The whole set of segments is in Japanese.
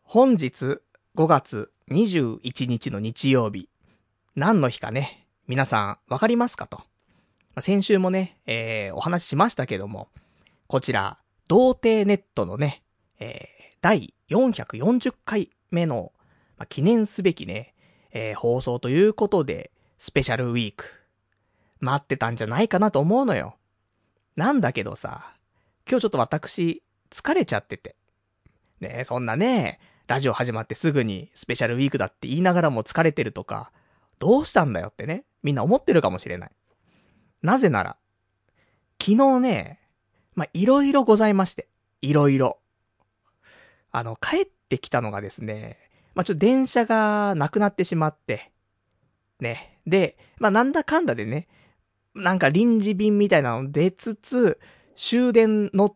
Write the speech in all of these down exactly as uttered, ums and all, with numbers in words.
本日ごがつにじゅういちにちの日曜日、何の日かね、皆さんわかりますかと。先週もね、えー、お話ししましたけども、こちら、童貞ネットのね、えー、だいよんひゃくよんじゅっかいめの、まあ、記念すべきね、えー、放送ということで、スペシャルウィーク、待ってたんじゃないかなと思うのよ。なんだけどさ、今日ちょっと私、疲れちゃってて。ねえ、そんなね、ラジオ始まってすぐにスペシャルウィークだって言いながらも疲れてるとか、どうしたんだよってね、みんな思ってるかもしれない。なぜなら、昨日ね、まあ、いろいろございまして、いろいろ。あの、帰ってきたのがですね、まあ、ちょっと電車がなくなってしまって、ね。で、まあ、なんだかんだでね、なんか臨時便みたいなの出つつ、終電乗って、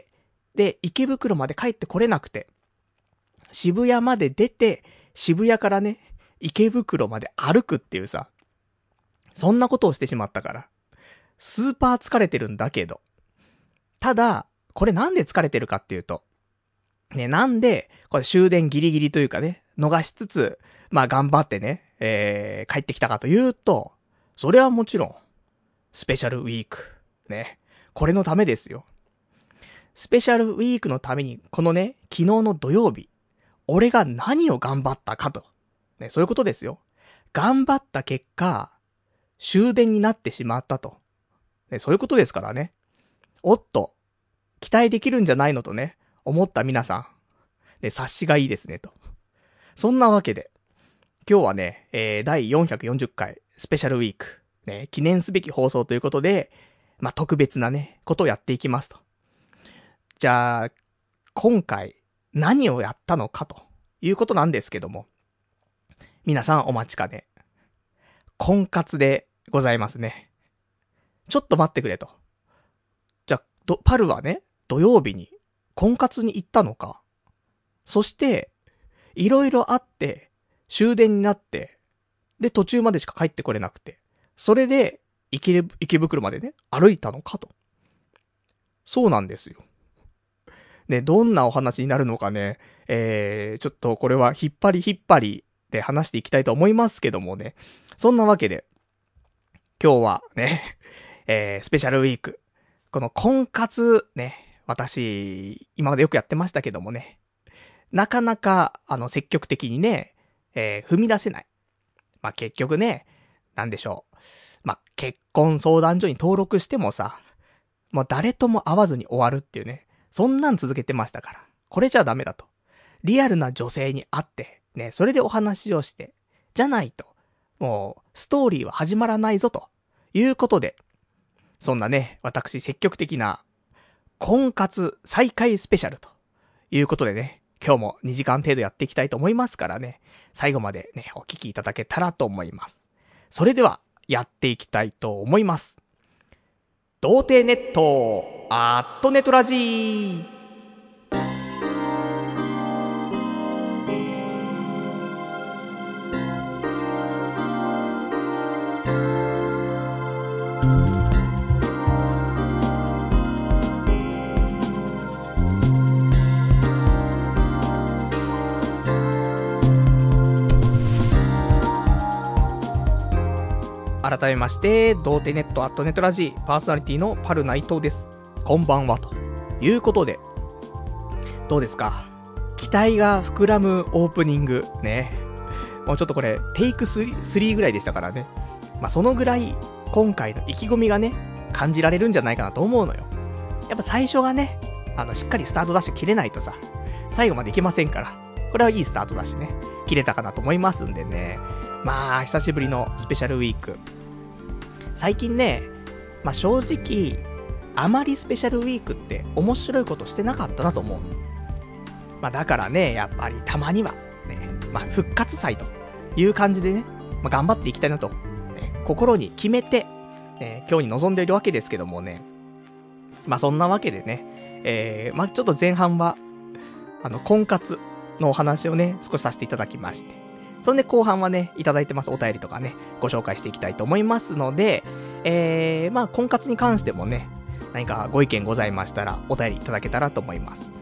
で、池袋まで帰ってこれなくて、渋谷まで出て、渋谷からね、池袋まで歩くっていうさ、そんなことをしてしまったから、スーパー疲れてるんだけど、ただ、これなんで疲れてるかっていうと、ね、なんで、これ終電ギリギリというかね、逃しつつ、まあ頑張ってね、えー、帰ってきたかというと、それはもちろん、スペシャルウィーク。ね。これのためですよ。スペシャルウィークのために、このね、昨日の土曜日、俺が何を頑張ったかと。ね、そういうことですよ。頑張った結果、終電になってしまったと。ね、そういうことですからね。おっと、期待できるんじゃないのとね、思った皆さん。ね、察しがいいですねと。そんなわけで、今日はね、えー、だいよんひゃくよんじゅっかいスペシャルウィーク、ね、記念すべき放送ということで、まあ、特別なね、ことをやっていきますと。じゃあ、今回、何をやったのかということなんですけども、皆さんお待ちかね。婚活でございますね。ちょっと待ってくれと。じゃあ、どパルはね、土曜日に婚活に行ったのか。そして、いろいろあって、終電になって、で、途中までしか帰ってこれなくて、それで、池、池袋までね、歩いたのかと。そうなんですよ。ね、どんなお話になるのかね、えー、ちょっとこれは引っ張り引っ張りで話していきたいと思いますけどもね。そんなわけで、今日はね、えー、スペシャルウィーク。この婚活ね、私、今までよくやってましたけどもね、なかなか、あの、積極的にね、えー、踏み出せない。まあ、結局ね、なんでしょう。まあ、結婚相談所に登録してもさ、もう誰とも会わずに終わるっていうね、そんなん続けてましたから、これじゃダメだと。リアルな女性に会って、ね、それでお話をして、じゃないと、もう、ストーリーは始まらないぞということで、そんなね、私積極的な、婚活再開スペシャルということでね、今日もにじかん程度やっていきたいと思いますからね、最後までね、お聞きいただけたらと思います。それでは、やっていきたいと思います。童貞ネット、アットネトラジー。改めまして、童貞ネットアットネットラジーパーソナリティのパル内藤です。こんばんはということで、どうですか？期待が膨らむオープニングね。もうちょっとこれテイクスリーぐらいでしたからね。まあそのぐらい今回の意気込みがね感じられるんじゃないかなと思うのよ。やっぱ最初がね、あのしっかりスタートダッシュ切れないとさ、最後までいけませんから。これはいいスタートダッシュね切れたかなと思いますんでね。まあ久しぶりのスペシャルウィーク。最近ね、まあ、正直、あまりスペシャルウィークって面白いことしてなかったなと思う。まあ、だからね、やっぱりたまには、ね、まあ、復活祭という感じでね、まあ、頑張っていきたいなと、ね、心に決めて、ね、今日に臨んでいるわけですけどもね。まあ、そんなわけでね、えー、まあ、ちょっと前半は、あの、婚活のお話をね、少しさせていただきまして。そんで後半はね、いただいてますお便りとかね、ご紹介していきたいと思いますので、えー、まあ、婚活に関してもね、何かご意見ございましたら、お便りいただけたらと思います。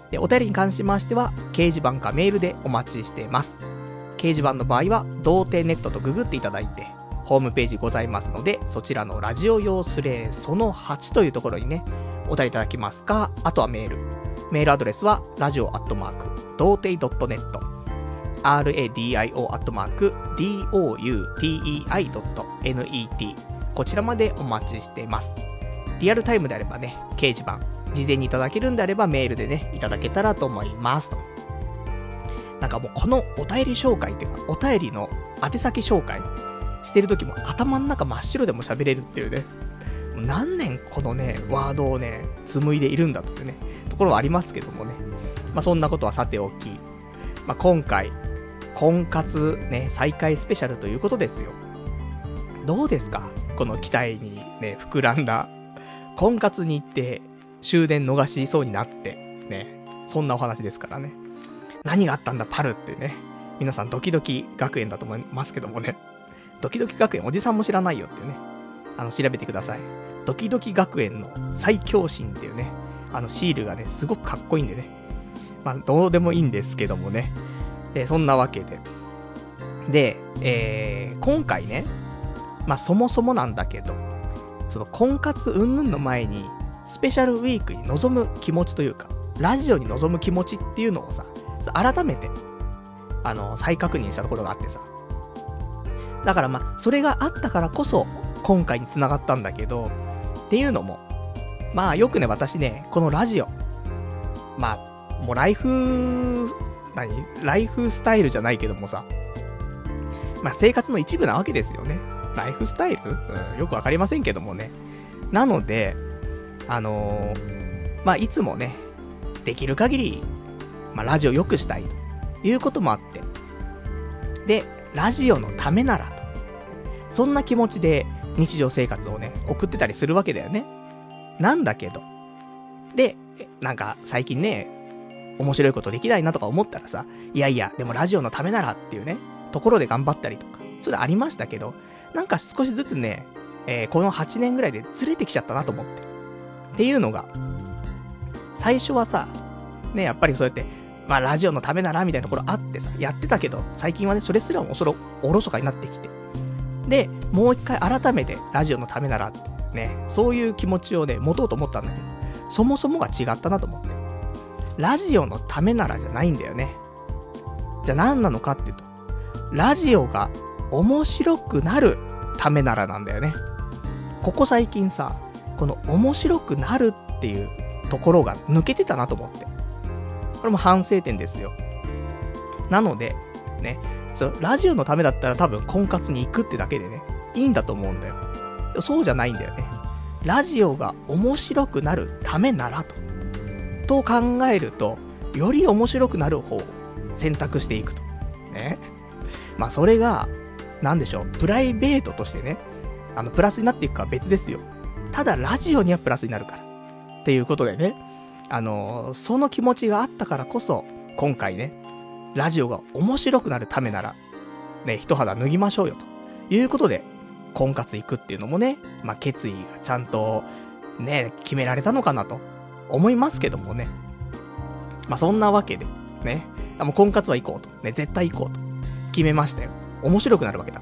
で、お便りに関しましては、掲示板かメールでお待ちしています。掲示板の場合は、童貞ネットとググっていただいて、ホームページございますので、そちらのラジオ用スレそのはちというところにね、お便りいただきますか、あとはメール。メールアドレスは、ラジオアットマーク、童貞 .net、ラディオ アットマーク、ドゥテイ ドット ネット、こちらまでお待ちしています。リアルタイムであればね、掲示板、事前にいただけるんであればメールでね、いただけたらと思いますと。なんかもうこのお便り紹介っていうか、お便りの宛先紹介してる時も頭の中真っ白でも喋れるっていうね、何年このね、ワードをね、紡いでいるんだっていうね、ところはありますけどもね。まあそんなことはさておき、まあ今回、婚活ね、再開スペシャルということですよ。どうですか？この期待にね、膨らんだ、婚活に行って終電逃しそうになって、ね、そんなお話ですからね。何があったんだパルっていうね、皆さんドキドキ学園だと思いますけどもね。ドキドキ学園おじさんも知らないよっていうね、あの調べてください。ドキドキ学園の最強心っていうね、あのシールがね、すごくかっこいいんでね。まあどうでもいいんですけどもね。えー、そんなわけで。で、えー、今回ね、まあそもそもなんだけど、その婚活云々の前に、スペシャルウィークに臨む気持ちというか、ラジオに臨む気持ちっていうのをさ、改めて、あの、再確認したところがあってさ。だからまあ、それがあったからこそ、今回に繋がったんだけど、っていうのも、まあよくね、私ね、このラジオ、まあ、もうライフ、何？ライフスタイルじゃないけどもさ、まあ生活の一部なわけですよね。ライフスタイル？うん、よくわかりませんけどもね。なので、あのー、まあいつもね、できる限り、まあラジオ良くしたいということもあって、で、ラジオのためならと、そんな気持ちで日常生活をね、送ってたりするわけだよね。なんだけど、で、なんか最近ね、面白いことできないなとか思ったらさ、いやいや、でもラジオのためならっていうね、ところで頑張ったりとか、それありましたけど、なんか少しずつね、えー、このはちねんぐらいでずれてきちゃったなと思って。っていうのが、最初はさ、ね、やっぱりそうやって、まあラジオのためならみたいなところあってさ、やってたけど、最近はね、それすらもおそろ、おろそかになってきて。で、もう一回改めてラジオのためならって、ね、そういう気持ちをね、持とうと思ったんだけど、そもそもが違ったなと思って。ラジオのためならじゃないんだよね。じゃあ何なのかっていうと、ラジオが面白くなるためならなんだよね。ここ最近さ、この面白くなるっていうところが抜けてたなと思って。これも反省点ですよ。なので、ね、そう、ラジオのためだったら多分婚活に行くってだけでね、いいんだと思うんだよ。そうじゃないんだよね。ラジオが面白くなるためならと。と考えると、より面白くなる方を選択していくと。ね。まあそれが、なんでしょう、プライベートとしてね、あの、プラスになっていくかは別ですよ。ただラジオにはプラスになるから。っていうことでね、あのー、その気持ちがあったからこそ、今回ね、ラジオが面白くなるためなら、ね、一肌脱ぎましょうよ、ということで、婚活行くっていうのもね、まあ決意がちゃんと、ね、決められたのかなと。思いますけどもね。まあ、そんなわけで、ね。もう婚活は行こうと。ね、絶対行こうと。決めましたよ。面白くなるわけだから。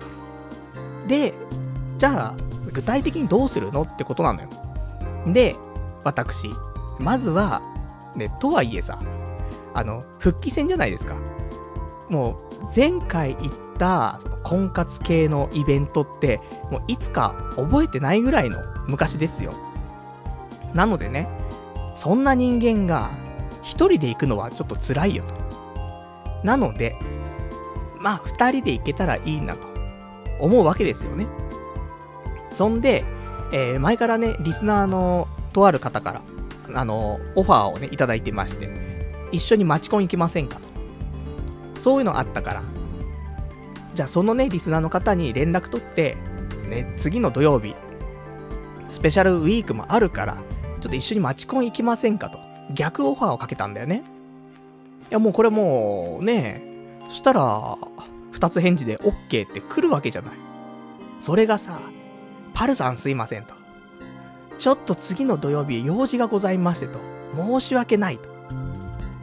で、じゃあ、具体的にどうするのってことなのよ。で、私、まずは、ね、とはいえさ、あの、復帰戦じゃないですか。もう、前回行った、その婚活系のイベントって、もういつか覚えてないぐらいの昔ですよ。なのでね、そんな人間が一人で行くのはちょっと辛いよと。なので、まあ二人で行けたらいいなと思うわけですよね。そんで、えー、前からね、リスナーのとある方から、あの、オファーをね、いただいてまして、一緒にマチコン行きませんかと。そういうのあったから、じゃあそのね、リスナーの方に連絡取って、ね、次の土曜日、スペシャルウィークもあるから、ちょっと一緒にマチコン行きませんかと。逆オファーをかけたんだよね。いやもうこれもう、ね、そしたら、二つ返事で OK って来るわけじゃない。それがさ、パルさんすいませんと。ちょっと次の土曜日用事がございましてと。申し訳ないと。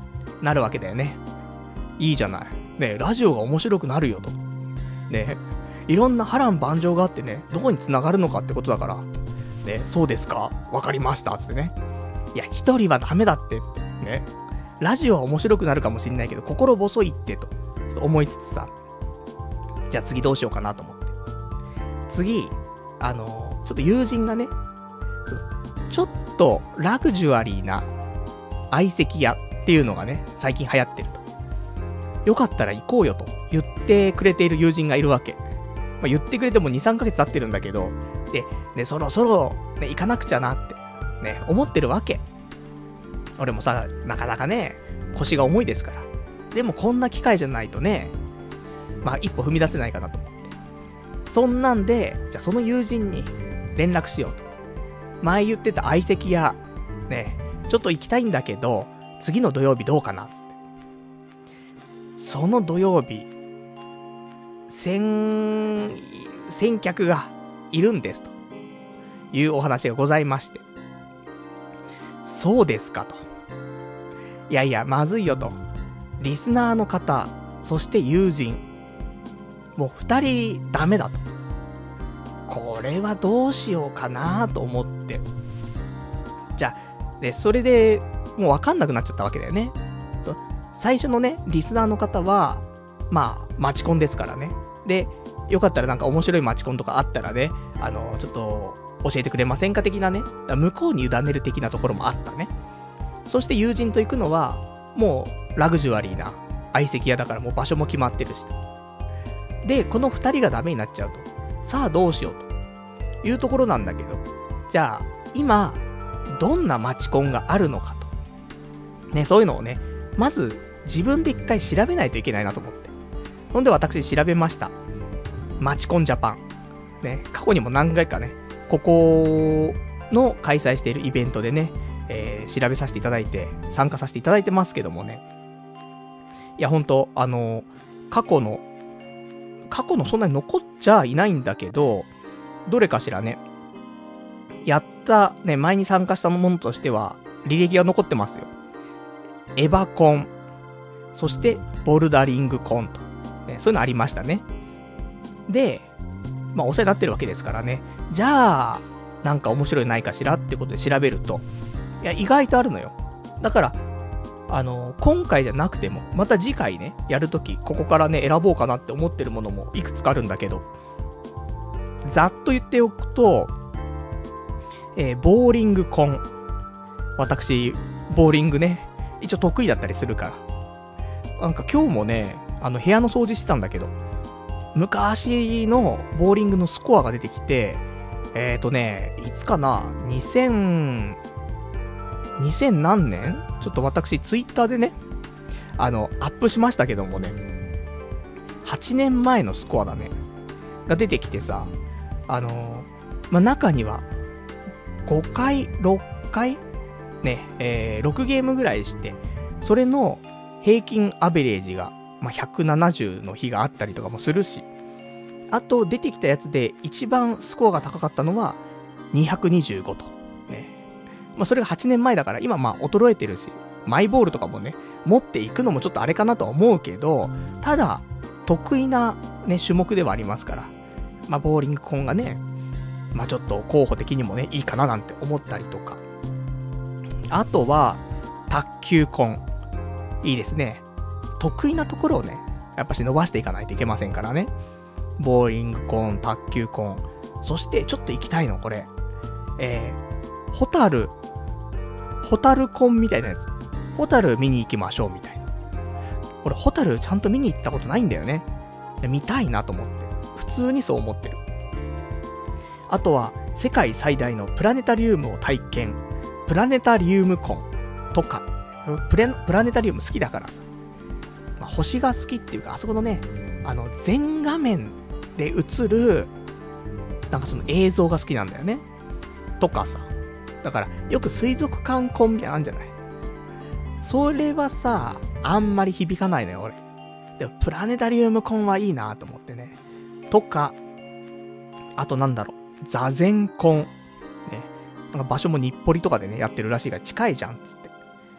なるわけだよね。いいじゃない。ね、ラジオが面白くなるよと。ね、いろんな波乱万丈があってね、どこに繋がるのかってことだから。ね、そうですか、わかりました、つってね。いや、一人はダメだってって。ね。ラジオは面白くなるかもしんないけど、心細いってと、ちょっと思いつつさ。じゃあ次どうしようかなと思って。次、あのー、ちょっと友人がね、ちょっとラグジュアリーな相席屋っていうのがね、最近流行ってると。よかったら行こうよと言ってくれている友人がいるわけ。まあ、言ってくれてもに、さんかげつ経ってるんだけど、で、ね、そろそろ、ね、行かなくちゃなって、ね、思ってるわけ。俺もさ、なかなかね、腰が重いですから。でもこんな機会じゃないとね、まあ一歩踏み出せないかなと思って。そんなんで、じゃあその友人に連絡しようと。前言ってた相席屋、ね、ちょっと行きたいんだけど、次の土曜日どうかなつって。その土曜日、千、千客がいるんですというお話がございまして。そうですかと。いやいや、まずいよと。リスナーの方、そして友人、もう二人ダメだと。これはどうしようかなと思って。じゃあ、で、それでもうわかんなくなっちゃったわけだよね。そう最初のね、リスナーの方は、まあ、マチコンですからね。で、よかったらなんか面白いマチコンとかあったらね、あの、ちょっと教えてくれませんか的なね。だ向こうに委ねる的なところもあったね。そして友人と行くのは、もうラグジュアリーな相席屋だからもう場所も決まってるしと。で、この二人がダメになっちゃうと。さあどうしようというところなんだけど、じゃあ、今、どんなマチコンがあるのかと。ね、そういうのをね、まず自分で一回調べないといけないなと思って。ほんで私調べました。マチコンジャパン。ね、過去にも何回かね、ここの開催しているイベントでね、えー、調べさせていただいて、参加させていただいてますけどもね。いや、ほんと、あのー、過去の、過去のそんなに残っちゃいないんだけど、どれかしらね、やったね、前に参加したものとしては、履歴が残ってますよ。エヴァコン、そしてボルダリングコンと、ね、そういうのありましたね。で、まあお世話になってるわけですからね。じゃあ、なんか面白いないかしらってことで調べると、いや、意外とあるのよ。だから、あのー、今回じゃなくても、また次回ね、やるとき、ここからね、選ぼうかなって思ってるものもいくつかあるんだけど、ざっと言っておくと、えー、ボーリングコン。私、ボーリングね、一応得意だったりするから。なんか今日もね、あの部屋の掃除してたんだけど、昔のボーリングのスコアが出てきて、えーとね、いつかな、にせん、にせん何年？ちょっと私ツイッターでね、あの、アップしましたけどもね、はちねんまえのスコアだね、が出てきてさ、あのー、まあ、中には、ごかい、ろっかいね、えー、ろくゲームぐらいして、それの平均アベレージが、まあ、ひゃくななじゅうの日があったりとかもするし、あと出てきたやつで一番スコアが高かったのはにひゃくにじゅうごと。ね。まあ、それがはちねんまえだから今まあ衰えてるし、マイボールとかもね、持っていくのもちょっとあれかなとは思うけど、ただ、得意なね、種目ではありますから、まあ、ボーリングコンがね、まあ、ちょっと候補的にもね、いいかななんて思ったりとか。あとは、卓球コン。いいですね。得意なところをね、やっぱし伸ばしていかないといけませんからね。ボーリングコン、卓球コン。そして、ちょっと行きたいの、これ。えー、ホタル、ホタルコンみたいなやつ。ホタル見に行きましょうみたいな。これ、ホタルちゃんと見に行ったことないんだよね。見たいなと思って。普通にそう思ってる。あとは、世界最大のプラネタリウムを体験。プラネタリウムコンとか。プレ、プラネタリウム好きだからさ。まあ、星が好きっていうか、あそこのね、あの、全画面で映る、なんかその映像が好きなんだよね。とかさ。だから、よく水族館コンみたいなのあるんじゃない？それはさ、あんまり響かないのよ、俺。でも、プラネタリウムコンはいいなと思ってね。とか、あとなんだろう、座禅コン。ね。なんか場所も日暮里とかでね、やってるらしいから近いじゃん、つって。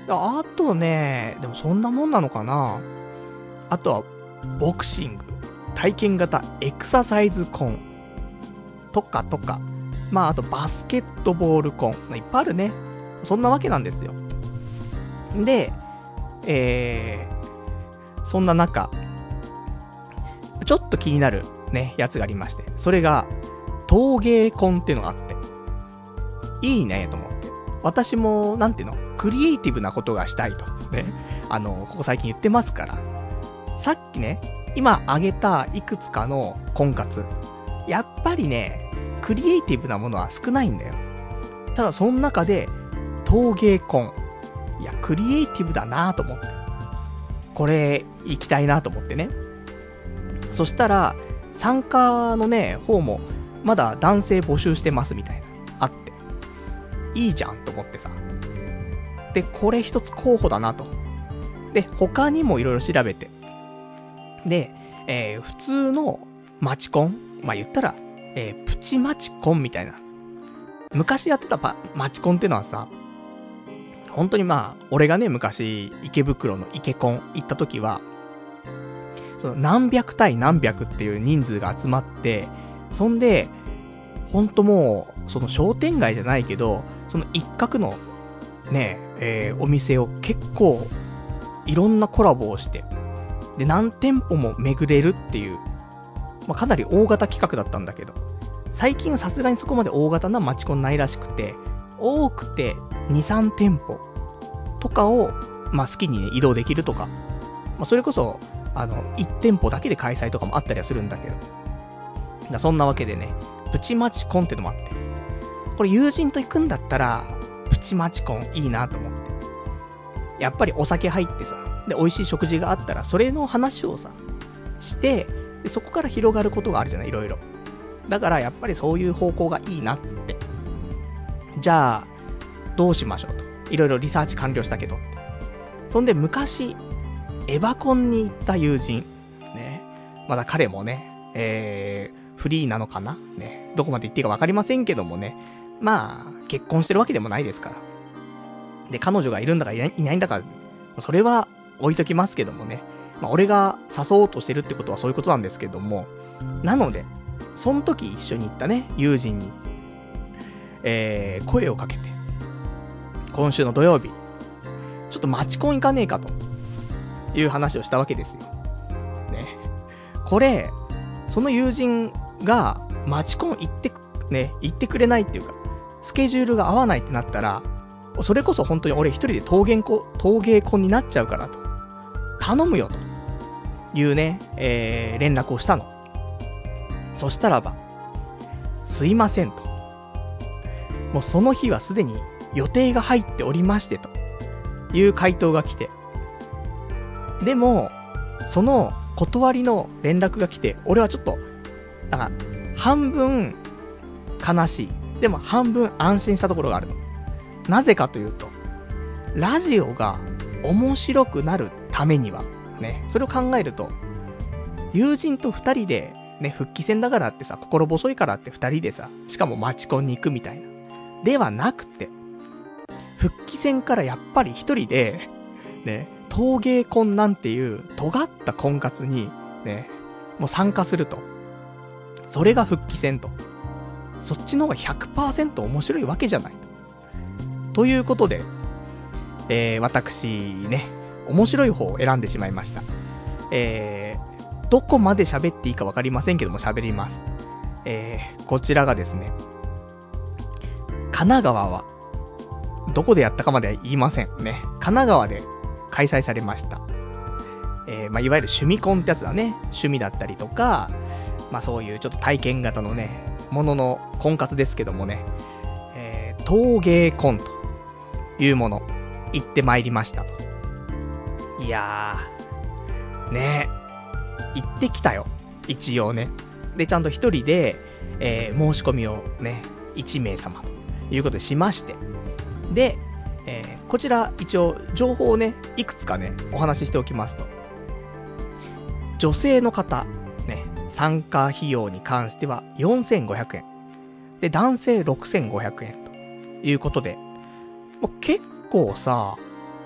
あとね、でもそんなもんなのかな。あとは、ボクシング、体験型エクササイズコン、とかとか。まあ、あとバスケットボールコン。まあ、いっぱいあるね。そんなわけなんですよ。で、えー、そんな中、ちょっと気になるね、やつがありまして。それが、陶芸コンっていうのがあって。いいね、と思って。私も、なんていうの、クリエイティブなことがしたいと。ね。あの、ここ最近言ってますから。さっきね、今挙げたいくつかの婚活。やっぱりね、クリエイティブなものは少ないんだよ。ただその中で、陶芸婚。いや、クリエイティブだなぁと思って。これ、行きたいなと思ってね。そしたら、参加のね、方も、まだ男性募集してますみたいな。あって。いいじゃんと思ってさ。で、これ一つ候補だなと。で、他にもいろいろ調べて。で、えー、普通のマチコン、まあ、言ったら、えー、プチマチコンみたいな。昔やってたパマチコンってのはさ、本当にまあ、俺がね、昔、池袋の池コン行った時は、その何百対何百っていう人数が集まって、そんで、ほんともう、その商店街じゃないけど、その一角の、ね、えー、お店を結構、いろんなコラボをして、で、何店舗も巡れるっていう、まあ、かなり大型企画だったんだけど、最近はさすがにそこまで大型なマチコンないらしくて、多くてに、さん店舗とかを、まあ、好きにね、移動できるとか、まあ、それこそ、あの、いち店舗だけで開催とかもあったりはするんだけど、だそんなわけでね、プチマチコンってのもあって、これ友人と行くんだったら、プチマチコンいいなと思って。やっぱりお酒入ってさ、で、美味しい食事があったら、それの話をさ、して、でそこから広がることがあるじゃない、いろいろ。だからやっぱりそういう方向がいいなっつって。じゃあ、どうしましょうと。いろいろリサーチ完了したけど。そんで昔、エヴァコンに行った友人。ね。まだ彼もね、えー、フリーなのかなね。どこまで行っていいかわかりませんけどもね。まあ、結婚してるわけでもないですから。で、彼女がいるんだかいない、いないんだか、それは置いときますけどもね。まあ、俺が誘おうとしてるってことはそういうことなんですけども。なので、その時一緒に行ったね、友人に、えー、声をかけて、今週の土曜日、ちょっとマチコン行かねえかと、いう話をしたわけですよ。ね。これ、その友人がマチコン行って、ね、行ってくれないっていうか、スケジュールが合わないってなったら、それこそ本当に俺一人で陶芸コ、陶芸コンになっちゃうからと。頼むよと。いうね、えー、連絡をしたの。そしたらば、すいませんと。もうその日はすでに予定が入っておりましてと。いう回答が来て。でも、その断りの連絡が来て、俺はちょっと、なんか、半分悲しい。でも半分安心したところがあるの。なぜかというと、ラジオが面白くなるためには、ね、それを考えると、友人と二人で、ね、復帰戦だからってさ、心細いからって二人でさ、しかもマチコンに行くみたいな。ではなくて、復帰戦からやっぱり一人で、ね、陶芸コンなんていう尖った婚活に、ね、もう参加すると。それが復帰戦と。そっちの方が ひゃくパーセント 面白いわけじゃない。ということで、えー、私ね、面白い方を選んでしまいました。えー、どこまで喋っていいかわかりませんけども喋ります。えー、こちらがですね、神奈川は、どこでやったかまでは言いませんね。神奈川で開催されました。えー、まあ、いわゆる趣味コンってやつだね。趣味だったりとか、まあそういうちょっと体験型のね、ものの婚活ですけどもね、えー、陶芸コンというもの、行ってまいりましたと。いやー、ねえ、行ってきたよ。一応ね。で、ちゃんと一人で、えー、申し込みをね、いち名様ということでしまして。で、えー、こちら一応情報をね、いくつかね、お話ししておきますと。女性の方、ね、参加費用に関してはよんせんごひゃくえん。で、男性ろくせんごひゃくえんということで、もう結構さ、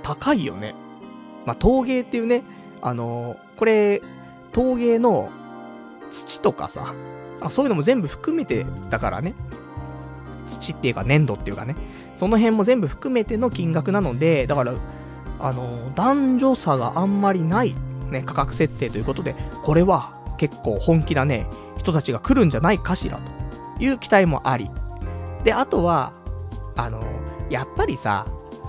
高いよね。まあ、陶芸っていうね、あのー、これ、陶芸の土とかさ、そういうのも全部含めてだからね。土っていうか粘土っていうかね。その辺も全部含めての金額なので、だから、あのー、男女差があんまりないね、価格設定ということで、これは結構本気なね、人たちが来るんじゃないかしらという期待もあり。で、あとは、あのー、やっぱりさ、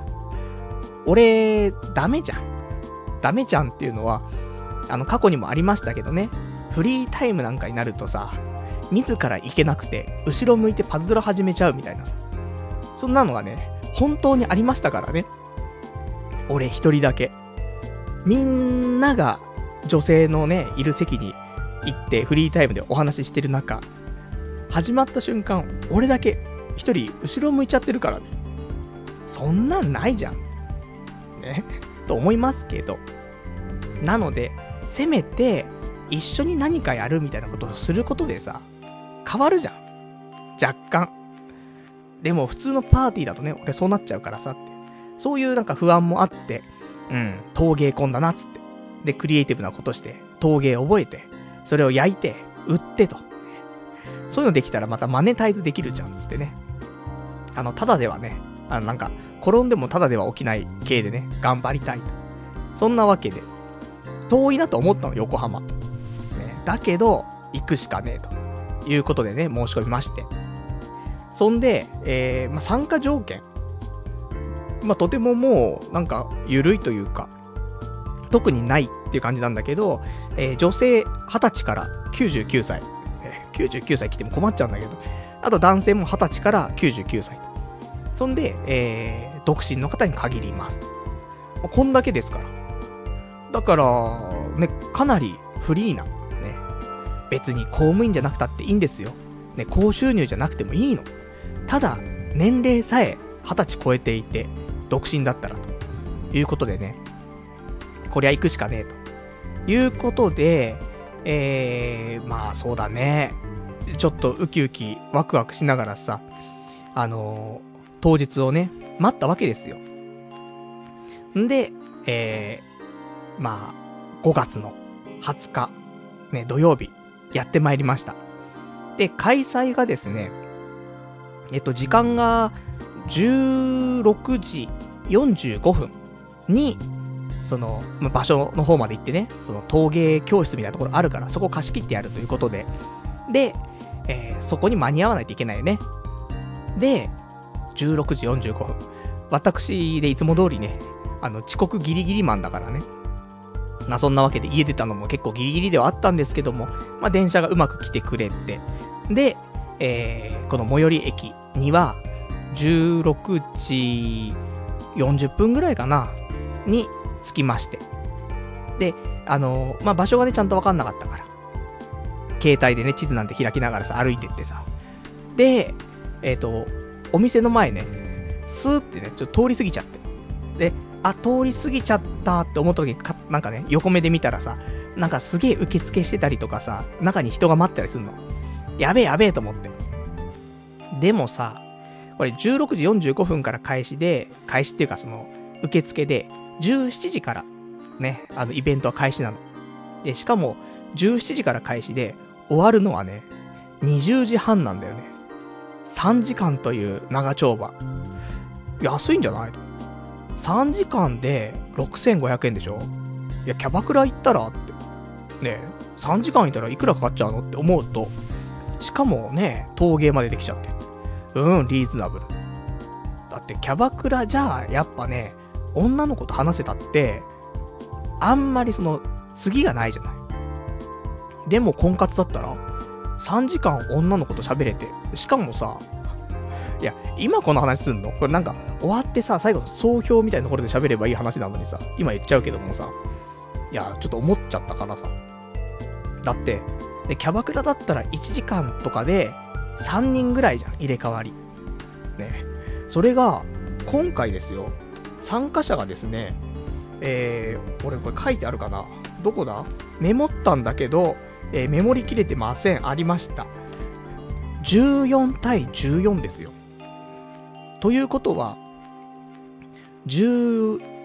俺、ダメじゃん。ダメじゃんっていうのは、あの、過去にもありましたけどね、フリータイムなんかになるとさ、自ら行けなくて、後ろ向いてパズドラ始めちゃうみたいなさ、そんなのがね、本当にありましたからね。俺一人だけ。みんなが女性のね、いる席に行ってフリータイムでお話ししてる中、始まった瞬間、俺だけ一人後ろ向いちゃってるからね。そんなんないじゃん。ね。と思いますけど。なので、せめて一緒に何かやるみたいなことをすることでさ、変わるじゃん。若干。でも普通のパーティーだとね、俺そうなっちゃうからさって。そういうなんか不安もあって、うん、陶芸込んだなっつって。で、クリエイティブなことして、陶芸覚えて、それを焼いて、売ってと。そういうのできたらまたマネタイズできるじゃんつってね。あの、ただではね、あのなんか、転んでもただでは起きない系でね、頑張りたいと。そんなわけで、遠いなと思ったの、横浜。ね、だけど、行くしかねえということでね、申し込みまして。そんで、えー、まあ、参加条件。まあ、とてももう、なんか、ゆるいというか、特にないっていう感じなんだけど、えー、女性はたちからきゅうじゅうきゅうさい。えー、きゅうじゅうきゅうさい来ても困っちゃうんだけど、あと男性もはたちからきゅうじゅうきゅうさいと。そんで、えー、独身の方に限ります。こんだけですから。だから、ね、かなりフリーな、ね。別に公務員じゃなくたっていいんですよ。ね、高収入じゃなくてもいいの。ただ、年齢さえはたち超えていて、独身だったらということでね、こりゃ行くしかねえということで、えー、まあそうだね。ちょっとウキウキワクワクしながらさ、あのー、当日をね、待ったわけですよ。んで、えー、まあ、ごがつのはつか、ね、土曜日、やってまいりました。で、開催がですね、えっと、時間がじゅうろくじよんじゅうごふんに、その、まあ、場所の方まで行ってね、その陶芸教室みたいなところあるから、そこを貸し切ってやるということで、で、えー、そこに間に合わないといけないよね。で、じゅうろくじよんじゅうごふん。私でいつも通りね、あの、遅刻ギリギリマンだからね。まあそんなわけで家出たのも結構ギリギリではあったんですけども、まあ電車がうまく来てくれて、で、えー、この最寄り駅には、じゅうろくじよんじゅっぷんぐらいかな、に着きまして。で、あのー、まあ場所がね、ちゃんとわかんなかったから。携帯でね、地図なんて開きながらさ、歩いてってさ。で、えっと、お店の前ね、スーってね、ちょっと通り過ぎちゃって。で、あ、通り過ぎちゃったって思った時にか、なんかね、横目で見たらさ、なんかすげえ受付してたりとかさ、中に人が待ったりするの。やべえやべえと思って。でもさ、これじゅうろくじよんじゅうごふんから開始で、開始っていうかその、受付で、じゅうしちじから、ね、あの、イベントは開始なの。で、しかも、じゅうしちじから開始で、終わるのはね、にじゅうじはんなんだよね。さんじかんという長丁場。安いんじゃないの？ さん 時間でろくせんごひゃくえんでしょ？いや、キャバクラ行ったらって。ねえ、さんじかんいたらいくらかかっちゃうのって思うと、しかもね、陶芸までできちゃって。うん、リーズナブル。だってキャバクラじゃあ、やっぱね、女の子と話せたって、あんまりその、次がないじゃない。でも婚活だったら、さんじかん女の子と喋れて、しかもさ、いや、今この話すんの？これなんか、終わってさ、最後の総評みたいなところで喋ればいい話なのにさ、今言っちゃうけどもさ、いや、ちょっと思っちゃったからさ。だって、でキャバクラだったらいちじかんとかで、さんにんぐらいじゃん、入れ替わり。ね。それが、今回ですよ、参加者がですね、えー、俺これ書いてあるかな？どこだ？メモったんだけど、えー、メモりきれてません。ありました。じゅうよんたいじゅうよんですよ。ということは、じゅう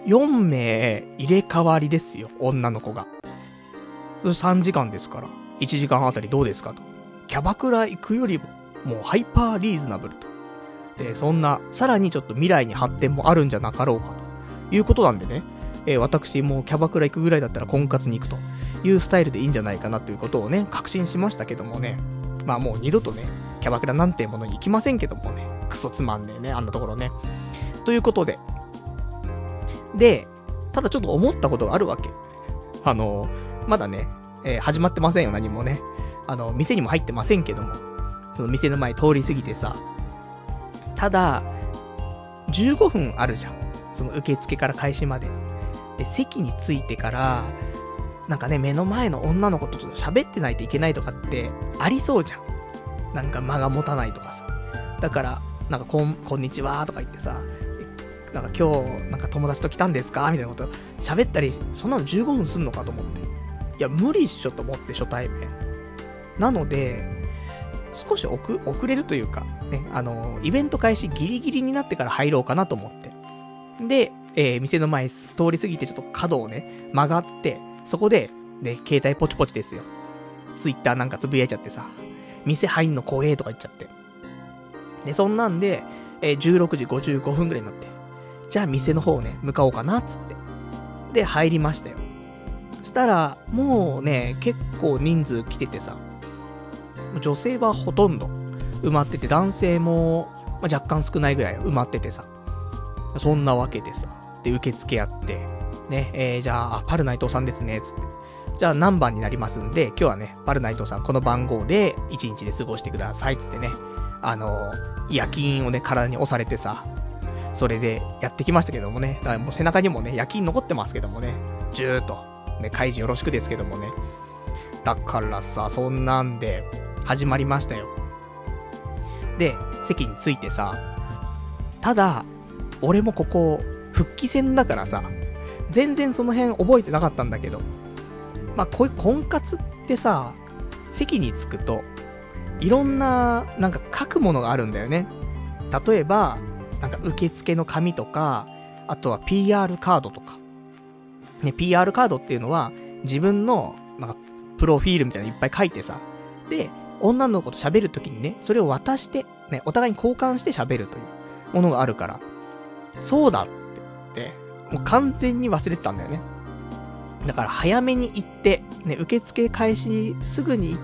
よんめい入れ替わりですよ、女の子が。それさんじかんですから、いちじかんあたりどうですかと。キャバクラ行くよりも、もうハイパーリーズナブルと。で、そんな、さらにちょっと未来に発展もあるんじゃなかろうかということなんでね、えー、私もキャバクラ行くぐらいだったら婚活に行くというスタイルでいいんじゃないかなということをね、確信しましたけどもね。まあもう二度とね、キャバクラなんてものに行きませんけどもね、クソつまんねえね、あんなところね。ということで。で、ただちょっと思ったことがあるわけ。あの、まだね、えー、始まってませんよ、何もね。あの、店にも入ってませんけども。その店の前通り過ぎてさ。ただ、じゅうごふんあるじゃん。その受付から開始まで。で、席に着いてから、なんかね、目の前の女の子とちょっと喋ってないといけないとかってありそうじゃん。なんか間が持たないとかさ。だから、なんかこん、こんにちはとか言ってさ、なんか今日、なんか友達と来たんですかみたいなこと喋ったり、そんなのじゅうごふんすんのかと思って。いや、無理っしょと思って、初対面。なので、少し遅、遅れるというか、ね、あの、イベント開始ギリギリになってから入ろうかなと思って。で、えー、店の前通り過ぎてちょっと角をね、曲がって、そこで、ね、携帯ポチポチですよ。ツイッターなんかつぶやいちゃってさ、店入んの怖えとか言っちゃって。で、そんなんで、えー、じゅうろくじごじゅうごふんぐらいになって、じゃあ店の方ね、向かおうかな、つって。で、入りましたよ。したら、もうね、結構人数来ててさ、女性はほとんど埋まってて、男性も、まあ、若干少ないぐらい埋まっててさ、そんなわけでさ、で、受付やって、ね、えー、じゃあ、あ、パル内藤さんですね、つって。じゃあ何番になりますんで、今日はね、パル内藤さんこの番号で一日で過ごしてください、つってね、あのー、夜勤をね、体に押されてさ、それでやってきましたけどもね、だからもう背中にもね、夜勤残ってますけどもね、ジューと、ね、開示よろしくですけどもね。だからさ、そんなんで、始まりましたよ。で、席に着いてさ、ただ、俺もここ、復帰戦だからさ、全然その辺覚えてなかったんだけど、まあ、こういう婚活ってさ、席に着くと、いろんな、なんか書くものがあるんだよね。例えば、なんか受付の紙とか、あとは ピーアール カードとか。ね、ピーアール カードっていうのは、自分の、なんか、プロフィールみたいなのいっぱい書いてさ、で、女の子と喋るときにね、それを渡して、ね、お互いに交換して喋るというものがあるから、そうだって言って、もう完全に忘れてたんだよね。だから早めに行って、ね、受付開始すぐに行って、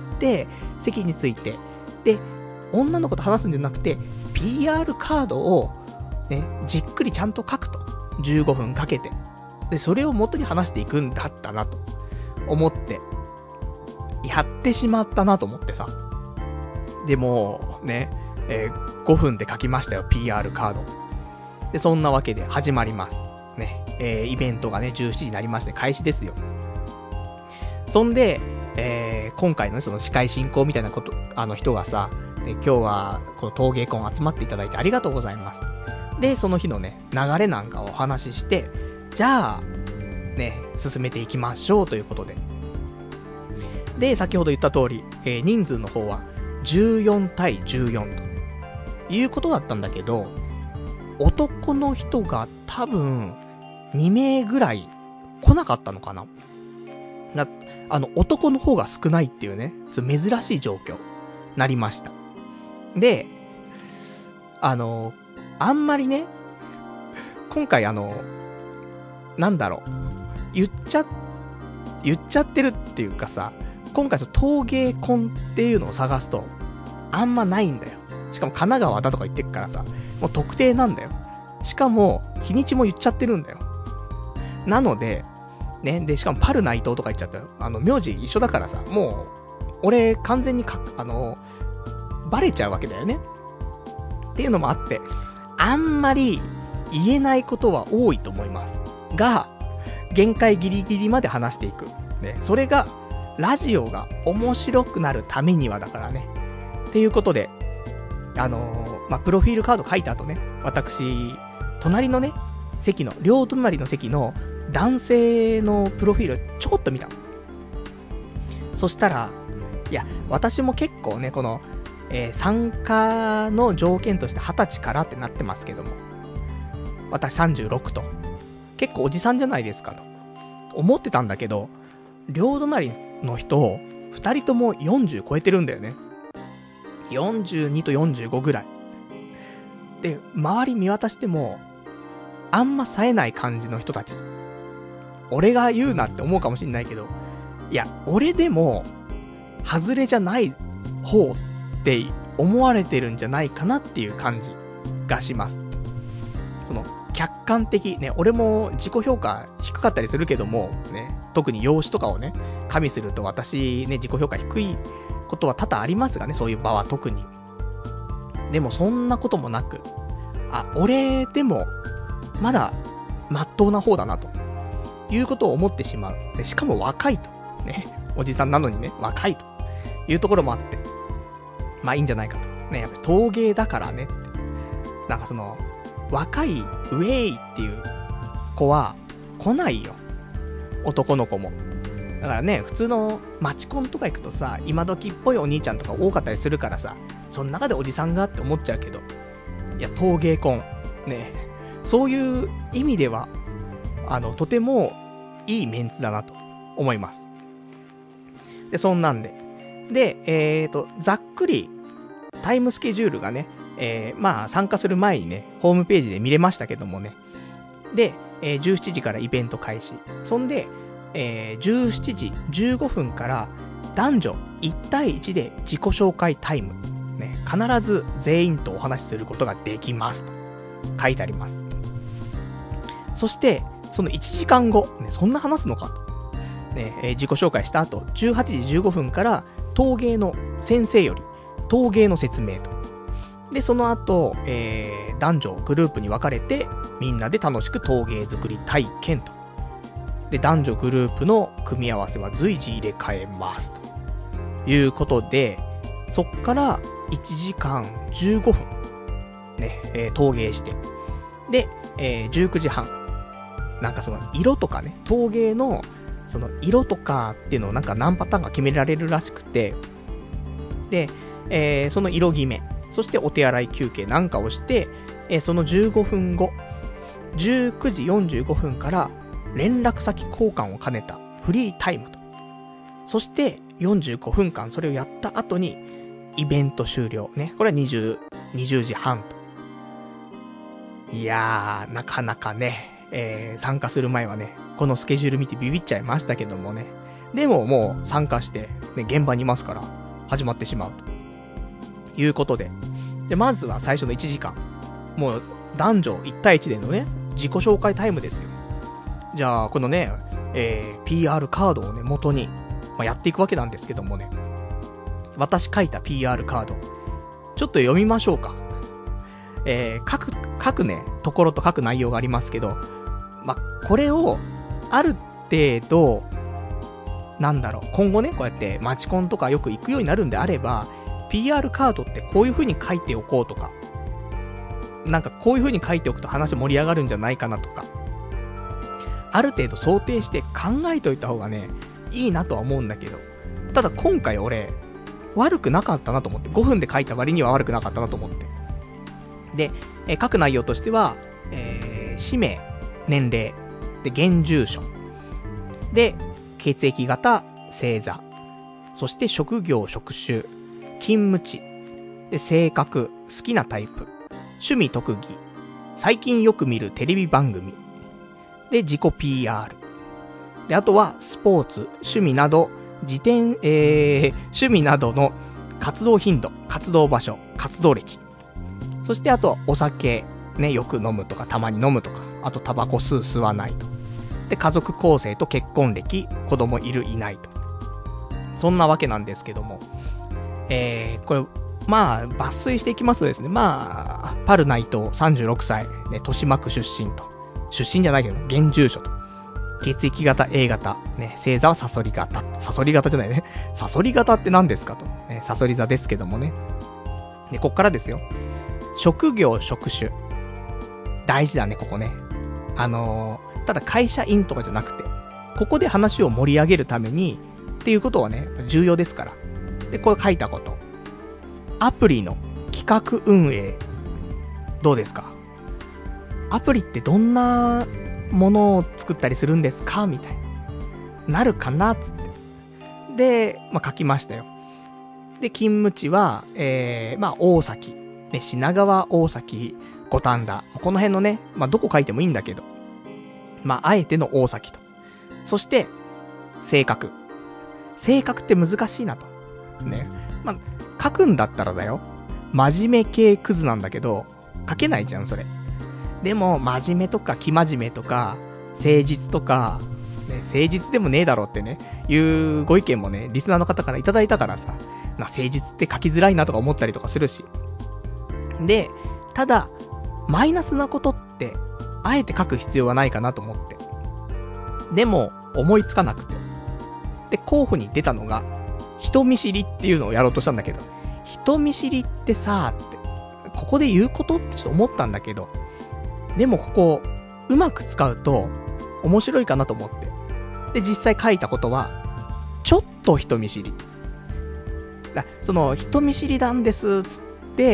席に着いて、で、女の子と話すんじゃなくて、ピーアール カードを、ね、じっくりちゃんと書くと。じゅうごふんかけて。で、それを元に話していくんだったなと思って、やってしまったなと思ってさ。でも、ね、えー、ごふんで書きましたよ、ピーアール カード。で、そんなわけで始まります。ね、えー、イベントがね、じゅうしちじになりまして、開始ですよ。そんで、えー、今回のね、その司会進行みたいなこと、あの人がさ、で、今日は、この陶芸コン集まっていただいてありがとうございます。で、その日のね、流れなんかをお話しして、じゃあ、ね、進めていきましょうということで。で、先ほど言った通り、えー、人数の方はじゅうよんたいじゅうよんということだったんだけど、男の人が多分にめいぐらい来なかったのかな。な、あの、男の方が少ないっていうね、ちょっと珍しい状況、なりました。で、あの、あんまりね、今回あの、なんだろう、言っちゃ、言っちゃってるっていうかさ、今回その陶芸コンっていうのを探すと、あんまないんだよ。しかも神奈川だとか言ってっからさ、もう特定なんだよ。しかも、日にちも言っちゃってるんだよ。なので、ね、で、しかもパル内藤とか言っちゃったよ。あの、名字一緒だからさ、もう、俺完全にか、あの、バレちゃうわけだよね。っていうのもあって、あんまり言えないことは多いと思います。が、限界ギリギリまで話していく。ね、それが、ラジオが面白くなるためにはだからね。っていうことで、あのー、まあ、プロフィールカード書いた後ね、私、隣のね、席の、両隣の席の男性のプロフィールちょこっと見たの。そしたら、いや、私も結構ね、この、えー、参加の条件としてはたちからってなってますけども、私さんじゅうろくと。 結構おじさんじゃないですかと思ってたんだけど、両隣の人二人ともよんじゅう超えてるんだよね。よんじゅうにとよんじゅうごぐらいで、周り見渡してもあんま冴えない感じの人たち。俺が言うなって思うかもしんないけど、いや俺でも外れじゃない方って思われてるんじゃないかなっていう感じがします。その客観的ね、俺も自己評価低かったりするけどもね、特に容姿とかをね加味すると私ね自己評価低いことは多々ありますがね、そういう場は特に。でもそんなこともなく、あ、俺でもまだ真っ当な方だなということを思ってしまう。でしかも若いとね、おじさんなのにね若いというところもあって、まあいいんじゃないかとね。やっぱ陶芸だからねって、なんかその若いウェイっていう子は来ないよ、男の子も。だからね、普通のマチコンとか行くとさ、今時っぽいお兄ちゃんとか多かったりするからさ、その中でおじさんがって思っちゃうけど、いや陶芸コンね、そういう意味ではあのとてもいいメンツだなと思います。でそんなんででえーとざっくりタイムスケジュールがね、えー、まあ参加する前にねホームページで見れましたけどもね。で、えー、じゅうしちじからイベント開始。そんで、えー、じゅうしちじじゅうごふんから男女いち対いちで自己紹介タイム、ね、必ず全員とお話しすることができますと書いてあります。そしてそのいちじかんご、ね、そんな話すのかと、ねえー、自己紹介した後じゅうはちじじゅうごふんから陶芸の先生より陶芸の説明と。でその後、えー、男女グループに分かれてみんなで楽しく陶芸作り体験と。で男女グループの組み合わせは随時入れ替えますということで、そっからいちじかんじゅうごふんね、えー、陶芸して、で、えー、じゅうくじはんなんかその色とかね、陶芸のその色とかっていうのをなんか何パターンか決められるらしくて、で、えー、その色決め、そしてお手洗い休憩なんかをして、えー、そのじゅうごふんごじゅうくじよんじゅうごふんから連絡先交換を兼ねたフリータイムと。そしてよんじゅうごふんかんそれをやった後にイベント終了ね。これはにじゅう、にじゅうじはんと。いやーなかなかね、えー、参加する前はねこのスケジュール見てビビっちゃいましたけどもね。でももう参加して、ね、現場にいますから始まってしまうということで、でまずは最初のいちじかんもう男女いち対いちでのね自己紹介タイムですよ。じゃあこのね、えー、ピーアール カードをね元に、まあ、やっていくわけなんですけどもね、私書いた ピーアール カードちょっと読みましょうか。えー、書く書くねところと書く内容がありますけど、まあこれをある程度なんだろう、今後ねこうやってマチコンとかよく行くようになるんであれば ピーアール カードってこういう風に書いておこうとか、なんかこういう風に書いておくと話盛り上がるんじゃないかなとか、ある程度想定して考えといた方がねいいなとは思うんだけど、ただ今回俺悪くなかったなと思って、ごふんで書いた割には悪くなかったなと思って、で、えー、書く内容としては、えー、氏名、年齢で現住所で血液型、星座、そして職業、職種、勤務地で性格、好きなタイプ、趣味、特技、最近よく見るテレビ番組で自己 ピーアール で、あとはスポーツ、趣味など自転、えー、趣味などの活動頻度、活動場所、活動歴、そしてあとお酒ね、よく飲むとかたまに飲むとか、あとタバコ吸う吸わないと、で家族構成と結婚歴、子供いるいないと、そんなわけなんですけども、えー、これまあ抜粋していきますとですね、まあパル内藤さんじゅうろくさい、ね、豊島区出身と、出身じゃないけど現住所と、血液型 A 型、ね、星座はサソリ型、サソリ型じゃないね、サソリ型って何ですかと、ね、サソリ座ですけどもね。でこっからですよ。職業、職種大事だねここね。あのー、ただ会社員とかじゃなくて、ここで話を盛り上げるためにっていうことはね重要ですから。でこれ書いたこと、アプリの企画運営どうですか。アプリってどんなものを作ったりするんですかみたいな。なるかなつって。で、まあ、書きましたよ。で、勤務地は、えー、まあ、大崎。ね、品川、大崎、五反田。この辺のね、まあ、どこ書いてもいいんだけど。まあ、あえての大崎と。そして、性格。性格って難しいなと。ね。まあ、書くんだったらだよ。真面目系クズなんだけど、書けないじゃん、それ。でも、真面目とか、生真面目とか、誠実とか、ね、誠実でもねえだろってね、いうご意見もね、リスナーの方からいただいたからさ、まあ、誠実って書きづらいなとか思ったりとかするし。で、ただ、マイナスなことって、あえて書く必要はないかなと思って。でも、思いつかなくて。で、候補に出たのが、人見知りっていうのをやろうとしたんだけど、人見知りってさ、って、ここで言うことってちょっと思ったんだけど、でもここ、うまく使うと、面白いかなと思って。で、実際書いたことは、ちょっと人見知り。だその、人見知りなんです、つって、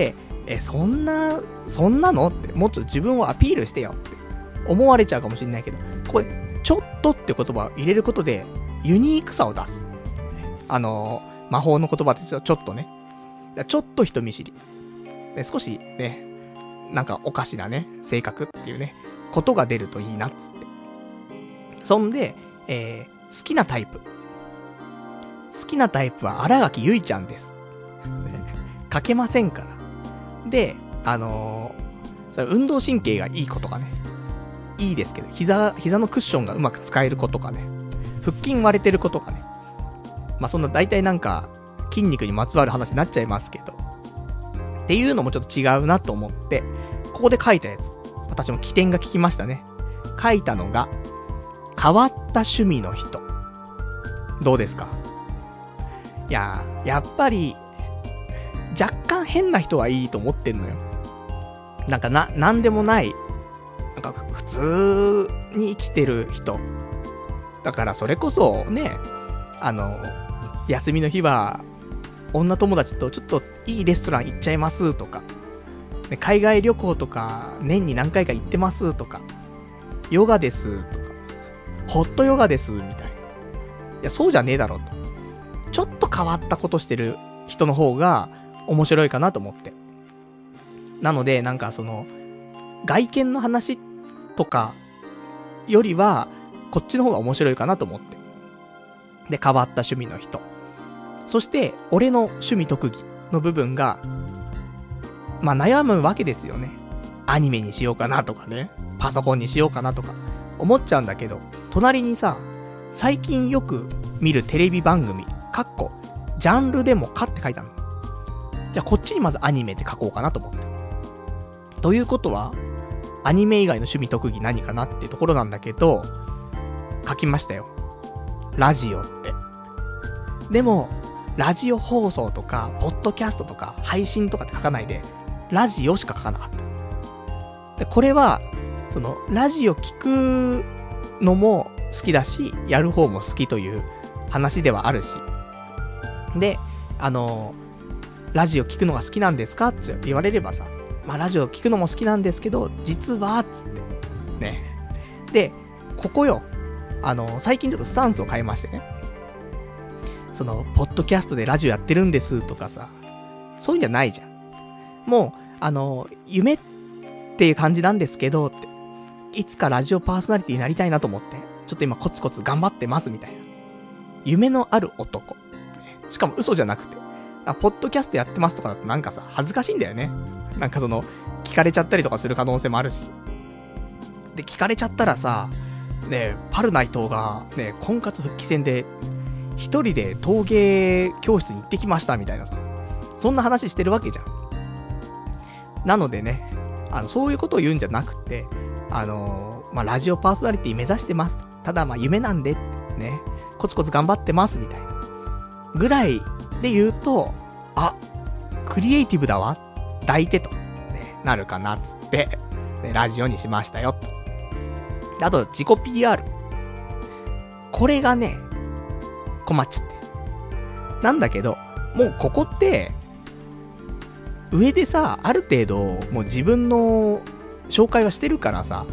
え、そんな、そんなのって、もっと自分をアピールしてよって思われちゃうかもしれないけど、これ、ちょっとって言葉を入れることで、ユニークさを出す。あのー、魔法の言葉ですよ、ちょっとね。ちょっと人見知り。で少しね、なんかおかしなね、性格っていうね、ことが出るといいなっつって。そんで、えー、好きなタイプ。好きなタイプは新垣結衣ちゃんです。ね、書けませんから。で、あのー、それ運動神経がいい子とかね、いいですけど、膝、膝のクッションがうまく使える子とかね、腹筋割れてる子とかね。まあ、そんな大体なんか、筋肉にまつわる話になっちゃいますけど。っていうのもちょっと違うなと思って、ここで書いたやつ。私も起点が聞きましたね。書いたのが、変わった趣味の人。どうですか？いやー、やっぱり、若干変な人はいいと思ってんのよ。なんかな、なんでもない、なんか普通に生きてる人。だからそれこそね、あの、休みの日は、女友達とちょっといいレストラン行っちゃいますとか、ね、海外旅行とか年に何回か行ってますとか、ヨガですとか、ホットヨガですみたいな。いや、そうじゃねえだろと。ちょっと変わったことしてる人の方が面白いかなと思って。なので、なんかその、外見の話とかよりは、こっちの方が面白いかなと思って。で、変わった趣味の人。そして、俺の趣味特技の部分が、まあ悩むわけですよね。アニメにしようかなとかね、パソコンにしようかなとか、思っちゃうんだけど、隣にさ、最近よく見るテレビ番組、かっこ、ジャンルでもかって書いてあるの。じゃあこっちにまずアニメって書こうかなと思って。ということは、アニメ以外の趣味特技何かなっていうところなんだけど、書きましたよ。ラジオって。でも、ラジオ放送とか、ポッドキャストとか、配信とかって書かないで、ラジオしか書かなかった。で、これは、その、ラジオ聞くのも好きだし、やる方も好きという話ではあるし。で、あの、ラジオ聞くのが好きなんですかって言われればさ、まあ、ラジオ聞くのも好きなんですけど、実は、つって。ね。で、ここよ。あの、最近ちょっとスタンスを変えましてね。その、ポッドキャストでラジオやってるんですとかさ、そういうんじゃないじゃん。もう、あの、夢っていう感じなんですけど、って。いつかラジオパーソナリティになりたいなと思って、ちょっと今コツコツ頑張ってますみたいな。夢のある男。しかも嘘じゃなくて。あ、ポッドキャストやってますとかだとなんかさ、恥ずかしいんだよね。なんかその、聞かれちゃったりとかする可能性もあるし。で、聞かれちゃったらさ、ね、パルナイトが、ね、婚活復帰戦で、一人で陶芸教室に行ってきましたみたいなさ、そんな話してるわけじゃん。なのでね、あの、そういうことを言うんじゃなくて、あのー、まあ、ラジオパーソナリティ目指してますと。ただまあ、夢なんで、ね、コツコツ頑張ってますみたいな。ぐらいで言うと、あ、クリエイティブだわ、抱いてと、ね、なるかなっつって、ね、ラジオにしましたよと。あと、自己 ピーアール。これがね、困っちゃって。なんだけど、もうここって、上でさ、ある程度、もう自分の紹介はしてるからさ、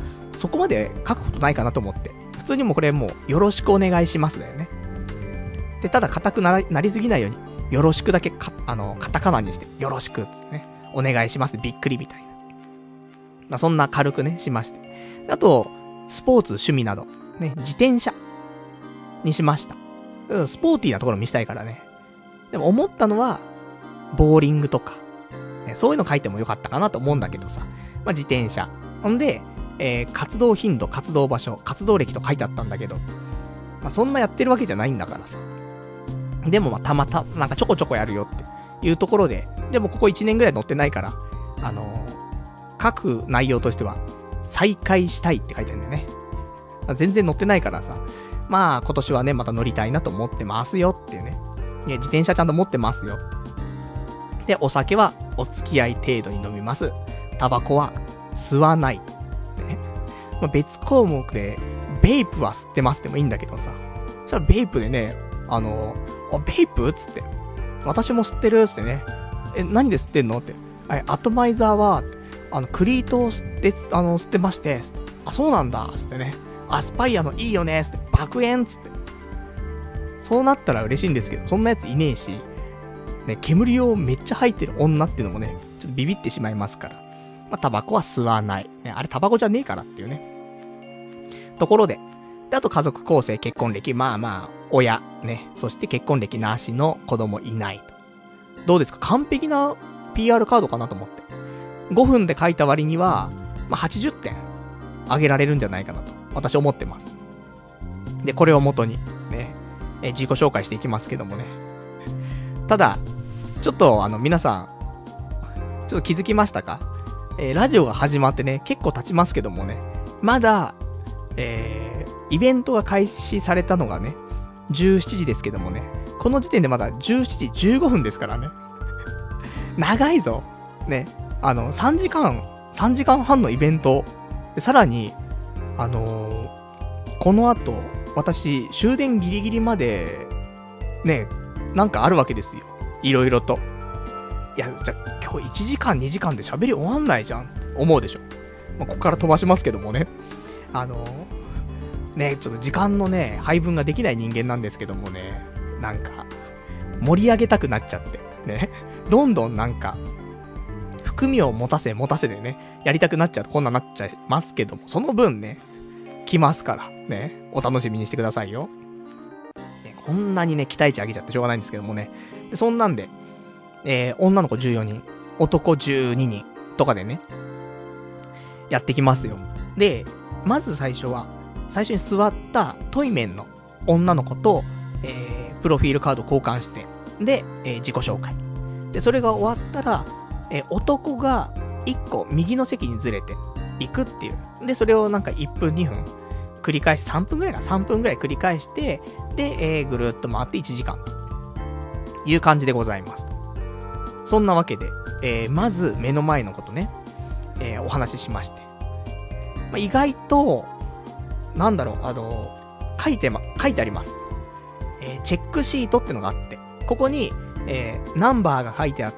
そこまで書くことないかなと思って。普通にもうこれもう、よろしくお願いしますだよね。で、ただ硬くなり、なりすぎないように、よろしくだけか、あの、カタカナにして、よろしくってね、お願いしますびっくりみたいな。まあ、そんな軽くね、しまして。あと、スポーツ、趣味など、ね、自転車にしました。スポーティーなところ見したいからね。でも思ったのは、ボーリングとか、ね、そういうの書いてもよかったかなと思うんだけどさ。まあ、自転車。ほんで、えー、活動頻度、活動場所、活動歴と書いてあったんだけど、まあ、そんなやってるわけじゃないんだからさ。でもまあ、たまた、なんかちょこちょこやるよっていうところで、でもここいちねんぐらい載ってないから、あのー、書く内容としては、再開したいって書いてあるんだよね。全然載ってないからさ、まあ今年はね、また乗りたいなと思ってますよっていうね。いや、自転車ちゃんと持ってますよ。で、お酒はお付き合い程度に飲みます。タバコは吸わない。ね。まあ、別項目で、ベイプは吸ってますでもいいんだけどさ。そしたらベイプでね、あの、あ、ベイプつって。私も吸ってるつってね。え、何で吸ってんのって。アトマイザーは、あの、クリートを吸って、あの、吸ってまして、つって。あ、そうなんだつってね。アスパイアのいいよねつって。爆炎つって。そうなったら嬉しいんですけど、そんなやついねえし、ね、煙をめっちゃ吐いてる女っていうのもね、ちょっとビビってしまいますから。まあ、タバコは吸わない。ね、あれタバコじゃねえからっていうね。ところで。で、あと家族構成、結婚歴、まあまあ、親、ね。そして結婚歴なしの子供いないと。どうですか？完璧な ピーアール カードかなと思って。ごふんで書いた割には、まあ、はちじゅってんあげられるんじゃないかなと、私思ってます。で、これを元に、ね、え、自己紹介していきますけどもね。ただ、ちょっとあの、皆さん、ちょっと気づきましたか？えー、ラジオが始まってね、結構経ちますけどもね、まだ、えー、イベントが開始されたのがね、じゅうしちじですけどもね、この時点でまだじゅうしちじじゅうごふんですからね。長いぞ。ね。あの、さんじかん、さんじかんはんのイベント。でさらに、あのー、この後、私、終電ギリギリまで、ね、なんかあるわけですよ。いろいろと。いや、じゃ、今日いちじかんにじかんで喋り終わんないじゃん。思うでしょ。まあ、ここから飛ばしますけどもね。あのー、ね、ちょっと時間のね、配分ができない人間なんですけどもね、なんか、盛り上げたくなっちゃって、ね。どんどんなんか、含みを持たせ持たせでね、やりたくなっちゃうとこんなになっちゃいますけども、その分ね、来ますから、ね、お楽しみにしてくださいよ。ね、こんなにね、期待値上げちゃってしょうがないんですけどもね。でそんなんで、えー、女の子じゅうよにん、男じゅうににんとかでね、やってきますよ。で、まず最初は、最初に座ったトイメンの女の子と、えー、プロフィールカード交換して、で、えー、自己紹介。で、それが終わったら、えー、男がいっこ右の席にずれていくっていう。で、それをなんかいっぷんにふん繰り返し、さんぷんぐらいかさんぷんぐらい繰り返して、で、えー、ぐるっと回っていちじかんという感じでございます。そんなわけで、えー、まず目の前のことね、えー、お話ししまして。まあ、意外と、なんだろう、あのー、書いてま、書いてあります。えー、チェックシートってのがあって、ここに、えー、ナンバーが書いてあって、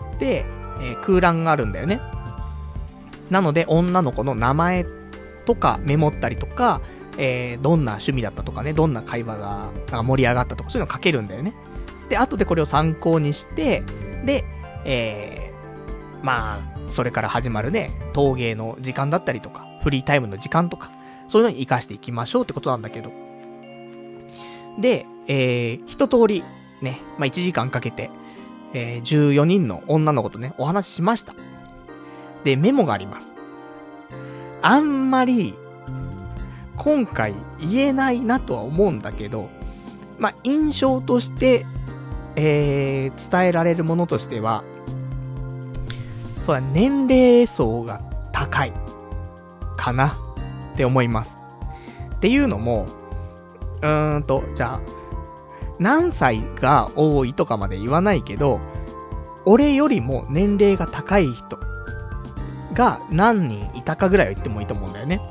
えー、空欄があるんだよね。なので、女の子の名前とかメモったりとか、えー、どんな趣味だったとかね、どんな会話が盛り上がったとか、そういうの書けるんだよね。で、後でこれを参考にして、で、えー、まあ、それから始まるね、陶芸の時間だったりとか、フリータイムの時間とか、そういうのに活かしていきましょうってことなんだけど。で、えー、一通り、ね、まあいちじかんかけて、えー、じゅうよにんの女の子とね、お話ししました。で、メモがあります。あんまり、今回言えないなとは思うんだけど、まあ、印象として、えー、伝えられるものとしては、そうだ、年齢層が高い、かな、って思います。っていうのも、うーんと、じゃあ、何歳が多いとかまで言わないけど、俺よりも年齢が高い人が何人いたかぐらいは言ってもいいと思うんだよね。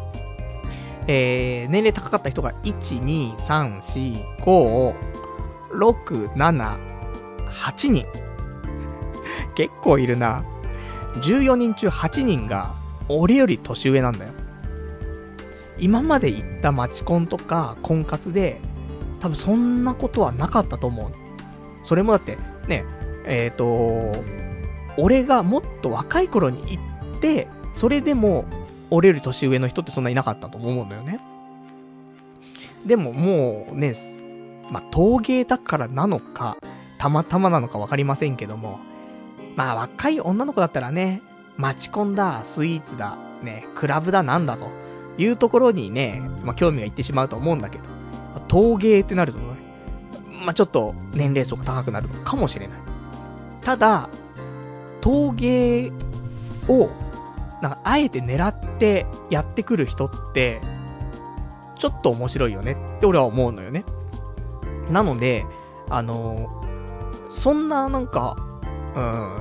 えー、年齢高かった人がいち、に、さん、し、ご、ろく、なな、はちにん。結構いるな。じゅうよにん中はちにんが俺より年上なんだよ。 今まで行ったマチコンとか婚活で、多分そんなことはなかったと思う。それもだって、ね、えっと、俺がもっと若い頃に行って、それでも、俺より年上の人ってそんないなかったと思うんだよね。でももうね、まあ、陶芸だからなのか、たまたまなのかわかりませんけども、まあ若い女の子だったらね、マチコンだ、スイーツだ、ね、クラブだなんだというところにね、まあ興味がいってしまうと思うんだけど、陶芸ってなるとね、まあちょっと年齢層が高くなるのかもしれない。ただ、陶芸を、なんかあえて狙ってやってくる人って、ちょっと面白いよねって俺は思うのよね。なので、あのー、そんななんか、うん、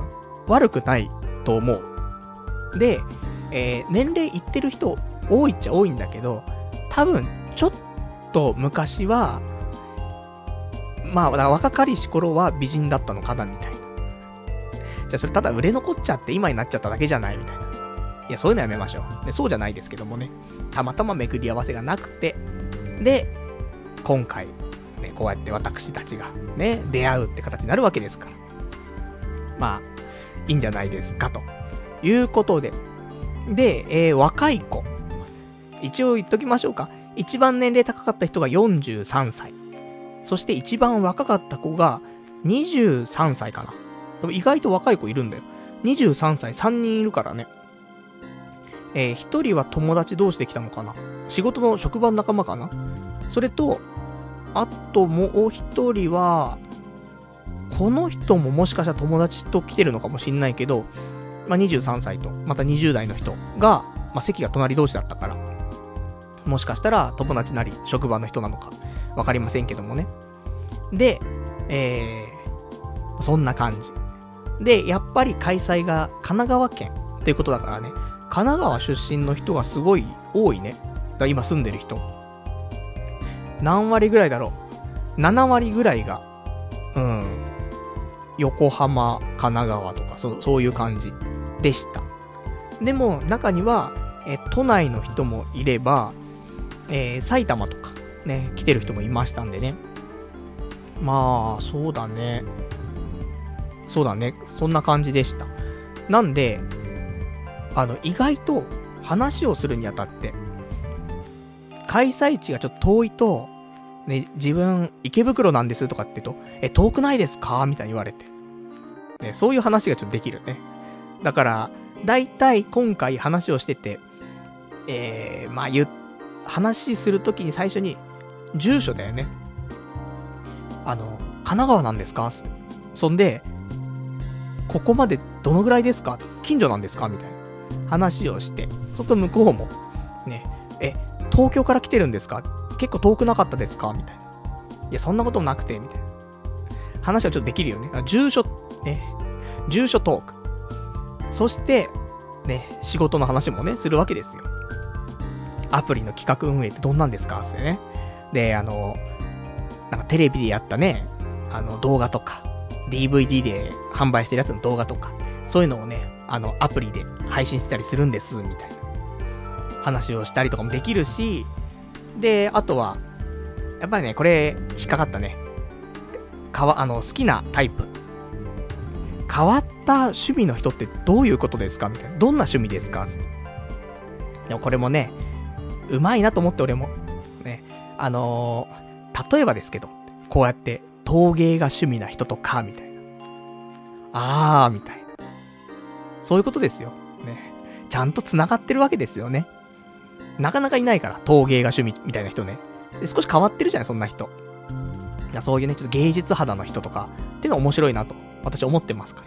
悪くないと思う。で、えー、年齢いってる人多いっちゃ多いんだけど、多分ちょっと昔は、まあ若かりし頃は美人だったのかなみたいな。じゃあそれただ売れ残っちゃって今になっちゃっただけじゃないみたいな。いやそういうのやめましょう。でそうじゃないですけどもね。たまたま巡り合わせがなくて、で今回ねこうやって私たちがね出会うって形になるわけですから。まあいいんじゃないですかということで、で、えー、若い子一応言っときましょうか。一番年齢高かった人がよんじゅうさんさい。そして一番若かった子がにじゅうさんさいかな。でも意外と若い子いるんだよ。にじゅうさんさいさんにんいるからね。えー、ひとりは友達同士で来たのかな。仕事の職場の仲間かな。それと、あともう一人は、この人ももしかしたら友達と来てるのかもしんないけど、まあ、にじゅうさんさいと、またにじゅう代の人が、まあ、席が隣同士だったから、もしかしたら友達なり職場の人なのかわかりませんけどもね。で、えー、そんな感じ。で、やっぱり開催が神奈川県っていうことだからね、神奈川出身の人がすごい多いね。だから今住んでる人。何割ぐらいだろう。なな割ぐらいが、うん、横浜、神奈川とか、そ、そういう感じでした。でも、中には、え、都内の人もいれば、えー、埼玉とか、ね、来てる人もいましたんでね。まあ、そうだね。そうだね。そんな感じでした。なんで、あの、意外と話をするにあたって、開催地がちょっと遠いと、ね、自分、池袋なんですとかって言うと、え、遠くないですかみたいに言われて。ね、そういう話がちょっとできるね。だから、だいたい今回話をしてて、えー、まあ、言、話するときに最初に、住所だよね。あの、神奈川なんですかそんで、ここまでどのぐらいですか近所なんですかみたいな話をして、そっと向こうも、ね、え、東京から来てるんですか結構遠くなかったですかみたいな。いや、そんなこともなくて、みたいな。話はちょっとできるよね。住所、ね、住所トーク。そして、ね、仕事の話もね、するわけですよ。アプリの企画運営ってどんなんですかってね。で、あの、なんかテレビでやったね、あの動画とか、ディーブイディー で販売してるやつの動画とか、そういうのをね、あの、アプリで配信してたりするんです、みたいな話をしたりとかもできるし、で、あとは、やっぱりね、これ、引っかかったね。かわ、あの、好きなタイプ。変わった趣味の人ってどういうことですかみたいな。どんな趣味ですかでもこれもね、うまいなと思って俺も。ね、あのー、例えばですけど、こうやって、陶芸が趣味な人とか、みたいな。あー、みたいな。そういうことですよ。ね。ちゃんと繋がってるわけですよね。なかなかいないから、陶芸が趣味みたいな人ね。で少し変わってるじゃない、そんな人。そういうね、ちょっと芸術肌の人とか、っていうのは面白いなと、私は思ってますから。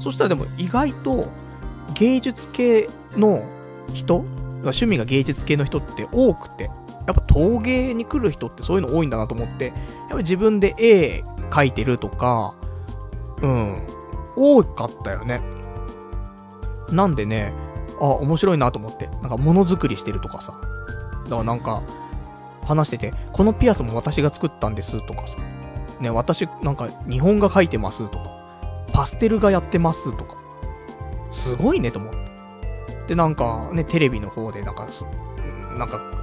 そしたらでも意外と、芸術系の人、趣味が芸術系の人って多くて、やっぱ陶芸に来る人ってそういうの多いんだなと思って、やっぱり自分で絵描いてるとか、うん、多かったよね。なんでね、あ、面白いなと思って、なんか物作りしてるとかさ、だからなんか、話してて、このピアスも私が作ったんですとかさ、ね、私なんか日本画描いてますとか、パステル画やってますとか、すごいねと思って。で、なんかね、テレビの方でなんか、なんか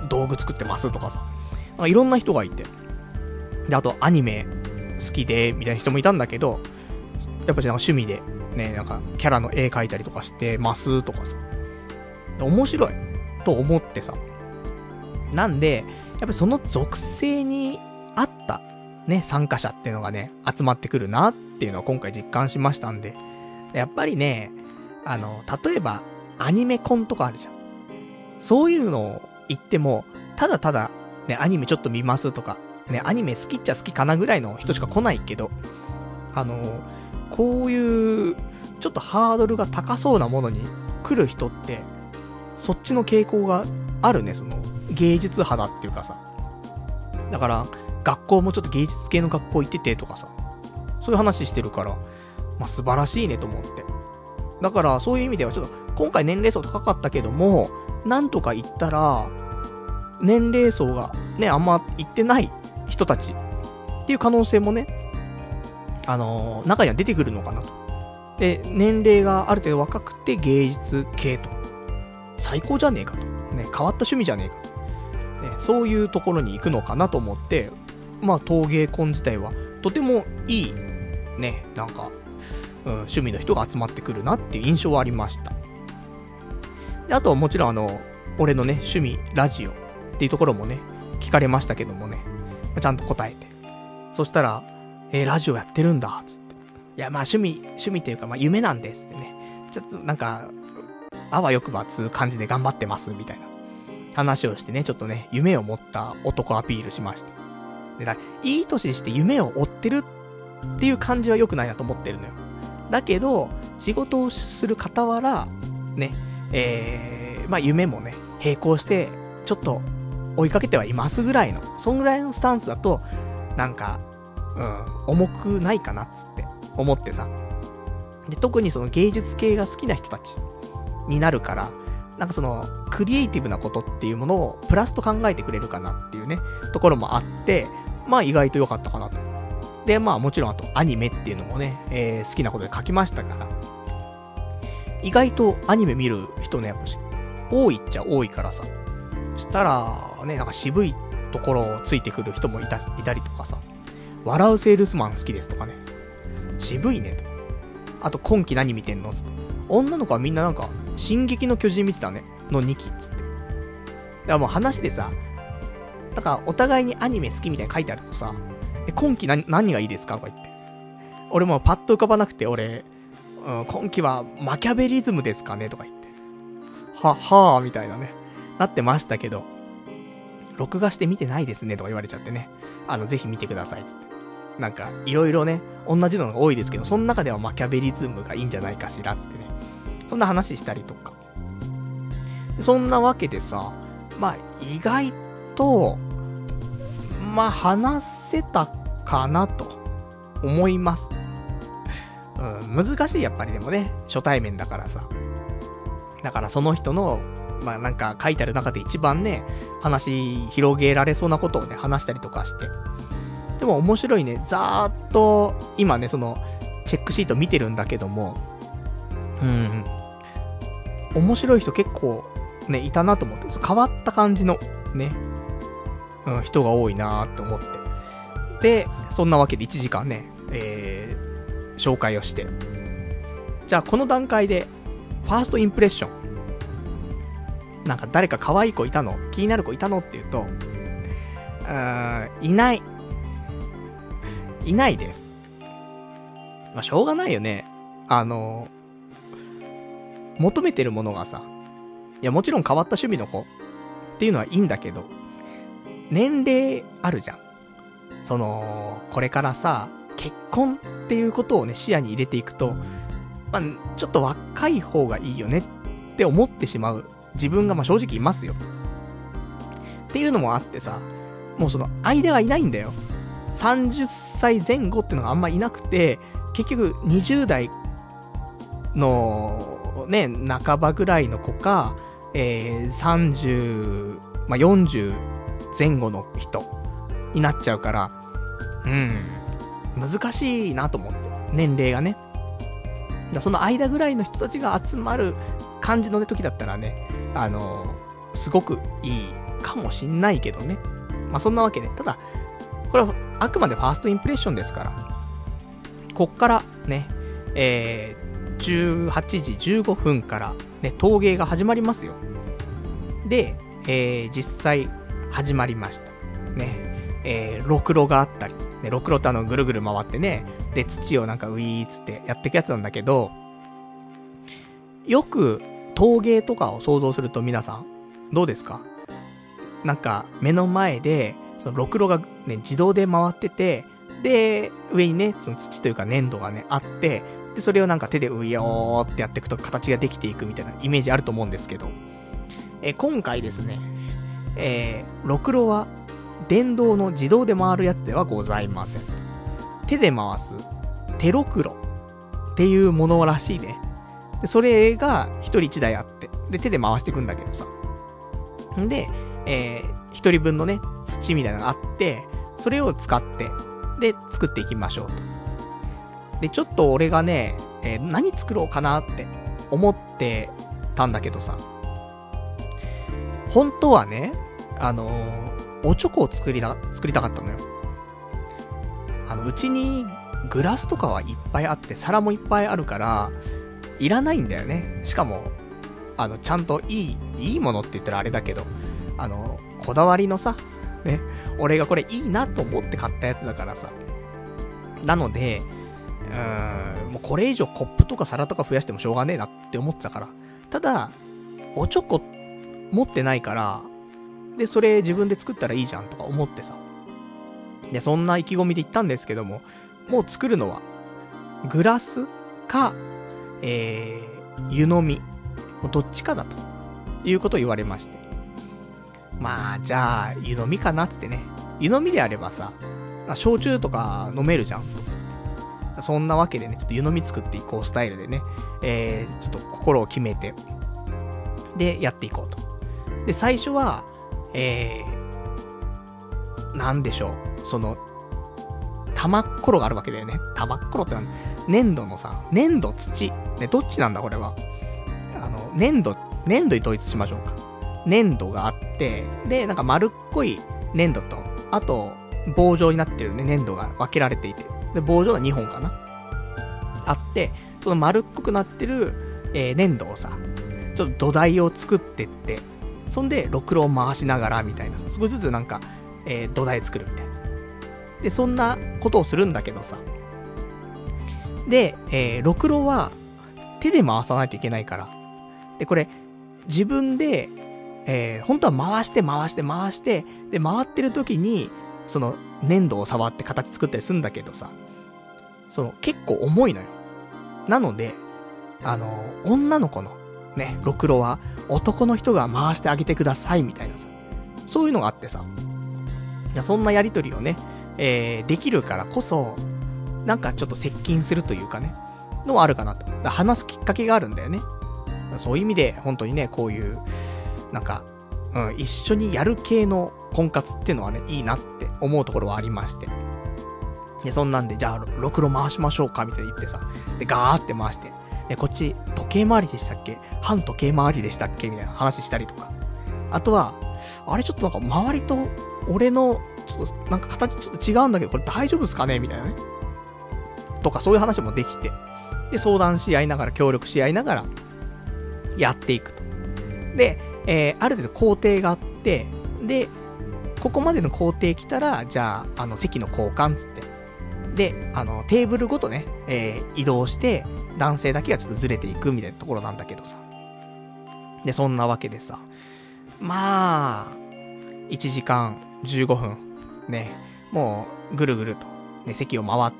道具作ってますとかさ、なんかいろんな人がいて、で、あとアニメ好きで、みたいな人もいたんだけど、やっぱりなんか趣味で、ね、なんかキャラの絵描いたりとかしてますとかさ、面白いと思ってさ、なんで、やっぱりその属性に合ったね、参加者っていうのがね、集まってくるなっていうのを今回実感しましたんで、やっぱりね、あの、例えばアニメコンとかあるじゃん。そういうのを言っても、ただただね、アニメちょっと見ますとか、ね、アニメ好きっちゃ好きかなぐらいの人しか来ないけど、あの、こういう、ちょっとハードルが高そうなものに来る人って、そっちの傾向があるね、その、芸術肌っていうかさ。だから、学校もちょっと芸術系の学校行っててとかさ、そういう話してるから、まあ、素晴らしいねと思って。だから、そういう意味ではちょっと、今回年齢層高かったけども、なんとか言ったら、年齢層がね、あんま行ってない人たちっていう可能性もね、あのー、中には出てくるのかなと。で、年齢がある程度若くて芸術系と。最高じゃねえかと。ね、変わった趣味じゃねえかと。ね、そういうところに行くのかなと思って、まあ、陶芸コン自体はとてもいい、ね、なんか、うん、趣味の人が集まってくるなっていう印象はありました。で、あとはもちろんあの、俺のね、趣味、ラジオっていうところもね、聞かれましたけどもね、ちゃんと答えて。そしたら、えー、ラジオやってるんだ、つって。いや、まあ趣味、趣味っていうか、まあ夢なんですってね。ちょっとなんか、あわよくばつう感じで頑張ってます、みたいな話をしてね、ちょっとね、夢を持った男アピールしまして。で、だいい年して夢を追ってるっていう感じは良くないなと思ってるのよ。だけど、仕事をする傍ら、ね、えー、まあ夢もね、並行して、ちょっと追いかけてはいますぐらいの、そんぐらいのスタンスだと、なんか、うん、重くないかなっつって思ってさ。で、特にその芸術系が好きな人たちになるから、なんかその、クリエイティブなことっていうものをプラスと考えてくれるかなっていうね、ところもあって、まあ意外と良かったかなと。で、まあもちろんあとアニメっていうのもね、えー、好きなことで書きましたから、意外とアニメ見る人ね、やっぱし、多いっちゃ多いからさ。したら、ね、なんか渋いところをついてくる人もいた、いたりとかさ、笑うセールスマン好きですとかね。渋いねと。あと今期何見てんのつって。女の子はみんななんか、進撃の巨人見てたね。のにきっつって。だからもう話でさ、だからお互いにアニメ好きみたいに書いてあるとさ、え、今期何、何がいいですかとか言って。俺もパッと浮かばなくて、俺、うん、今期はマキャベリズムですかねとか言って。は、はぁ、みたいなね。なってましたけど、録画して見てないですねとか言われちゃってね。あの、ぜひ見てくださいつって。なんか、いろいろね、同じのが多いですけど、その中ではマキャベリズムがいいんじゃないかしらつってね。そんな話したりとか。そんなわけでさ、まあ、意外と、まあ、話せたかなと思います。うん、難しいやっぱりでもね、初対面だからさ。だからその人の、まあなんか書いてある中で一番ね、話広げられそうなことをね、話したりとかして。でも面白いね、ざーっと、今ね、その、チェックシート見てるんだけども、うん、面白い人結構ね、いたなと思って、変わった感じの、ね、うん、人が多いなーって思って。で、そんなわけでいちじかんね、えー、紹介をして。じゃあこの段階で、ファーストインプレッション。なんか誰か可愛い子いたの？気になる子いたのって言うと、うーん、いない。いないです。まあ、しょうがないよね。あの、求めてるものがさ、いやもちろん変わった趣味の子っていうのはいいんだけど、年齢あるじゃん。その、これからさ、結婚っていうことをね、視野に入れていくと、まあ、ちょっと若い方がいいよねって思ってしまう自分がまあ正直いますよ。っていうのもあってさ、もうその間がいないんだよ。さんじゅっさいぜん後っていうのがあんまいなくて、結局にじゅう代のね、半ばぐらいの子か、えー、さんじゅう、まあ、よんじゅうぜん後の人になっちゃうから、うん、難しいなと思って。年齢がね。だその間ぐらいの人たちが集まる感じの、ね、時だったらね、あのー、すごくいいかもしんないけどね。まあそんなわけで、ただ、これはあくまでファーストインプレッションですから、こっからね、えー、じゅうはちじじゅうごふんからね、陶芸が始まりますよ。で、えー、実際始まりました。ね、えー、ろくろがあったり、ね、ろくろってあのぐるぐる回ってね、で、土をなんかウィーっつってやっていくやつなんだけど、よく陶芸とかを想像すると皆さん、どうですか？なんか目の前で、そのろくろがね、自動で回ってて、で、上にね、その土というか粘土がね、あって、で、それをなんか手でうよーってやっていくと形ができていくみたいなイメージあると思うんですけど、え、今回ですね、えー、ろくろは電動の自動で回るやつではございません。手で回す手ろくろっていうものらしいね。で、それが一人一台あって、で、手で回していくんだけどさ。んで、えー、一人分のね、土みたいなのがあって、それを使って、で、作っていきましょうと。で、ちょっと俺がね、えー、何作ろうかなって思ってたんだけどさ、本当はね、あのー、おチョコを作りた、作りたかったのよ。あの、うちにグラスとかはいっぱいあって、皿もいっぱいあるから、いらないんだよね。しかも、あの、ちゃんといい、いいものって言ったらあれだけど、あの、こだわりのさ、ね、俺がこれいいなと思って買ったやつだからさ。なので、うーん、もうこれ以上コップとか皿とか増やしてもしょうがねえなって思ってたから。ただ、おチョコ持ってないから、で、それ自分で作ったらいいじゃんとか思ってさ。で、そんな意気込みで言ったんですけども、もう作るのは、グラスか、えー、湯飲み。どっちかだということを言われまして。まあ、じゃあ、湯飲みかなっつってね。湯飲みであればさ、焼酎とか飲めるじゃん。そんなわけでね、ちょっと湯飲み作っていこうスタイルでね、えー、ちょっと心を決めて、で、やっていこうと。で、最初は、えー、なんでしょう。その、玉っころがあるわけだよね。玉っころってなんだ？粘土のさ、粘土土。ね、どっちなんだこれは。あの、粘土、粘土に統一しましょうか。粘土があって、で、なんか丸っこい粘土と、あと、棒状になってるね、粘土が分けられていて、で、棒状がにほんかなあって、その丸っこくなってる、えー、粘土をさ、ちょっと土台を作ってって、そんで、ろくろを回しながら、みたいなさ、少しずつなんか、えー、土台作るみたいな。で、そんなことをするんだけどさ。で、えー、ろくろは、手で回さないといけないから。で、これ、自分で、えー、本当は回して回して回して、で、回ってる時に、その、粘土を触って形作ったりするんだけどさ、その、結構重いのよ。なので、あの、女の子の、ね、ろくろは、男の人が回してあげてください、みたいなさ。そういうのがあってさ。いや、そんなやりとりをね、えー、できるからこそ、なんかちょっと接近するというかね、のはあるかなと。だ話すきっかけがあるんだよね。そういう意味で、本当にね、こういう、なんか、うん、一緒にやる系の婚活っていうのはね、いいなって思うところはありまして。で、そんなんで、じゃあ、ろくろ回しましょうか、みたいに言ってさ。で、ガーって回して。で、こっち、時計回りでしたっけ？反時計回りでしたっけみたいな話したりとか。あとは、あれちょっとなんか周りと、俺の、ちょっと、なんか形ちょっと違うんだけど、これ大丈夫ですかねみたいなね。とか、そういう話もできて。で、相談し合いながら、協力し合いながら、やっていくと。で、えー、ある程度工程があって、で、ここまでの工程来たら、じゃあ、あの、席の交換つって。で、あの、テーブルごとね、えー、移動して、男性だけがちょっとずれていくみたいなところなんだけどさ。で、そんなわけでさ。まあ、いちじかんじゅうごふん、ね、もう、ぐるぐると、ね、席を回って、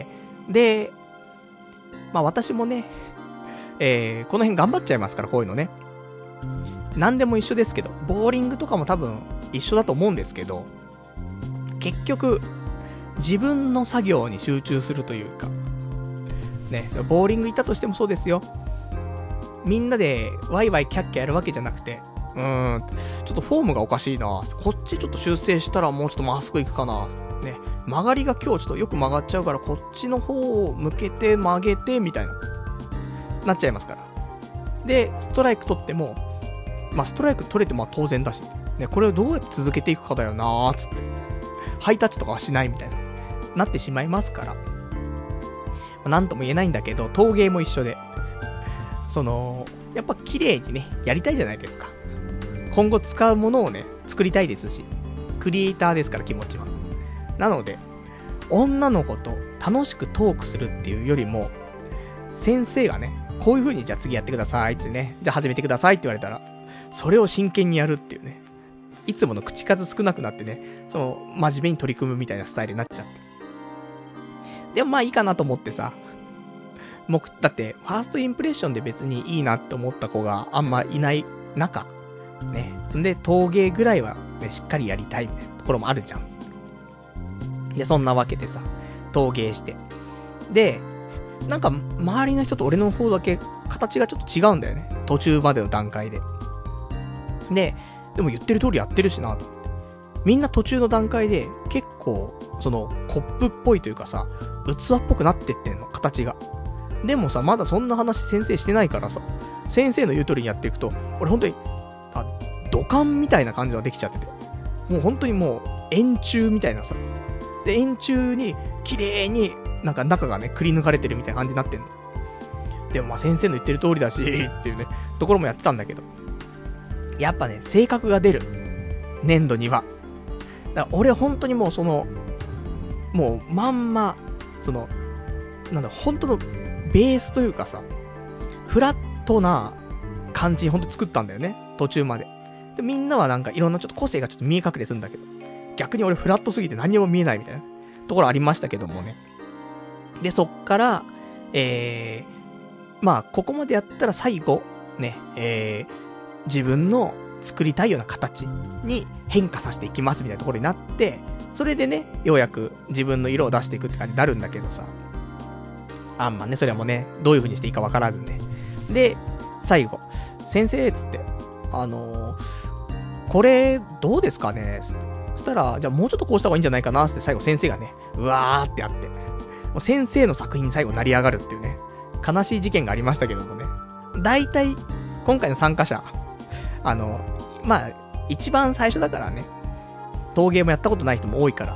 で、まあ私もね、えー、この辺頑張っちゃいますから、こういうのね。何でも一緒ですけど、ボーリングとかも多分一緒だと思うんですけど、結局、自分の作業に集中するというか、ね、ボーリング行ったとしてもそうですよ。みんなでワイワイキャッキャやるわけじゃなくて、うーん、ちょっとフォームがおかしいな。こっちちょっと修正したらもうちょっとまっすぐ行くかな。ね、曲がりが今日ちょっとよく曲がっちゃうから、こっちの方を向けて曲げて、みたいな、なっちゃいますから。で、ストライク取っても、まあストライク取れても当然だし、 ね、これをどうやって続けていくかだよなーつって。ハイタッチとかはしないみたいな。なってしまいますから。まあ、なんとも言えないんだけど、陶芸も一緒で。その、やっぱ綺麗にね、やりたいじゃないですか。今後使うものをね、作りたいですし。クリエイターですから、気持ちは。なので、女の子と楽しくトークするっていうよりも、先生がね、こういう風にじゃあ次やってくださいってね、じゃあ始めてくださいって言われたら、それを真剣にやるっていうね、いつもの口数少なくなってね、その真面目に取り組むみたいなスタイルになっちゃって。でもまあいいかなと思ってさ、もうだってファーストインプレッションで別にいいなって思った子があんまいない中、ね、そんで陶芸ぐらいはね、しっかりやりたいみたいなところもあるじゃん。で、そんなわけでさ、陶芸して。で、なんか、周りの人と俺の方だけ、形がちょっと違うんだよね。途中までの段階で。で、でも言ってる通りやってるしなと。みんな途中の段階で、結構、その、コップっぽいというかさ、器っぽくなってってんの、形が。でもさ、まだそんな話先生してないからさ、先生の言う通りにやっていくと、俺本当に、あ、土管みたいな感じができちゃってて。もう本当にもう、円柱みたいなさ。で、円柱に、綺麗に、なんか中がね、くり抜かれてるみたいな感じになってんの。でもまあ先生の言ってる通りだし、っていうね、ところもやってたんだけど。やっぱね、性格が出る。粘土には。だから俺本当にもうその、もうまんま、その、なんだ、本当のベースというかさ、フラットな感じに本当に作ったんだよね。途中まで。で、みんなはなんかいろんなちょっと個性がちょっと見え隠れするんだけど。逆に俺フラットすぎて何にも見えないみたいなところありましたけどもね。で、そっから、えー、まあ、ここまでやったら最後、ね、えー、自分の作りたいような形に変化させていきますみたいなところになって、それでね、ようやく自分の色を出していくって感じになるんだけどさ。あんまね、それはもうね、どういう風にしていいかわからずね。で、最後、先生、つって、あのー、これ、どうですかねつって。そしたら、じゃあもうちょっとこうした方がいいんじゃないかなって最後先生がね、うわーってやって、もう先生の作品に最後成り上がるっていうね、悲しい事件がありましたけどもね。大体、今回の参加者、あの、まあ、一番最初だからね、陶芸もやったことない人も多いから。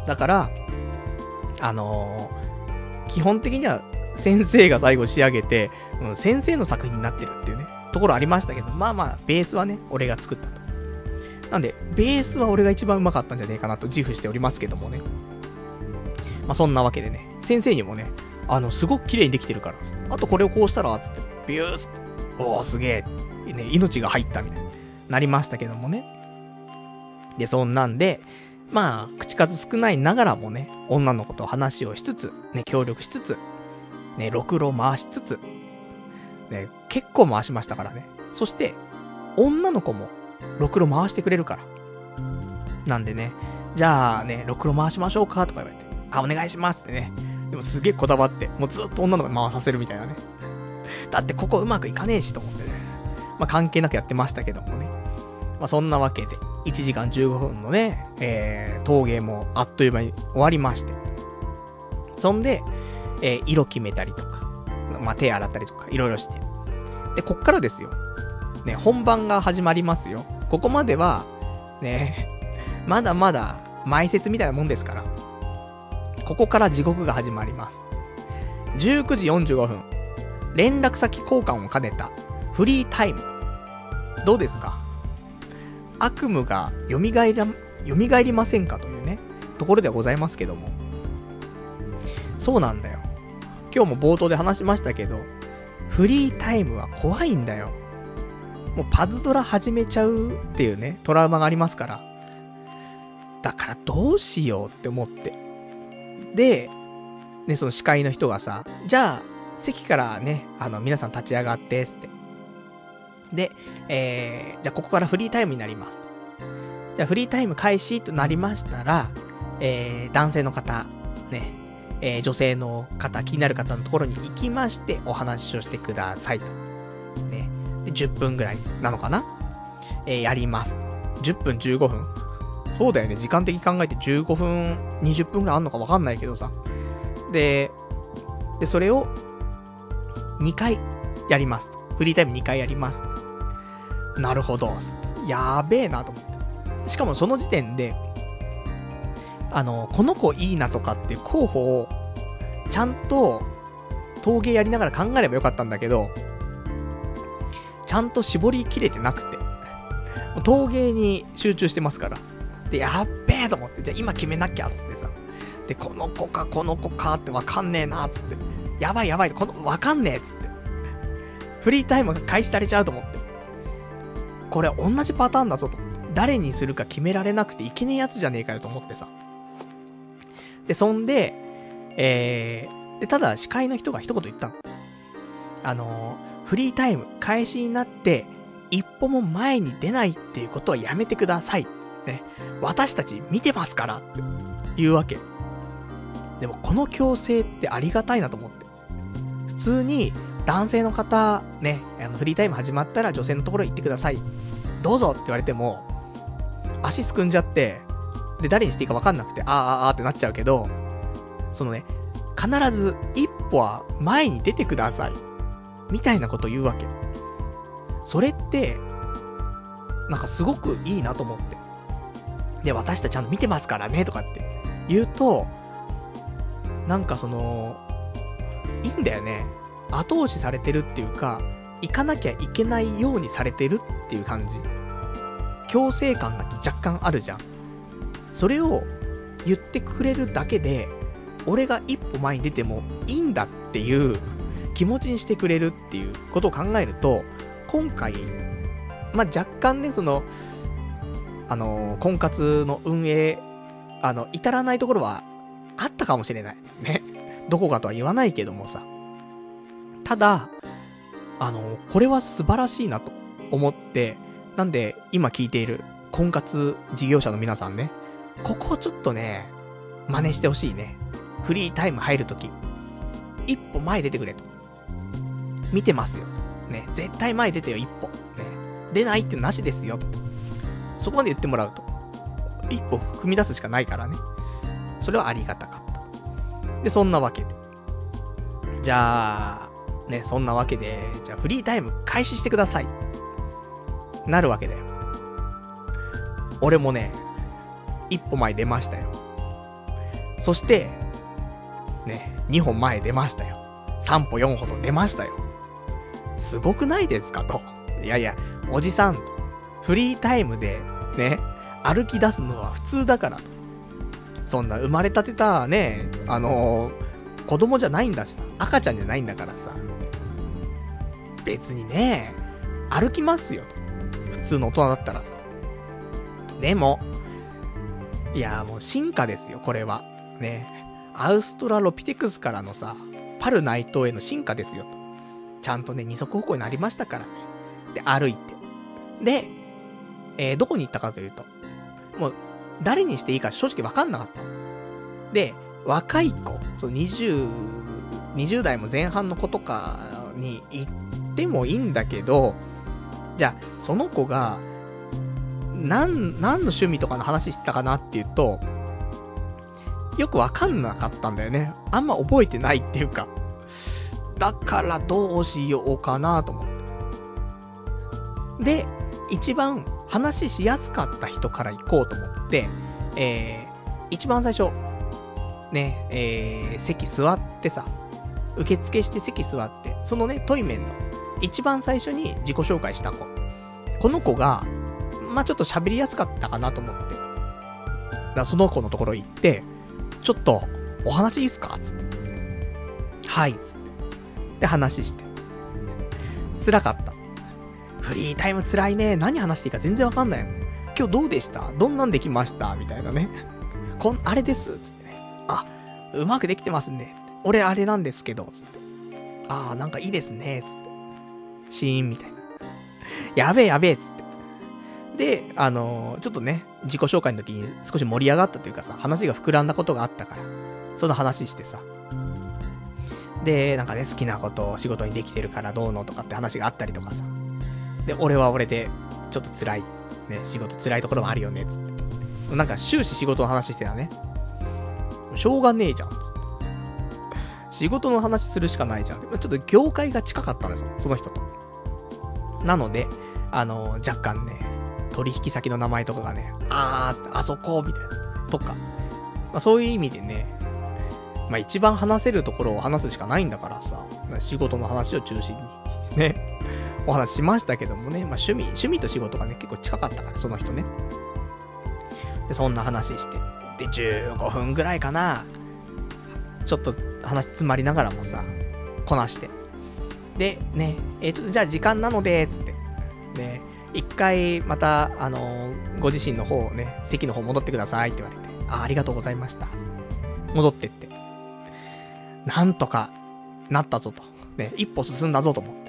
だから、あのー、基本的には先生が最後仕上げて、うん、先生の作品になってるっていうね、ところありましたけど、まあまあ、ベースはね、俺が作ったと。なんで、ベースは俺が一番うまかったんじゃねえかなと自負しておりますけどもね。まあそんなわけでね、先生にもね、あの、すごく綺麗にできてるから、あとこれをこうしたら、つって、ビューつって、おーすげえ、ね、命が入ったみたいになりましたけどもね。で、そんなんで、まあ、口数少ないながらもね、女の子と話をしつつ、ね、協力しつつ、ね、ろくろ回しつつ、ね、結構回しましたからね。そして、女の子も、ろくろ回してくれるから。なんでね、じゃあね、ろくろ回しましょうかとか言われて、あ、お願いしますってね。でもすげえこだわって、もうずっと女の子に回させるみたいなね。だってここうまくいかねえしと思ってね。まあ関係なくやってましたけどもね。まあそんなわけで、いちじかんじゅうごふんのね、えー、陶芸もあっという間に終わりまして。そんで、えー、色決めたりとか、まあ手洗ったりとか、いろいろして。で、こっからですよ。ね、本番が始まりますよ。ここまでは、ね、まだまだ前説みたいなもんですから。ここから地獄が始まります。じゅうくじよんじゅうごふん、連絡先交換を兼ねたフリータイム。どうですか？悪夢が蘇ら、蘇りませんかというね、ところではございますけども。そうなんだよ。今日も冒頭で話しましたけど、フリータイムは怖いんだよ。もうパズドラ始めちゃうっていうね、トラウマがありますから。だからどうしようって思って。で、ね、その司会の人がさ、じゃあ、席からね、あの、皆さん立ち上がって、つって。で、えー、じゃあここからフリータイムになりますと。じゃあフリータイム開始となりましたら、えー、男性の方、ね、えー、女性の方、気になる方のところに行きまして、お話をしてくださいと。ね。で、じゅっぷんぐらいなのかな？えー、やります。じゅっぷんじゅうごふん。そうだよね。時間的に考えてじゅうごふん、にじゅっぷんぐらいあんのかわかんないけどさ。で、で、それをにかいやりますと。フリータイムにかいやります。なるほど。やべえなと思って。 しかもその時点で、あの、この子いいなとかっていう候補を、ちゃんと、陶芸やりながら考えればよかったんだけど、ちゃんと絞りきれてなくて、陶芸に集中してますから。で、やっべえと思って、じゃあ今決めなきゃっつってさ。で、この子かこの子かってわかんねえなっつって。やばいやばい、この、わかんねえっつって。フリータイムが開始されちゃうと思って。これ同じパターンだぞと思って。誰にするか決められなくていけねえやつじゃねえかよと思ってさ。で、そんで、えー、で、ただ司会の人が一言言ったの。あのー、フリータイム開始になって、一歩も前に出ないっていうことはやめてください。ね。私たち見てますからって言うわけ。でもこの強制ってありがたいなと思って。普通に男性の方、ね、あのフリータイム始まったら女性のところに行ってください。どうぞって言われても、足すくんじゃって、で、誰にしていいか分かんなくて、あーあーあーってなっちゃうけど、そのね、必ず一歩は前に出てください。みたいなことを言うわけ。それって、なんかすごくいいなと思って。で、私たちちゃんと見てますからね、とかって言うと、なんかその、いいんだよね。後押しされてるっていうか、行かなきゃいけないようにされてるっていう感じ。強制感が若干あるじゃん。それを言ってくれるだけで、俺が一歩前に出てもいいんだっていう気持ちにしてくれるっていうことを考えると、今回、まあ、若干ね、その、あのー、婚活の運営、あの、至らないところはあったかもしれない。ね。どこかとは言わないけどもさ。ただ、あのー、これは素晴らしいなと思って、なんで、今聞いている婚活事業者の皆さんね、ここをちょっとね、真似してほしいね。フリータイム入るとき、一歩前出てくれと。見てますよ。ね。絶対前出てよ、一歩。ね。出ないってなしですよ。そこまで言ってもらうと。一歩踏み出すしかないからね。それはありがたかった。で、そんなわけで。じゃあ、ね、そんなわけで、じゃあフリータイム開始してください。なるわけだよ。俺もね、一歩前出ましたよ。そして、ね、二歩前出ましたよ。三歩四歩と出ましたよ。すごくないですかと。いやいや、おじさんと、フリータイムで、ね、歩き出すのは普通だからと。そんな生まれたてたね、あのー、子供じゃないんだしさ、赤ちゃんじゃないんだからさ。別にね、歩きますよと。普通の大人だったらさ。でも、いやもう進化ですよ、これは。ね。アウストラロピテクスからのさ、パルナイトへの進化ですよと。ちゃんとね、二足歩行になりましたからね。で、歩いて。で、えー、どこに行ったかというと、もう、誰にしていいか正直わかんなかった。で、若い子、そう、にじゅう、にじゅう代も前半の子とかに行ってもいいんだけど、じゃあ、その子が、なん、何の趣味とかの話してたかなっていうと、よくわかんなかったんだよね。あんま覚えてないっていうか。だからどうしようかなと思って。で、一番話しやすかった人から行こうと思って、えー、一番最初、ね、えー、席座ってさ、受付して席座って、そのね、トイメンの一番最初に自己紹介した子。この子が、まあ、ちょっと喋りやすかったかなと思って。だからその子のところ行って、ちょっと、お話いいっすかつって。はい、つって。で、話して。辛かった。フリータイム辛いね。何話していいか全然わかんないもん。今日どうでした？どんなんできました？みたいなね。こん、あれです。つってね。あ、うまくできてますね。俺あれなんですけど。つって。あー、なんかいいですね。つって。シーンみたいな。やべえやべえ。つって。で、あのー、ちょっとね、自己紹介の時に少し盛り上がったというかさ、話が膨らんだことがあったから、その話してさ。で、なんかね、好きなことを仕事にできてるからどうのとかって話があったりとかさ。で、俺は俺で、ちょっと辛い。ね、仕事辛いところもあるよね、つって。なんか終始仕事の話してたね。しょうがねえじゃん、つって。仕事の話するしかないじゃん。ちょっと業界が近かったんですよ、その人と。なので、あのー、若干ね、 取引先の名前とかがね、あー、あそこ、みたいな。とか。まあそういう意味でね、まあ一番話せるところを話すしかないんだからさ、仕事の話を中心に、ね、お話ししましたけどもね、まあ趣味、趣味と仕事がね、結構近かったから、その人ね。で、そんな話して。で、じゅうごふんぐらいかな。ちょっと話詰まりながらもさ、こなして。で、ね、えー、ちょっとじゃあ時間なので、つって。で、一回また、あのー、ご自身の方ね、席の方戻ってくださいって言われて、あ、ありがとうございました。戻ってって。なんとか、なったぞと。ね、一歩進んだぞと思って。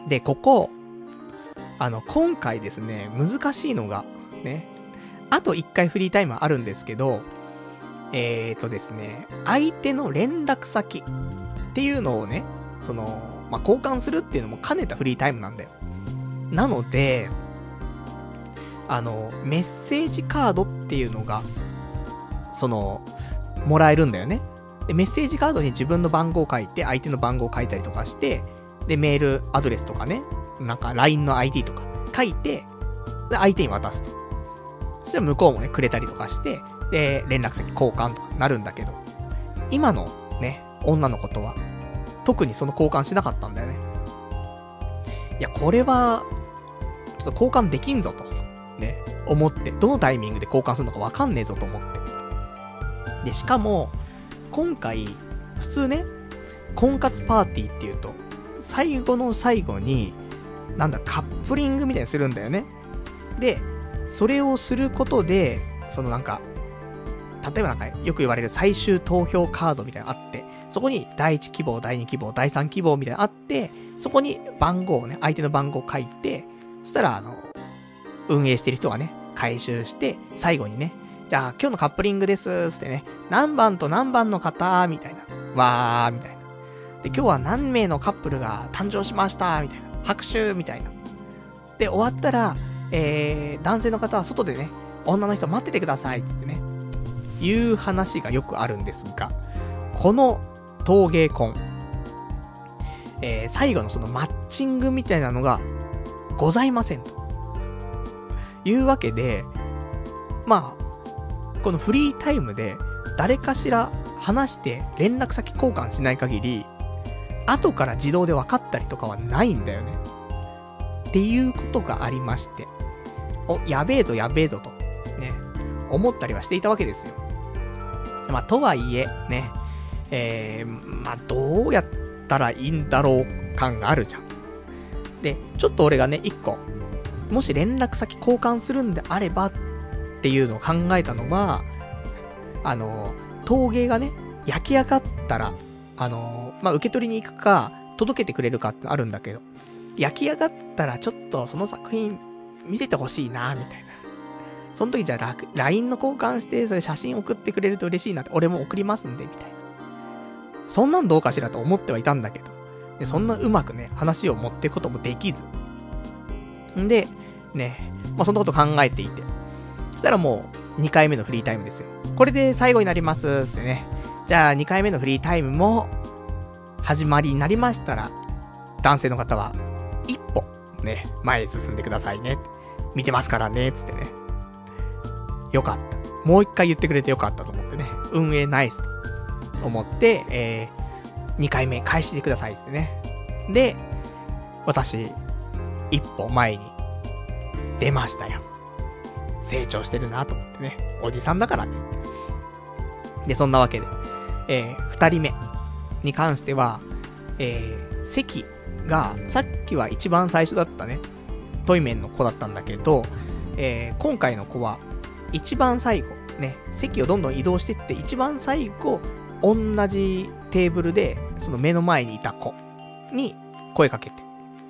で、ここ、あの、今回ですね、難しいのが、ね、あと一回フリータイムあるんですけど、えーとですね、相手の連絡先っていうのをね、その、まあ、交換するっていうのも兼ねたフリータイムなんだよ。なので、あの、メッセージカードっていうのが、その、もらえるんだよね。で、メッセージカードに自分の番号を書いて、相手の番号を書いたりとかして、で、メールアドレスとかね、なんか ライン の アイディー とか書いて、で、相手に渡すと。そしたら向こうもね、くれたりとかして、で、連絡先交換とかなるんだけど、今のね、女の子とは、特にその交換しなかったんだよね。いや、これは、ちょっと交換できんぞと、ね、思って、どのタイミングで交換するのかわかんねえぞと思って。で、しかも、今回、普通ね、婚活パーティーっていうと、最後の最後に、なんだ、カップリングみたいにするんだよね。で、それをすることで、そのなんか、例えばなんかよく言われる最終投票カードみたいなのがあって、そこに第一希望、第二希望、第三希望みたいなのがあって、そこに番号をね、相手の番号を書いて、そしたらあの、運営してる人がね、回収して、最後にね、じゃあ今日のカップリングですーってね、何番と何番の方みたいな、わーみたいな。で、今日は何名のカップルが誕生しましたみたいな、拍手みたいな。で、終わったら、えー、男性の方は外でね、女の人待っててくださいっつってね、いう話がよくあるんですが、この陶芸婚、えー、最後のそのマッチングみたいなのがございませんというわけで、まあこのフリータイムで誰かしら話して連絡先交換しない限り、後から自動で分かったりとかはないんだよねっていうことがありまして、お、やべえぞやべえぞとね、思ったりはしていたわけですよ。まあとはいえね、えー、まあどうやったらいいんだろう感があるじゃん。で、ちょっと俺がね、一個、もし連絡先交換するんであればっていうのを考えたのは、あの、陶芸がね、焼き上がったら、あの、まあ、受け取りに行くか、届けてくれるかってあるんだけど、焼き上がったらちょっとその作品見せてほしいな、みたいな。その時じゃあ ライン の交換して、それ写真送ってくれると嬉しいなって、俺も送りますんで、みたいな。そんなんどうかしらと思ってはいたんだけど、でそんなうまくね、話を持っていくこともできず。んで、ね、まあ、そんなこと考えていて。そしたらもう、にかいめのフリータイムですよ。これで最後になります、ってね。じゃあ、にかいめのフリータイムも、始まりになりましたら、男性の方は、一歩、ね、前へ進んでくださいね。見てますからね、つってね。よかった。もう一回言ってくれてよかったと思ってね。運営ナイスと思って、えー、にかいめ返してください、つってね。で、私、一歩前に出ましたよ。成長してるなと思ってね。おじさんだからね。で、そんなわけで、えー、二人目に関しては、えー、席が、さっきは一番最初だったね、トイメンの子だったんだけど、えー、今回の子は、一番最後、ね、席をどんどん移動していって、一番最後、同じテーブルで、その目の前にいた子に声かけて、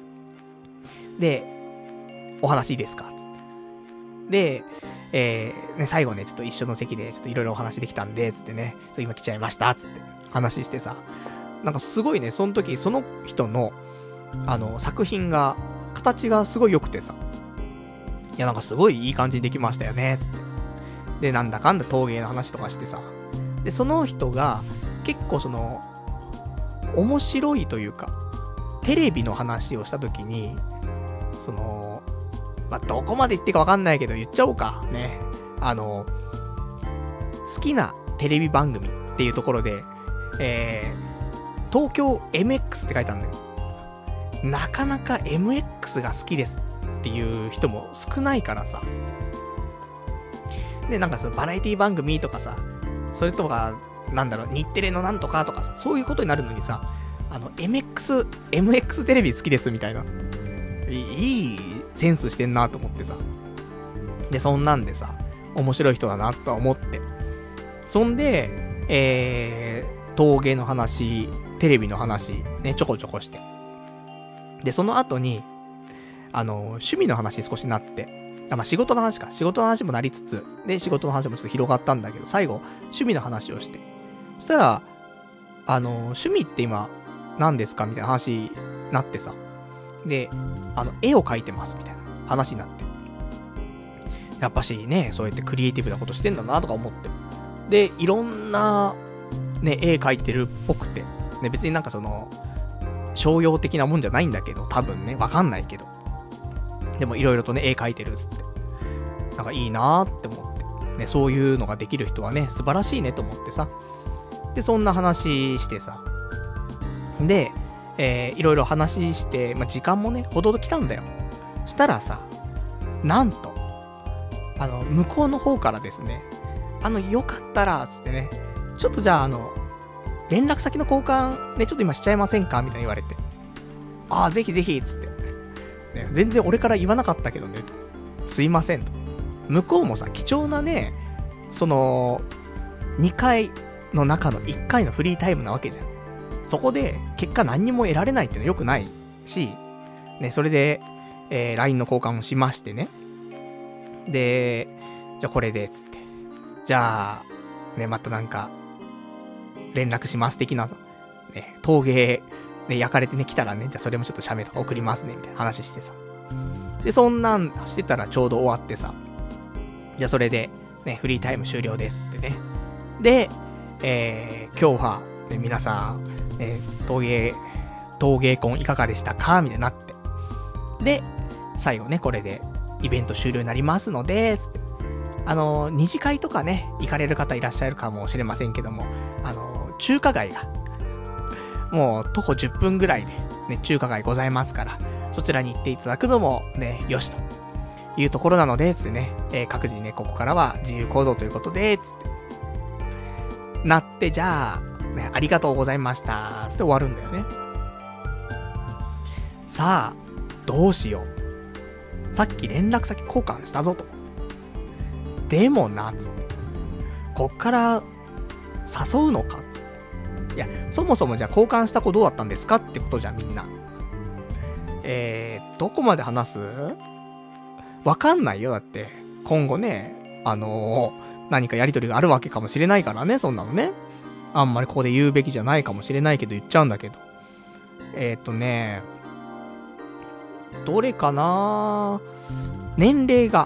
で、お話いいですかつって。で、えー、ね、最後ね、ちょっと一緒の席で、ちょっといろいろお話できたんで、つってね、そう今来ちゃいました、つって話してさ、なんかすごいね、その時、その人の、あの、作品が、形がすごい良くてさ、いや、なんかすごいいい感じにできましたよね、つって。で、なんだかんだ陶芸の話とかしてさ、で、その人が、結構その、面白いというか、テレビの話をした時に、その、 まあ、どこまで言っていいかわかんないけど言っちゃおうか。ね。あの、好きなテレビ番組っていうところで、えー、東京 エムエックス って書いてあるんだよ。なかなか エムエックス が好きですっていう人も少ないからさ。で、なんかそのバラエティ番組とかさ、それとか、なんだろう、日テレのなんとかとかさ、そういうことになるのにさ、あの、エムエックス、エムエックス テレビ好きですみたいな。いい、いいセンスしてんなと思ってさ。で、そんなんでさ、面白い人だなとは思って。そんで、えー、陶芸の話、テレビの話、ね、ちょこちょこして。で、その後に、あの、趣味の話少しなって、あ、まあ、仕事の話か。仕事の話もなりつつ、で、仕事の話もちょっと広がったんだけど、最後、趣味の話をして。そしたら、あの、趣味って今、何ですかみたいな話になってさ。で、あの、絵を描いてます、みたいな話になって。やっぱしね、そうやってクリエイティブなことしてんだなとか思って。で、いろんな、ね、絵描いてるっぽくて。ね、別になんかその、商用的なもんじゃないんだけど、多分ね、わかんないけど。でもいろいろとね、絵描いてるっつって。なんかいいなーって思って。ね、そういうのができる人はね、素晴らしいねと思ってさ。で、そんな話してさ。で、えー、いろいろ話して、まあ、時間もね、ほどほど来たんだよ。したらさ、なんと、あの、向こうの方からですね、あの、よかったら、つってね、ちょっとじゃあ、あの、連絡先の交換、ね、ちょっと今しちゃいませんかみたいに言われて。ああ、ぜひぜひ、つって。ね、全然俺から言わなかったけどね、と。すいません、と。向こうもさ、貴重なね、その、にかいの中のいっかいのフリータイムなわけじゃん。そこで、結果何にも得られないっていうのは良くないし、ね、それで、えー、ライン の交換をしましてね。で、じゃあこれで、つって。じゃあ、ね、またなんか、連絡します的な、ね、陶芸、ね、焼かれてね、来たらね、じゃあそれもちょっと写メとか送りますね、みたいな話してさ。で、そんなんしてたらちょうど終わってさ。じゃあそれで、ね、フリータイム終了ですってね。で、えー、今日は、ね、皆さん、ね、陶芸、陶芸婚いかがでしたかみたいになって。で、最後ね、これで、イベント終了になりますので、つって。あの、二次会とかね、行かれる方いらっしゃるかもしれませんけども、あの、中華街が、もう徒歩じゅっぷんぐらいで、ね、中華街ございますから、そちらに行っていただくのもね、よしというところなので、つってね、えー、各自ね、ここからは自由行動ということで、つって。なって、じゃあ、ね、ありがとうございました、つって終わるんだよね。さあ、どうしよう。さっき連絡先交換したぞと。でもな、つって。こっから誘うのか、つって。いや、そもそもじゃあ交換した子どうだったんですかってことじゃん、みんな。えー、どこまで話す？わかんないよ、だって。今後ね、あのー、何かやりとりがあるわけかもしれないからね、そんなのね。あんまりここで言うべきじゃないかもしれないけど言っちゃうんだけど。えーっとね、どれかな？年齢が。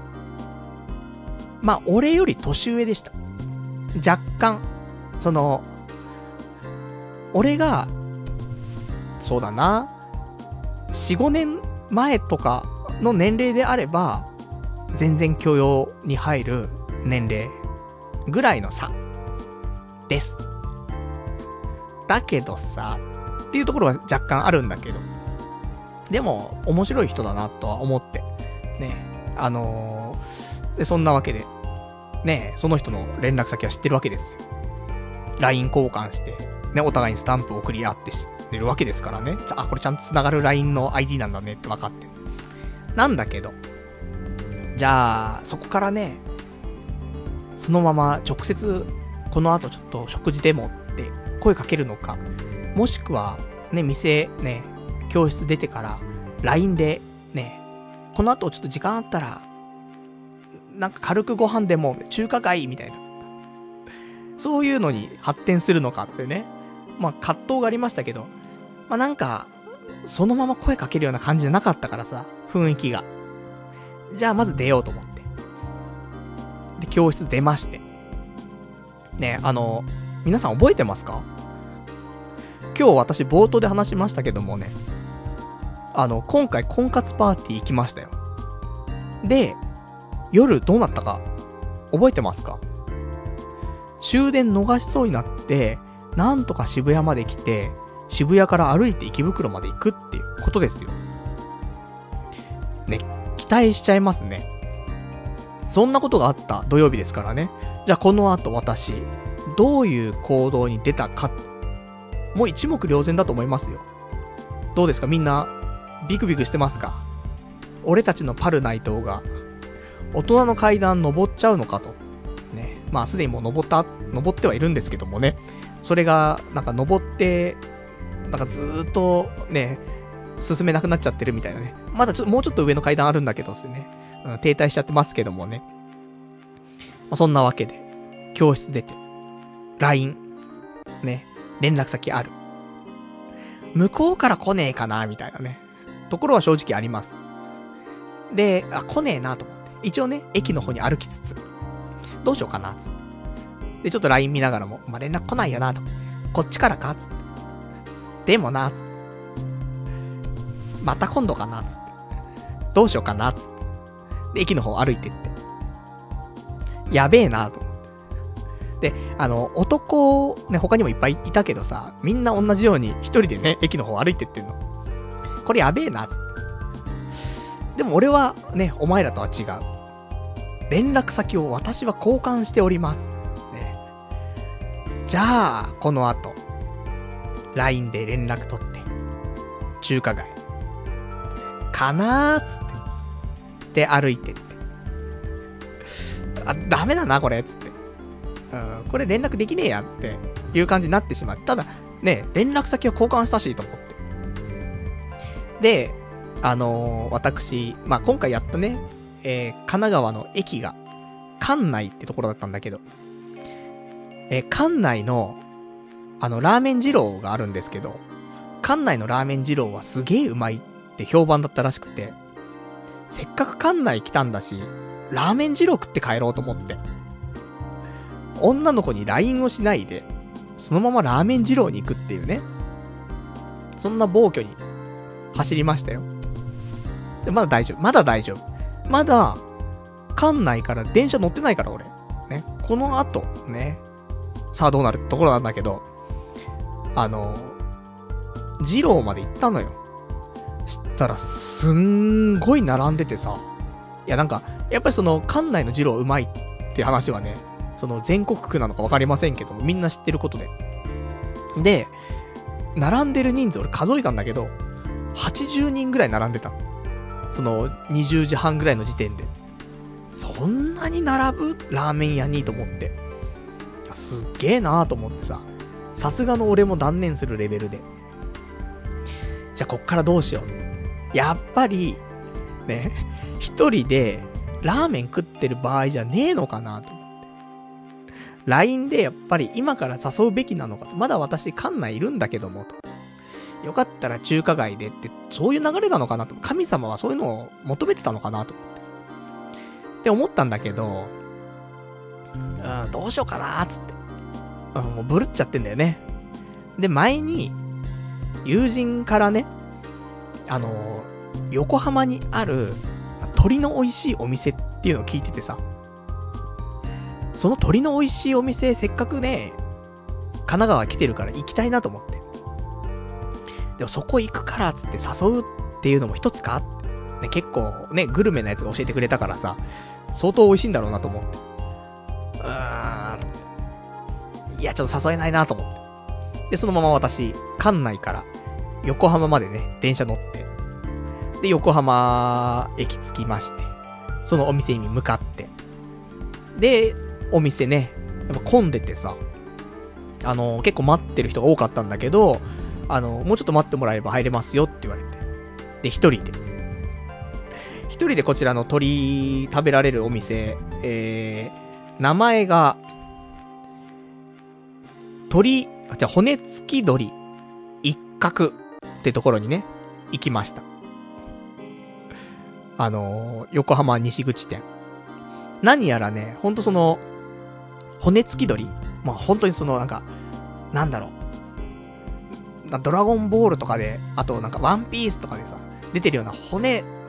まあ、俺より年上でした。若干。その、俺が、そうだな。よん、ごねんまえとかの年齢であれば、全然許容に入る年齢ぐらいの差です。だけどさ、っていうところは若干あるんだけど。でも、面白い人だなとは思って。ね。あのー、で、そんなわけで、ね、その人の連絡先は知ってるわけですよ。ライン 交換して、ね、お互いにスタンプを送り合って知ってるわけですからね。あ、これちゃんと繋がる ライン の アイディー なんだねって分かって。なんだけど、じゃあ、そこからね、そのまま直接、この後ちょっと食事でもって声かけるのか、もしくは、ね、店、ね、教室出てから、ライン で、ね、この後ちょっと時間あったら、なんか軽くご飯でも、中華街みたいな。そういうのに発展するのかってね。まあ、葛藤がありましたけど、まあなんか、そのまま声かけるような感じじゃなかったからさ、雰囲気が。じゃあまず出ようと思って。で、教室出まして。ね、あの、皆さん覚えてますか？今日私冒頭で話しましたけどもね、あの、今回婚活パーティー行きましたよ。 で、夜どうなったか、覚えてますか？終電逃しそうになって、なんとか渋谷まで来て、渋谷から歩いて池袋まで行くっていうことですよ。ね、期待しちゃいますね。そんなことがあった土曜日ですからね。じゃあこの後私、どういう行動に出たか、もう一目瞭然だと思いますよ。どうですかみんな、ビクビクしてますか？俺たちのパルナイトが、大人の階段登っちゃうのかと。ね。まあすでにもう登った、登ってはいるんですけどもね。それが、なんか登って、なんかずーっとね、進めなくなっちゃってるみたいなね。まだちょっと、もうちょっと上の階段あるんだけどですね。うん、停滞しちゃってますけどもね。まあ、そんなわけで、教室出て、ライン、ね、連絡先ある。向こうから来ねえかなみたいなね。ところは正直あります。で、あ、来ねえなと思って。一応ね、駅の方に歩きつつ、どうしようかなつって。で、ちょっと ライン 見ながらも、まあ、連絡来ないよなと。こっちからかつって。でもなつって。また今度かなつって。どうしようかなつって。で、駅の方歩いてって。やべえなと思って。で、あの、男、ね、他にもいっぱいいたけどさ、みんな同じように一人でね、駅の方歩いてってんの。これやべえなつって。でも俺はね、お前らとは違う。連絡先を私は交換しております。ね。じゃあ、この後、ライン で連絡取って、中華街。かなーつって。で、歩いてって。あ、ダメだな、これ、つって。うん、これ連絡できねえやっていう感じになってしまう。ただ、ね、連絡先は交換したし、と思って。で、あのー、私、まあ、今回やったね、えー、神奈川の駅が、関内ってところだったんだけど、えー、関内の、あの、ラーメン二郎があるんですけど、関内のラーメン二郎はすげえうまいって評判だったらしくて、せっかく関内来たんだし、ラーメン二郎食って帰ろうと思って。女の子に ライン をしないで、そのままラーメン二郎に行くっていうね。そんな暴挙に走りましたよ。で、まだ大丈夫。まだ大丈夫。まだ、関内から電車乗ってないから俺。ね。この後、ね。さあどうなるってところなんだけど、あの、二郎まで行ったのよ。したら、すんごい並んでてさ。いやなんか、やっぱりその、関内の二郎うまいっていう話はね、その全国区なのかわかりませんけども、みんな知ってることで。で、並んでる人数俺数えたんだけど、はちじゅうにんぐらい並んでた。その、にじゅうじはんぐらいの時点で。そんなに並ぶラーメン屋にと思って。すっげえなーと思ってさ。さすがの俺も断念するレベルで。じゃあこっからどうしよう。やっぱり、ね、一人でラーメン食ってる場合じゃねえのかなと思って。ライン でやっぱり今から誘うべきなのかと。まだ私館内いるんだけどもと。よかったら中華街でって、そういう流れなのかなと。神様はそういうのを求めてたのかなと思って。って思ったんだけど、うん、どうしようかなーつって。うん、もうブルっちゃってんだよね。で、前に、友人からね、あのー、横浜にある、鶏の美味しいお店っていうのを聞いててさ、その鶏の美味しいお店、せっかくね、神奈川来てるから行きたいなと思って。でもそこ行くからつって誘うっていうのも一つかね、結構ね、グルメなやつが教えてくれたからさ、相当美味しいんだろうなと思って。うーん。いや、ちょっと誘えないなと思って。で、そのまま私、関内から横浜までね、電車乗って。で、横浜駅着きまして、そのお店に向かって。で、お店ね、やっぱ混んでてさ、あの、結構待ってる人が多かったんだけど、あの、もうちょっと待ってもらえれば入れますよって言われて。で、一人で。一人でこちらの鶏食べられるお店、えー、名前が、鶏、あ、じゃあ骨付き鶏一角ってところにね、行きました。あのー、横浜西口店。何やらね、ほんとその、骨付き鶏まあ、本当にそのなんか、なんだろう。ドラゴンボールとかで、あとなんかワンピースとかでさ、出てるような骨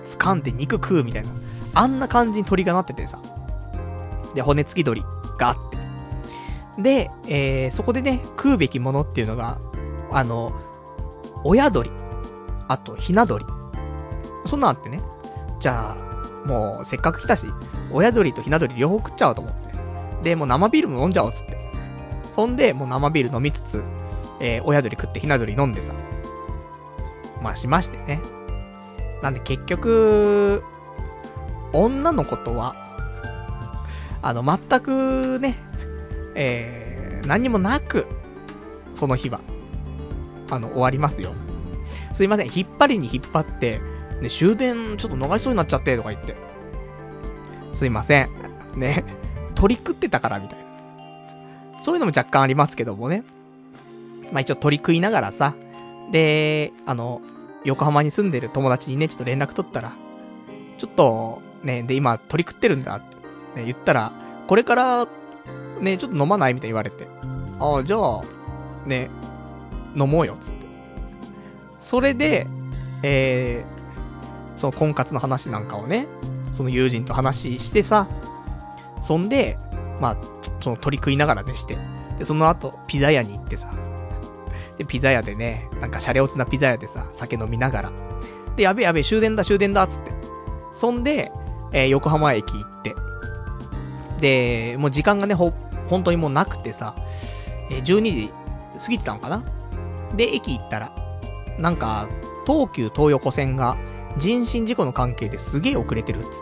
掴んで肉食うみたいな。あんな感じに鳥がなっててさ。で、骨付き鳥があって。で、えー、そこでね、食うべきものっていうのが、あの、親鳥。あと、ひな鳥。そんなんあってね。じゃあ、もう、せっかく来たし、親鳥とひな鳥両方食っちゃおうと思って。で、もう生ビールも飲んじゃおうっつって。そんで、もう生ビール飲みつつ、えー、親鳥食ってひな鳥飲んでさ。まあしましてね。なんで結局、女の子とは、あの、全くね、えー、何にもなく、その日は、あの、終わりますよ。すいません、引っ張りに引っ張って、ね、終電ちょっと逃しそうになっちゃって、とか言って。すいません。ね、鳥食ってたから、みたいな。そういうのも若干ありますけどもね。まあ一応鳥食いながらさ、で、あの、横浜に住んでる友達にね、ちょっと連絡取ったら、ちょっと、ね、で、今鳥食ってるんだって、ね、言ったら、これから、ね、ちょっと飲まないみたいに言われて。ああ、じゃあ、ね、飲もうよ、つって。それで、えー、その婚活の話なんかをね、その友人と話してさ、そんで、まあ、その鳥食いながらねして、で、その後、ピザ屋に行ってさ、で、ピザ屋でね、なんかシャレオツなピザ屋でさ、酒飲みながら、で、やべえやべえ、終電だ終電だ、つって。そんで、えー、横浜駅行って、で、もう時間がね、ほ、本当にもうなくてさ、えー、じゅうにじ過ぎてたのかな。で、駅行ったら、なんか、東急東横線が人身事故の関係ですげえ遅れてるっつって。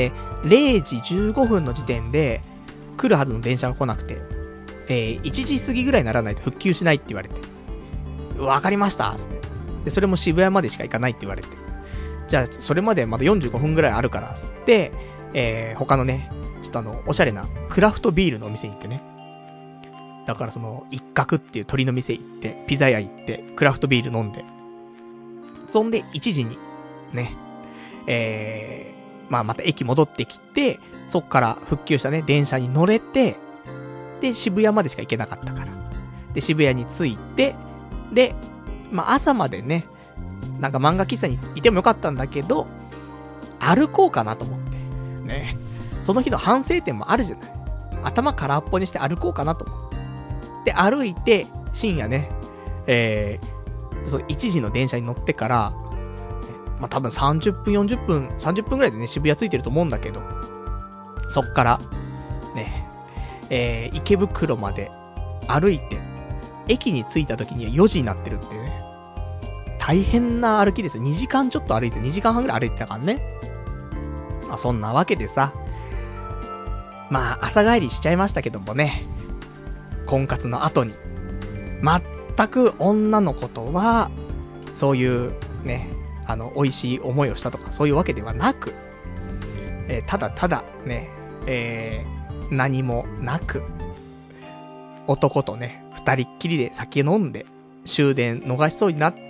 で、れいじじゅうごふんの時点で来るはずの電車が来なくて、えー、いちじ過ぎぐらいにならないと復旧しないって言われて。わかりましたつって。で、それも渋谷までしか行かないって言われて。じゃあ、それまでまだよんじゅうごふんぐらいあるからつって、えー、他のね、ちょっとあの、おしゃれなクラフトビールのお店に行ってね。だからその、一角っていう鳥の店行って、ピザ屋行って、クラフトビール飲んで。そんで、いちじに、ね、えー、まあまた駅戻ってきて、そっから復旧したね、電車に乗れて、で、渋谷までしか行けなかったから。で、渋谷に着いて、で、まあ朝までね、なんか漫画喫茶にいてもよかったんだけど、歩こうかなと思って。ね。その日の反省点もあるじゃない。頭空っぽにして歩こうかなと思って。で、歩いて、深夜ね、えー、そう、いちじの電車に乗ってから、まあ、多分さんじゅっぷん、よんじゅっぷん、さんじゅっぷんぐらいでね、渋谷着いてると思うんだけど、そっから、ね、えー、池袋まで歩いて、駅に着いた時にはよじになってるっていうね。大変な歩きですよ。にじかんちょっと歩いて、にじかんはんぐらい歩いてたからね。まあ、そんなわけでさ、まあ、朝帰りしちゃいましたけどもね、婚活の後に、全く女の子とは、そういうね、あの、美味しい思いをしたとか、そういうわけではなく、えー、ただただね、えー、何もなく、男とね、二人っきりで酒飲んで、終電逃しそうになって、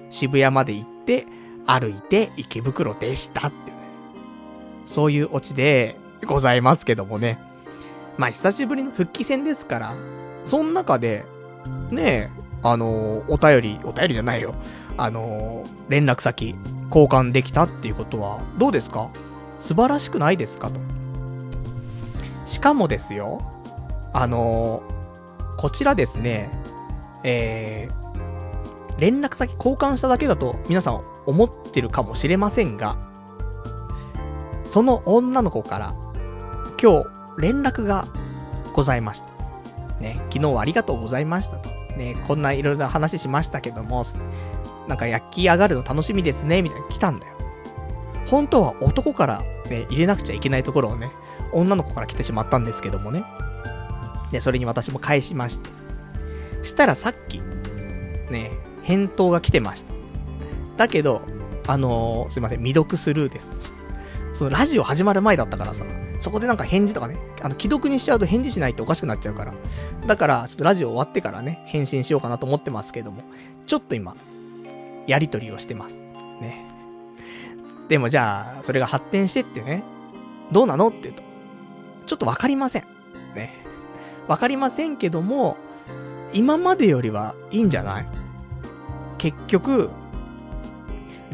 渋谷まで行って、歩いて池袋でしたっていうね。そういうオチでございますけどもね。まあ久しぶりの復帰戦ですから、その中で、ねえ、あのー、お便り、お便りじゃないよ。あのー、連絡先、交換できたっていうことは、どうですか？素晴らしくないですかと。しかもですよ、あのー、こちらですね、えー、連絡先交換しただけだと皆さん思ってるかもしれませんが、その女の子から今日連絡がございました。ね、昨日はありがとうございましたと。ね、こんないろいろな話しましたけども、なんか焼き上がるの楽しみですね、みたいな来たんだよ。本当は男からね、入れなくちゃいけないところをね、女の子から来てしまったんですけどもね。で、それに私も返しまして。したらさっき、ね、返答が来てました。だけど、あのー、すいません、未読スルーです。そのラジオ始まる前だったからさ、そこでなんか返事とかね、あの、既読にしちゃうと返事しないとおかしくなっちゃうから。だから、ちょっとラジオ終わってからね、返信しようかなと思ってますけども、ちょっと今、やりとりをしてます。ね。でもじゃあ、それが発展してってね、どうなのって言うと、ちょっとわかりません。ね。わかりませんけども、今までよりはいいんじゃない？結局、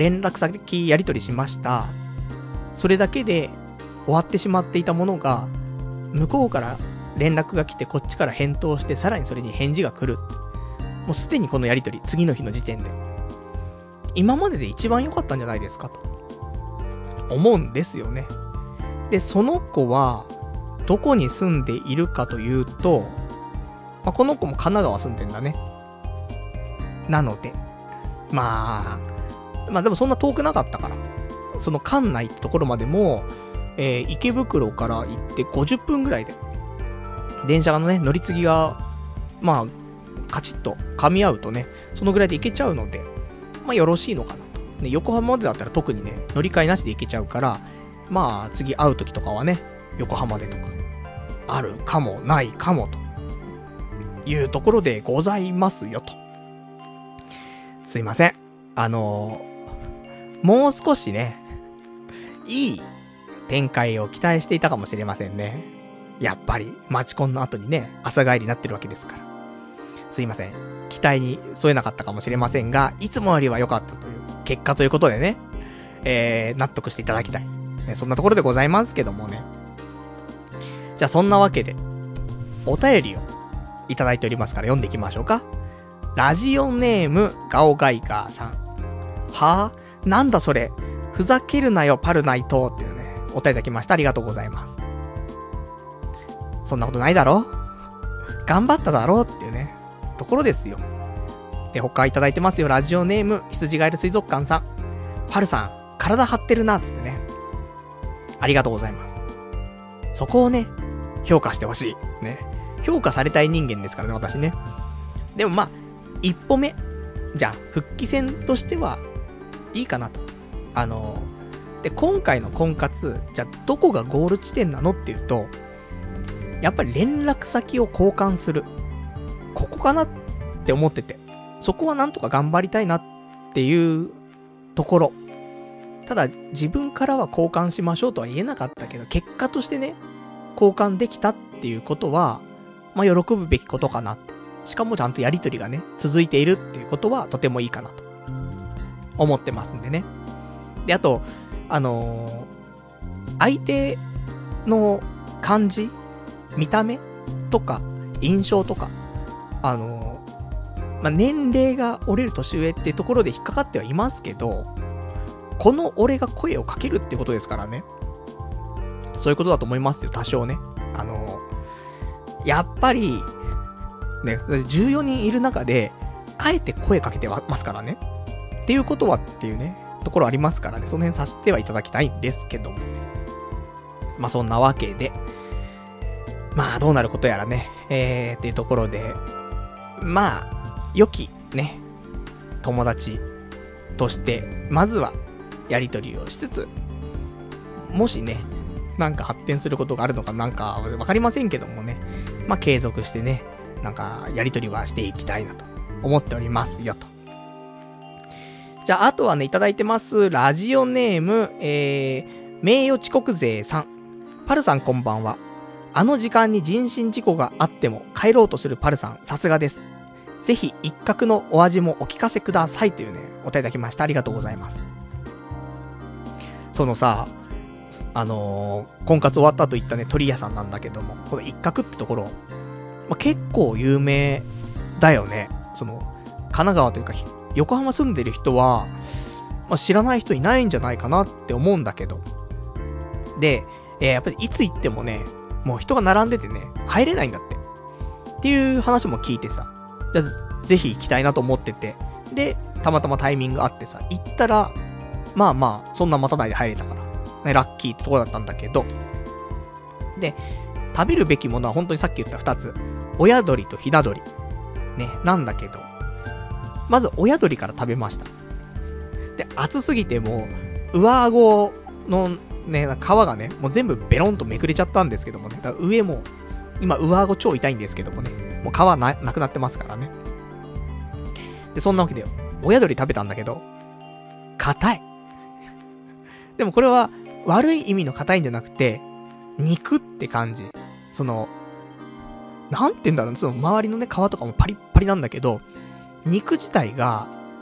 連絡先やり取りしました。それだけで終わってしまっていたものが、向こうから連絡が来てこっちから返答して、さらにそれに返事が来る。もうすでにこのやり取り、次の日の時点で今までで一番良かったんじゃないですかと思うんですよね。で、その子はどこに住んでいるかというと、まあ、この子も神奈川住んでんだね。なのでまあまあでもそんな遠くなかったから、その館内ってところまでも、えー、池袋から行ってごじゅっぷんぐらいで、電車のね乗り継ぎがまあカチッと噛み合うとね、そのぐらいで行けちゃうので、まあよろしいのかなと。ね、横浜までだったら特にね乗り換えなしで行けちゃうから、まあ次会う時とかはね横浜でとかあるかもないかもというところでございますよと。すいません、あのー、もう少しねいい展開を期待していたかもしれませんね。やっぱりマチコンの後にね朝帰りになってるわけですから、すいません、期待に添えなかったかもしれませんが、いつもよりは良かったという結果ということでね、えー、納得していただきたい、ね、そんなところでございますけどもね。じゃあそんなわけでお便りをいただいておりますから読んでいきましょうか。ラジオネームガオガイガーさん。はぁ、なんだそれ、ふざけるなよパルナイトっていうねお便りいただきました。ありがとうございます。そんなことないだろ、頑張っただろっていうねところですよ。で、他いただいてますよ。ラジオネーム羊ガエル水族館さん。パルさん体張ってるなっつってね、ありがとうございます。そこをね評価してほしいね。評価されたい人間ですからね私ね。でもまあ一歩目じゃあ復帰戦としてはいいかなと。あので今回の婚活、じゃあどこがゴール地点なのっていうと、やっぱり連絡先を交換する、ここかなって思ってて、そこはなんとか頑張りたいなっていうところ。ただ自分からは交換しましょうとは言えなかったけど、結果としてね交換できたっていうことはまあ喜ぶべきことかなって。しかもちゃんとやりとりがね続いているっていうことはとてもいいかなと思ってますんでね。で、あとあのー、相手の感じ、見た目とか印象とか、あのー、まあ、年齢が折れる年上っていうところで引っかかってはいますけど、この俺が声をかけるってことですからね。そういうことだと思いますよ、多少ね。あのー、やっぱりね、じゅうよにんいる中であえて声かけてますからね。っていうことはっていうねところありますからね、その辺させてはいただきたいんですけどもね。まあそんなわけで、まあどうなることやらね、えーっていうところで、まあ良きね友達としてまずはやり取りをしつつ、もしねなんか発展することがあるのかなんかわかりませんけどもね、まあ継続してねなんかやり取りはしていきたいなと思っておりますよと。じゃああとはねいただいてます。ラジオネーム、えー、名誉遅刻勢さん。パルさんこんばんは。あの時間に人身事故があっても帰ろうとするパルさん、さすがです。ぜひ一角のお味もお聞かせくださいというねお便りいただきました。ありがとうございます。そのさ、あのー、婚活終わった後行ったね鳥屋さんなんだけども、この一角ってところ、まあ、結構有名だよね。その神奈川というか横浜住んでる人は、まあ、知らない人いないんじゃないかなって思うんだけど、で、えー、やっぱりいつ行ってもねもう人が並んでてね入れないんだってっていう話も聞いてさ、じゃあぜひ行きたいなと思ってて、でたまたまタイミングあってさ行ったら、まあまあそんな待たないで入れたから、ね、ラッキーってとこだったんだけど、で食べるべきものは本当にさっき言ったふたつ、親鶏とひな鶏ねなんだけど、まず親鶏から食べました。で熱すぎてもう上顎のね皮がねもう全部ベロンとめくれちゃったんですけどもね、だから上も今上顎超痛いんですけどもね、もう皮ななくなってますからね。でそんなわけで親鶏食べたんだけど硬い。でもこれは悪い意味の硬いんじゃなくて肉って感じ。そのなんて言うんだろう、その周りのね皮とかもパリッパリなんだけど、肉自体が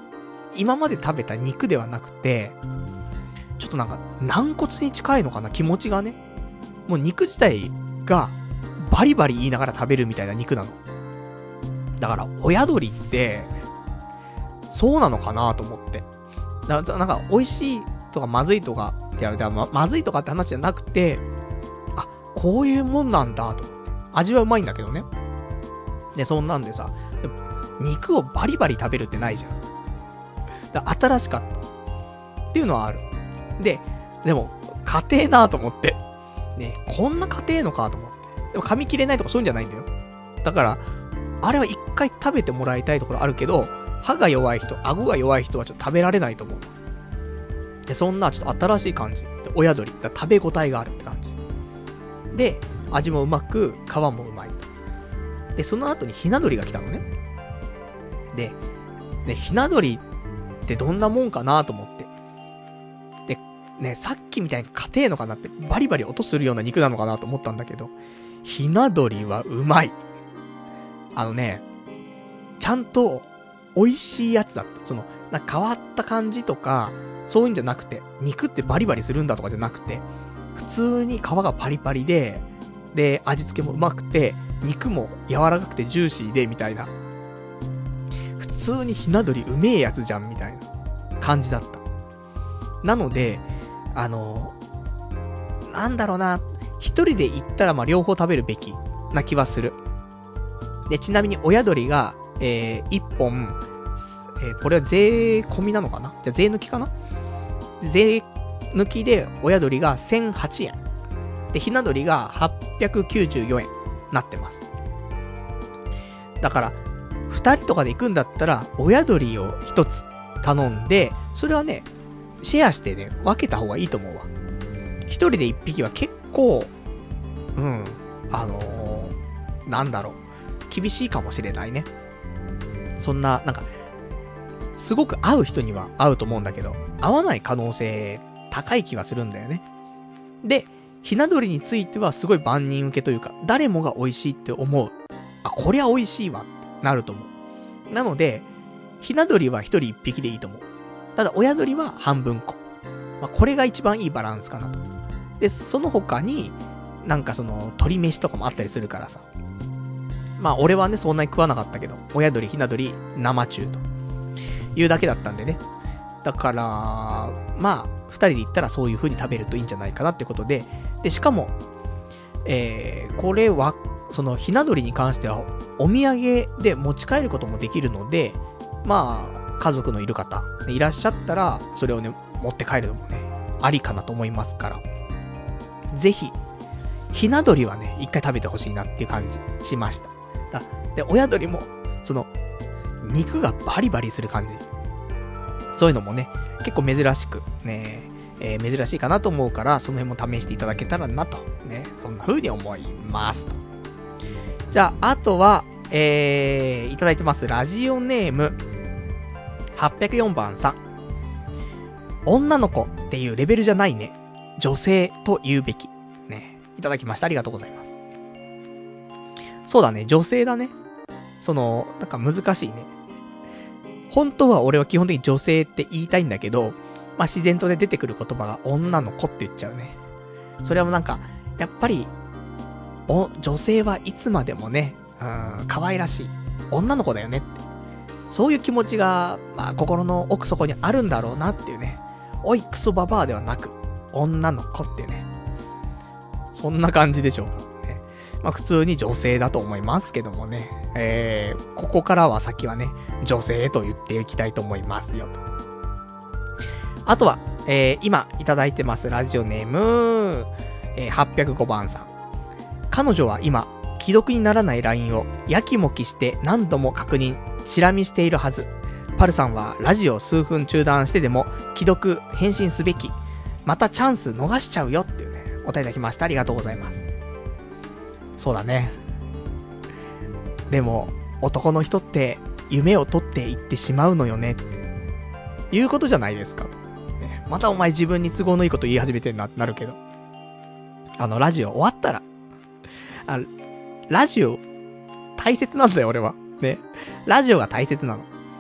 今まで食べた肉ではなくて、ちょっとなんか軟骨に近いのかな、気持ちがね。もう肉自体がバリバリ言いながら食べるみたいな肉なの。だから親鶏ってそうなのかなと思って。だなんか美味しいとかまずいとかってやると、ま、まずいとかって話じゃなくて、あ、こういうもんなんだと思って。味はうまいんだけどね。で、そんなんでさ、肉をバリバリ食べるってないじゃん。だ新しかったっていうのはある。で、でも家庭なと思って。ね、こんな家庭のかと思って。でも噛み切れないとかそういうんじゃないんだよ。だから、あれは一回食べてもらいたいところあるけど、歯が弱い人、顎が弱い人はちょっと食べられないと思う。で、そんなちょっと新しい感じ。で、親鶏。だ食べ応えがあるって感じ。で、味もうまく、皮もうまいと。で、その後にひな鶏が来たのね。で、ね、ひな鶏ってどんなもんかなと思って。で、ね、さっきみたいに家庭のかなってバリバリ音するような肉なのかなと思ったんだけど、ひな鶏はうまい。あのね、ちゃんと美味しいやつだった。その、なんか変わった感じとか、そういうんじゃなくて、肉ってバリバリするんだとかじゃなくて、普通に皮がパリパリで、で、味付けもうまくて、肉も柔らかくてジューシーで、みたいな。普通にひな鶏うめえやつじゃん、みたいな感じだった。なので、あの、なんだろうな、一人で行ったらまあ両方食べるべきな気はする。で、ちなみに親鶏が、えー、一本、えー、これは税込みなのかな？じゃあ税抜きかな？税抜きで親鶏がせんはちえん。で、ひな鶏がはっぴゃくきゅうじゅうよえんなってます。だから、二人とかで行くんだったら、親鶏を一つ頼んで、それはね、シェアしてね、分けた方がいいと思うわ。一人で一匹は結構、うん、あのー、なんだろう、厳しいかもしれないね。そんな、なんか、すごく合う人には合うと思うんだけど、合わない可能性高い気はするんだよね。で、ひな鶏についてはすごい万人受けというか、誰もが美味しいって思う。あ、こりゃ美味しいわってなると思う。なので、ひな鶏は一人一匹でいいと思う。ただ、親鶏は半分こ。まあ、これが一番いいバランスかなと。で、その他に、なんかその、鶏飯とかもあったりするからさ。まあ、俺はね、そんなに食わなかったけど、親鶏、ひな鶏、生中というだけだったんでね。だから、まあ、二人で行ったらそういう風に食べるといいんじゃないかなってことで、で、しかも、えー、これは、その、ひな鶏に関しては、お土産で持ち帰ることもできるので、まあ、家族のいる方、いらっしゃったら、それをね、持って帰るのもね、ありかなと思いますから。ぜひ、ひな鶏はね、一回食べてほしいなっていう感じしました。だで、親鶏も、その、肉がバリバリする感じ。そういうのもね、結構珍しく、ね、えー、珍しいかなと思うから、その辺も試していただけたらなと、ね、そんな風に思いますと。じゃあ、あとは、えー、いただいてます。ラジオネーム、はっぴゃくよんばんさん。女の子っていうレベルじゃないね。女性と言うべき。ね。いただきました。ありがとうございます。そうだね。女性だね。その、なんか難しいね。本当は俺は基本的に女性って言いたいんだけど、まあ、自然とね、出てくる言葉が女の子って言っちゃうね。それはもうなんか、やっぱり、お、女性はいつまでもね、うん、可愛らしい。女の子だよねって。そういう気持ちが、まあ、心の奥底にあるんだろうなっていうね。おい、クソババアではなく、女の子っていうね。そんな感じでしょうかね。まあ、普通に女性だと思いますけどもね。えー、ここからは先はね、女性と言っていきたいと思いますよと。あとは、えー、今いただいてますラジオネーム、えー、はっぴゃくごばんさん。彼女は今、既読にならない ライン をやきもきして何度も確認、チラ見しているはず。パルさんはラジオ数分中断してでも既読返信すべき。またチャンス逃しちゃうよっていうね、お答えいただきました。ありがとうございます。そうだね。でも男の人って夢を取っていってしまうのよねっていうことじゃないですかと、ね、またお前自分に都合のいいこと言い始めてんなってなるけど、あのラジオ終わったら、あラジオ大切なんだよ俺はね。ラジオが大切なの。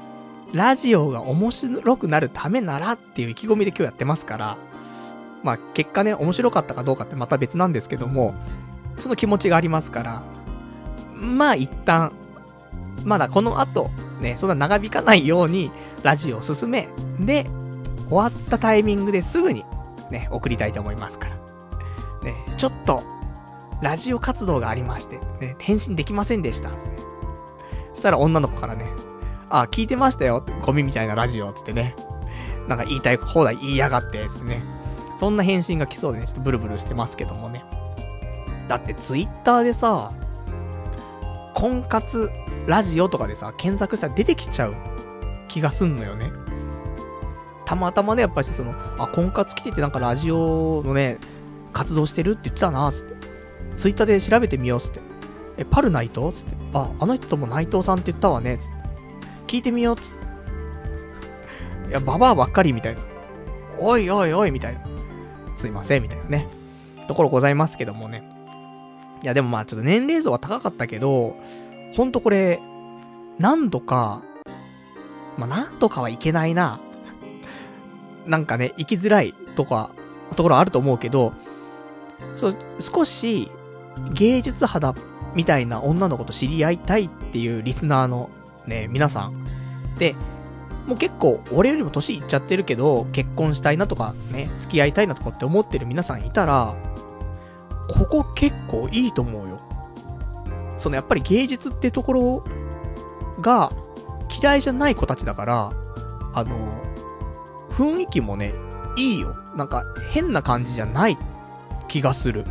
ラジオが面白くなるためならっていう意気込みで今日やってますから、まあ結果ね、面白かったかどうかってまた別なんですけども、その気持ちがありますから、まあ一旦、まだこの後、ね、そんな長引かないようにラジオを進め、で、終わったタイミングですぐにね、送りたいと思いますから。ね、ちょっと、ラジオ活動がありまして、ね、返信できませんでした。そしたら女の子からね、あ、聞いてましたよ、ゴミみたいなラジオつってね、なんか言いたい放題言いやがってですね、そんな返信が来そうでね、ちょっとブルブルしてますけどもね。だってツイッターでさ、婚活ラジオとかでさ、検索したら出てきちゃう気がすんのよね。たまたまね、やっぱりその、あ、婚活来ててなんかラジオのね、活動してるって言ってたな、つって。ツイッターで調べてみよう、つって。え、パルナイトつって。あ、あの人も内藤さんって言ったわね、つって。聞いてみよう、つって。いや、ババアばっかり、みたいな。おいおいおい、みたいな。すいません、みたいなね。ところございますけどもね。いや、でもまあちょっと年齢層は高かったけど、ほんとこれ、何度か、まあ何度かはいけないな。なんかね、生きづらいとか、ところあると思うけど、そう、少し芸術肌みたいな女の子と知り合いたいっていうリスナーのね、皆さん。で、もう結構俺よりも年いっちゃってるけど、結婚したいなとかね、付き合いたいなとかって思ってる皆さんいたら、ここ結構いいと思うよ。そのやっぱり芸術ってところが嫌いじゃない子たちだから、あの、雰囲気もね、いいよ。なんか変な感じじゃない気がする。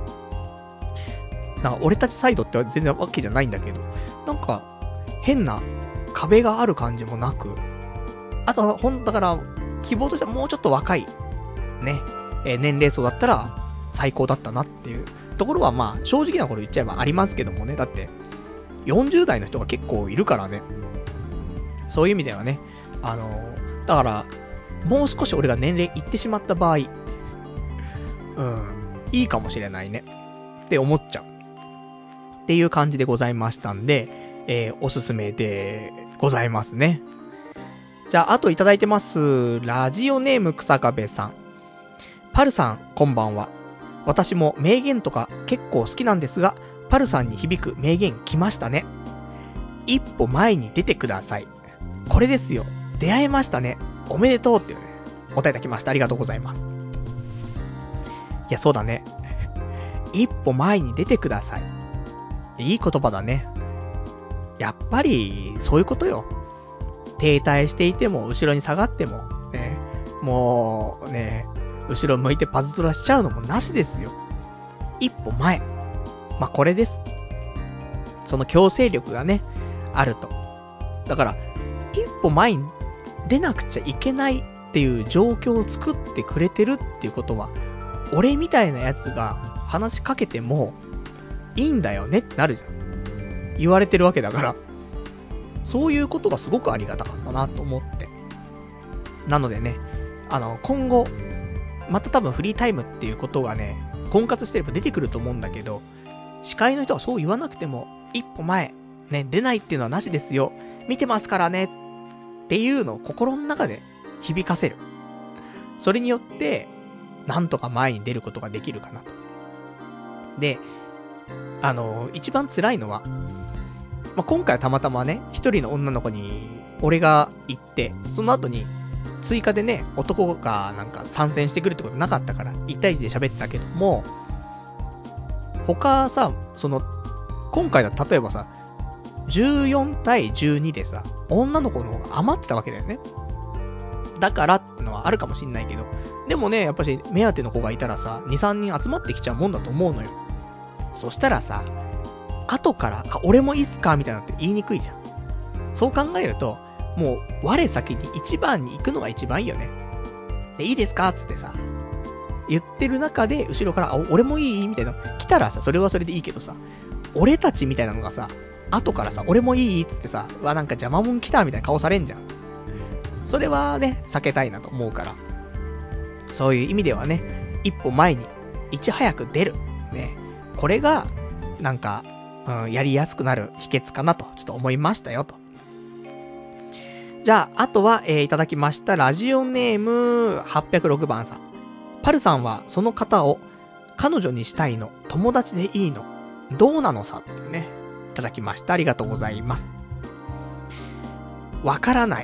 なんか俺たちサイドって全然わけじゃないんだけど、なんか変な壁がある感じもなく、あとはほんだから希望としてはもうちょっと若いね、えー、年齢層だったら最高だったなっていうところはまあ正直なこと言っちゃえばありますけどもね。だってよんじゅう代の人が結構いるからね。そういう意味ではね、あのー、だからもう少し俺が年齢いってしまった場合、うん、いいかもしれないねって思っちゃうっていう感じでございましたんで、えー、おすすめでございますね。じゃあ、あといただいてます。ラジオネーム草壁さん。パルさん、こんばんは。私も名言とか結構好きなんですが、パルさんに響く名言来ましたね。一歩前に出てください。これですよ。出会えましたね。おめでとうっていうね、お答えいただきました。ありがとうございます。いや、そうだね。一歩前に出てください。いい言葉だね。やっぱり、そういうことよ。停滞していても、後ろに下がっても、ね、もう、ね、後ろ向いてパズドラしちゃうのもなしですよ。一歩前。まあ、これです。その強制力がね、あると。だから、一歩前に出なくちゃいけないっていう状況を作ってくれてるっていうことは、俺みたいなやつが話しかけても、いいんだよねってなるじゃん。言われてるわけだから。そういうことがすごくありがたかったなと思って。なのでね、あの、今後、また多分フリータイムっていうことがね、婚活してれば出てくると思うんだけど、司会の人はそう言わなくても、一歩前、ね、出ないっていうのはなしですよ。見てますからね。っていうのを心の中で響かせる。それによって、なんとか前に出ることができるかなと。で、あの、一番辛いのは、まあ、今回はたまたまね、一人の女の子に、俺が行って、その後に、追加でね、男がなんか参戦してくるってことなかったから、一対一で喋ったけども、他さ、その、今回だ、例えばさ、じゅうよんたいじゅうにでさ、女の子の方が余ってたわけだよね。だからってのはあるかもしんないけど、でもね、やっぱし目当ての子がいたらさ、に、さんにん集まってきちゃうもんだと思うのよ。そしたらさ、後から、あ、俺もいいっすかみたいなって言いにくいじゃん。そう考えると、もう、我先に一番に行くのが一番いいよね。で、いいですかつってさ、言ってる中で、後ろから、あ、俺もいいみたいな、来たらさ、それはそれでいいけどさ、俺たちみたいなのがさ、後からさ、俺もいいつってさ、うわ、なんか邪魔者来たみたいな顔されんじゃん。それはね、避けたいなと思うから。そういう意味ではね、一歩前に、いち早く出る。ね。これが、なんか、うん、やりやすくなる秘訣かなと、ちょっと思いましたよと。 じゃあ、あとは、えー、いただきました、ラジオネーム、はっぴゃくろくばんさん。パルさんは、その方を、彼女にしたいの、友達でいいの、どうなのさってね、いただきました。ありがとうございます。わからない。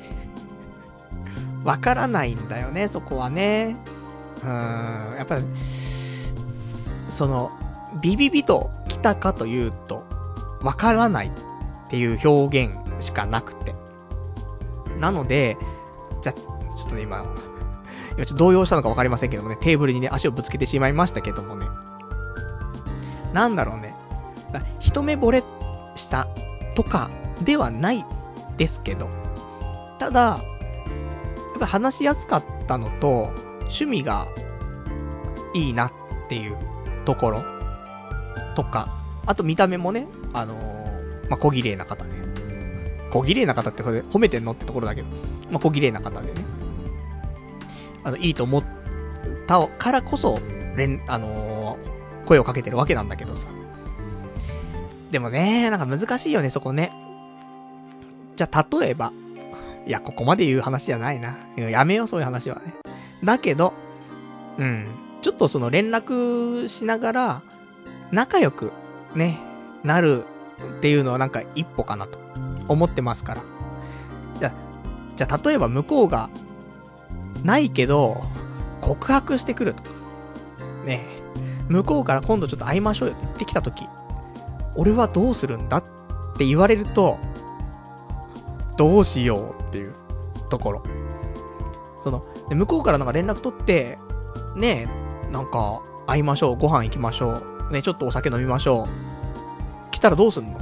わからないんだよね、そこはね。うーん、やっぱり、その、ビビビと来たかというと、わからないっていう表現しかなくて。なので、じゃ、ちょっとね、今、今ちょっと動揺したのかわかりませんけどもね、テーブルにね、足をぶつけてしまいましたけどもね。なんだろうね。一目惚れしたとかではないですけど、ただ、やっぱ話しやすかったのと、趣味がいいなっていうところとか、あと見た目もね、あのー、まあ、小綺麗な方で、小綺麗な方ってこれ褒めてんのってところだけど、まあ、小綺麗な方でね、あの、いいと思ったからこそ、連、あのー、声をかけてるわけなんだけどさ。でもね、なんか難しいよね、そこね。じゃあ、例えば、いや、ここまで言う話じゃないな。やめよう、そういう話はね。だけど、うん、ちょっとその連絡しながら、仲良く、ね、なるっていうのはなんか一歩かなと思ってますから。じゃあ、じゃあ例えば向こうが、ないけど、告白してくるとか。ねえ、向こうから今度ちょっと会いましょうよって言ってきたとき、俺はどうするんだって言われると、どうしようっていうところ。その、向こうからなんか連絡取って、ねえ、なんか、会いましょう、ご飯行きましょう、ね、ちょっとお酒飲みましょう。来たらどうすんの？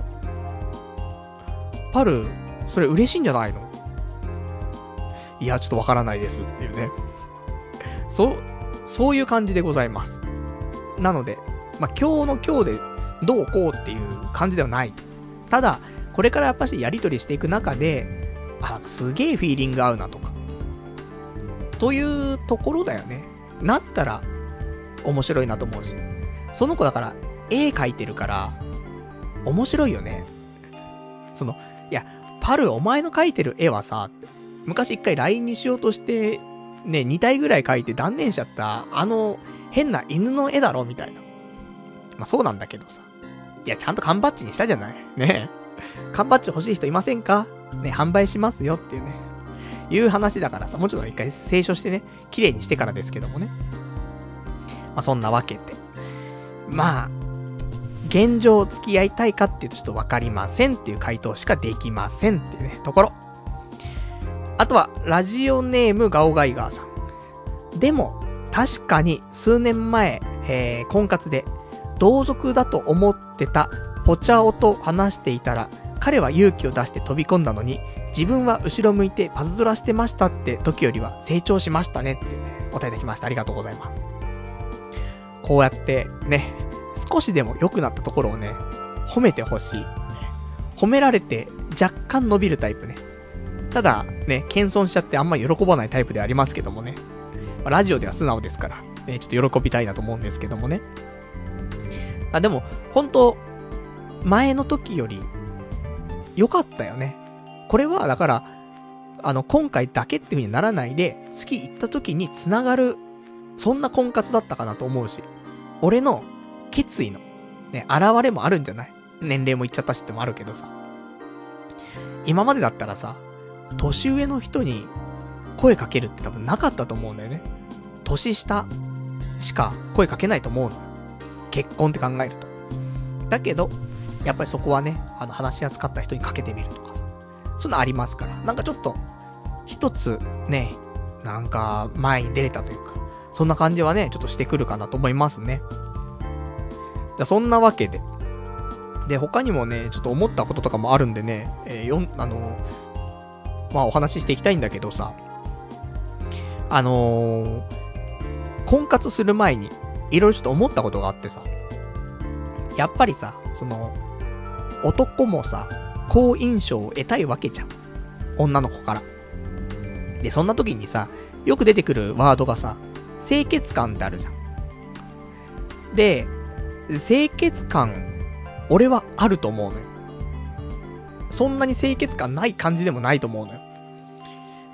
パル、それ嬉しいんじゃないの？いや、ちょっとわからないですっていうね。そう、そういう感じでございます。なので、まあ、今日の今日でどうこうっていう感じではない。ただ、これからやっぱしやりとりしていく中で、あ、すげえフィーリング合うなとか。というところだよね。なったら、面白いなと思うし。その子だから、絵描いてるから、面白いよね。その、いや、パル、お前の描いてる絵はさ、昔一回 ライン にしようとして、ね、にたいぐらい描いて断念しちゃった、あの、変な犬の絵だろみたいな。まあそうなんだけどさ。いや、ちゃんと缶バッジにしたじゃないねえ。缶バッジ欲しい人いませんかね、販売しますよっていうね。いう話だからさ、もうちょっと一回清書してね、綺麗にしてからですけどもね。まあそんなわけで。まあ、現状付き合いたいかっていうとちょっとわかりませんっていう回答しかできませんっていうね、ところ。あとは、ラジオネームガオガイガーさん。でも、確かに数年前、えー、婚活で、同族だと思ってたポチャオと話していたら、彼は勇気を出して飛び込んだのに、自分は後ろ向いてパズドラしてましたって時よりは成長しましたねってね、お答えできました。ありがとうございます。こうやってね、少しでも良くなったところをね、褒めてほしい。褒められて若干伸びるタイプね。ただね、謙遜しちゃってあんまり喜ばないタイプでありますけどもね。まあ、ラジオでは素直ですから、ね、ちょっと喜びたいなと思うんですけどもね。あ、でも、ほんと、前の時より、良かったよね。これは、だから、あの、今回だけっていう風にならないで、次行った時に繋がる、そんな婚活だったかなと思うし、俺の決意の、ね、現れもあるんじゃない？年齢もいっちゃったしってもあるけどさ。今までだったらさ、年上の人に声かけるって多分なかったと思うんだよね。年下しか声かけないと思うの。結婚って考えると。だけど、やっぱりそこはね、あの話しやすかった人にかけてみるとかさ。そういうのありますから。なんかちょっと、一つね、なんか前に出れたというか、そんな感じはね、ちょっとしてくるかなと思いますね。じゃそんなわけで。で、他にもね、ちょっと思ったこととかもあるんでね、えー、よん、あのー、まあお話ししていきたいんだけどさ、あのー、婚活する前に、いろいろちょっと思ったことがあってさ、やっぱりさ、その、男もさ、好印象を得たいわけじゃん。女の子から。で、そんな時にさ、よく出てくるワードがさ、清潔感ってあるじゃん。で、清潔感、俺はあると思うのよ。そんなに清潔感ない感じでもないと思うのよ。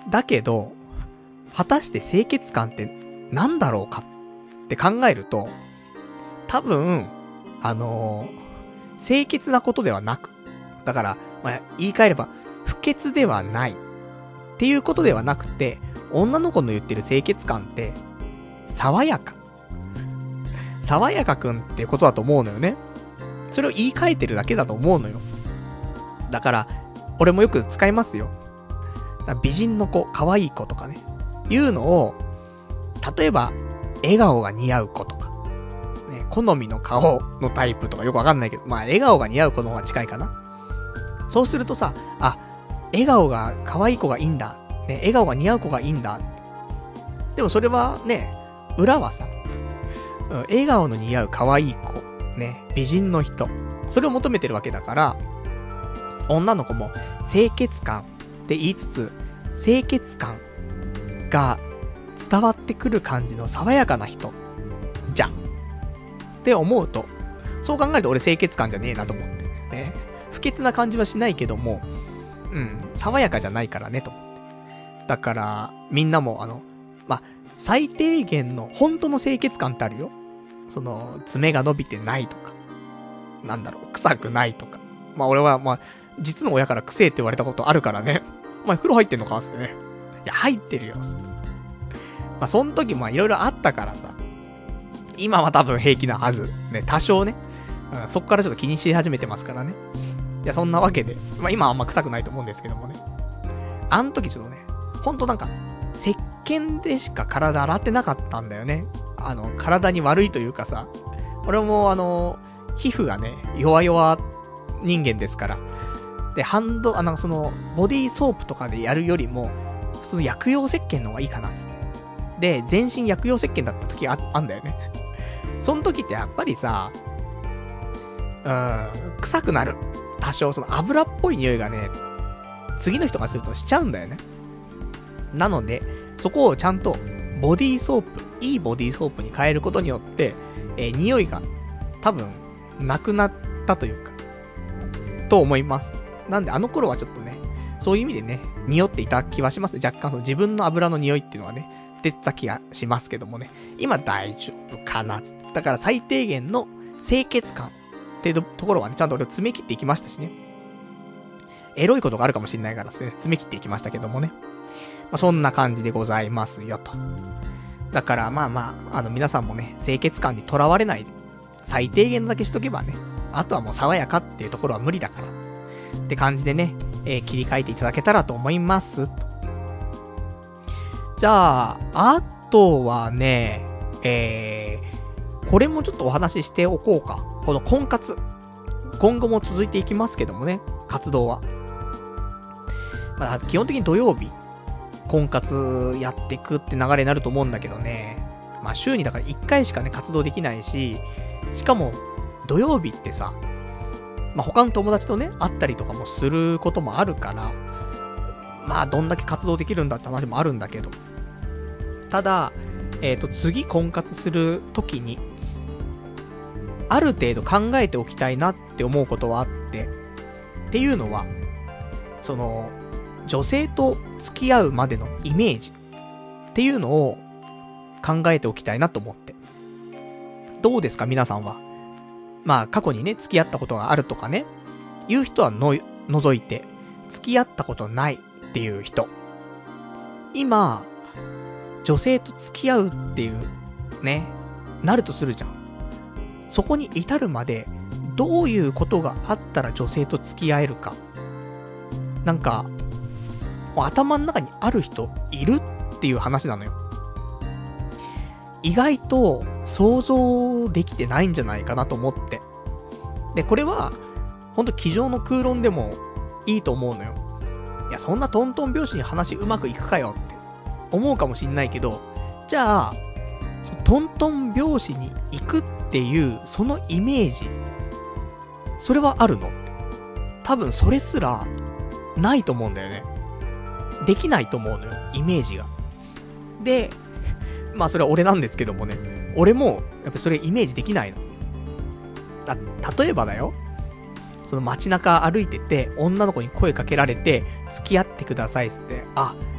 だけど、果たして清潔感って何だろうかって考えると、多分、あのー、清潔なことではなく、だから、まあ、言い換えれば、不潔ではないっていうことではなくて、女の子の言ってる清潔感って、爽やか。爽やかくんっていうことだと思うのよね。それを言い換えてるだけだと思うのよ。だから、俺もよく使いますよ。美人の子、可愛い子とかね。いうのを、例えば、笑顔が似合う子とか、ね、好みの顔のタイプとかよくわかんないけど、まあ、笑顔が似合う子の方が近いかな。そうするとさ、あ、笑顔が可愛い子がいいんだ。ね、笑顔が似合う子がいいんだ。でもそれはね、裏はさ、うん、笑顔の似合う可愛い子、ね、美人の人、それを求めてるわけだから、女の子も清潔感って言いつつ、清潔感が伝わってくる感じの爽やかな人じゃんって思うと、そう考えると俺清潔感じゃねえなと思ってね、不潔な感じはしないけども、うん、爽やかじゃないからねと思って。だからみんなもあのまあ、最低限の本当の清潔感ってあるよ。その爪が伸びてないとか、なんだろう、臭くないとか。まあ俺はまあ実の親から臭いって言われたことあるからね。お前風呂入ってんのかつってね。いや入ってるよつって。まあその時まあいろいろあったからさ。今は多分平気なはずね、多少ね、うん、そっからちょっと気にし始めてますからね。いやそんなわけで、まあ今はあんま臭くないと思うんですけどもね。あの時ちょっとね、ほんとなんか石鹸でしか体洗ってなかったんだよね。あの体に悪いというかさ、俺もあの皮膚がね弱々人間ですから。でハンドあのそのボディーソープとかでやるよりも普通の薬用石鹸の方がいいかなっつって。で全身薬用石鹸だった時ああんだよね。その時ってやっぱりさ、うーん臭くなる。多少その油っぽい匂いがね、次の人がするとしちゃうんだよね。なのでそこをちゃんとボディーソープ、いいボディーソープに変えることによって、えー、匂いが多分なくなったというかと思います。なんであの頃はちょっとね、そういう意味でね、匂っていた気はします。若干その自分の油の匂いっていうのはね出てた気がしますけどもね、今大丈夫かなつって。だから最低限の清潔感っていうところはね、ちゃんと俺を詰め切っていきましたしね。エロいことがあるかもしれないからですね、詰め切っていきましたけどもね。まあ、そんな感じでございますよと。だからまあまあ、あの皆さんもね、清潔感にとらわれないで、最低限だけしとけばね、あとはもう爽やかっていうところは無理だから。って感じでね、えー、切り替えていただけたらと思いますと。じゃあ、あとはね、えー、これもちょっとお話ししておこうか。この婚活。今後も続いていきますけどもね、活動は。まあ、基本的に土曜日、婚活やっていくって流れになると思うんだけどね。まあ週にだからいっかいしかね活動できないし、しかも土曜日ってさ、まあ他の友達とね会ったりとかもすることもあるから、まあどんだけ活動できるんだって話もあるんだけど、ただえっと次婚活する時にある程度考えておきたいなって思うことはあって、っていうのはその女性と付き合うまでのイメージっていうのを考えておきたいなと思って。どうですか皆さんは。まあ過去にね付き合ったことがあるとかね、いう人はの除いて、付き合ったことないっていう人、今女性と付き合うっていうねなるとするじゃん。そこに至るまでどういうことがあったら女性と付き合えるか、なんか頭の中にある人いるっていう話なのよ。意外と想像できてないんじゃないかなと思って。でこれはほんと机上の空論でもいいと思うのよ。いやそんなトントン拍子に話うまくいくかよって思うかもしんないけど、じゃあそのトントン拍子に行くっていうそのイメージ、それはあるの？多分それすらないと思うんだよね。できないと思うのよ、イメージが。で、まあそれは俺なんですけどもね、俺もやっぱそれイメージできないの。だ例えばだよ、その街中歩いてて女の子に声かけられて付き合ってくださいっつって、あ、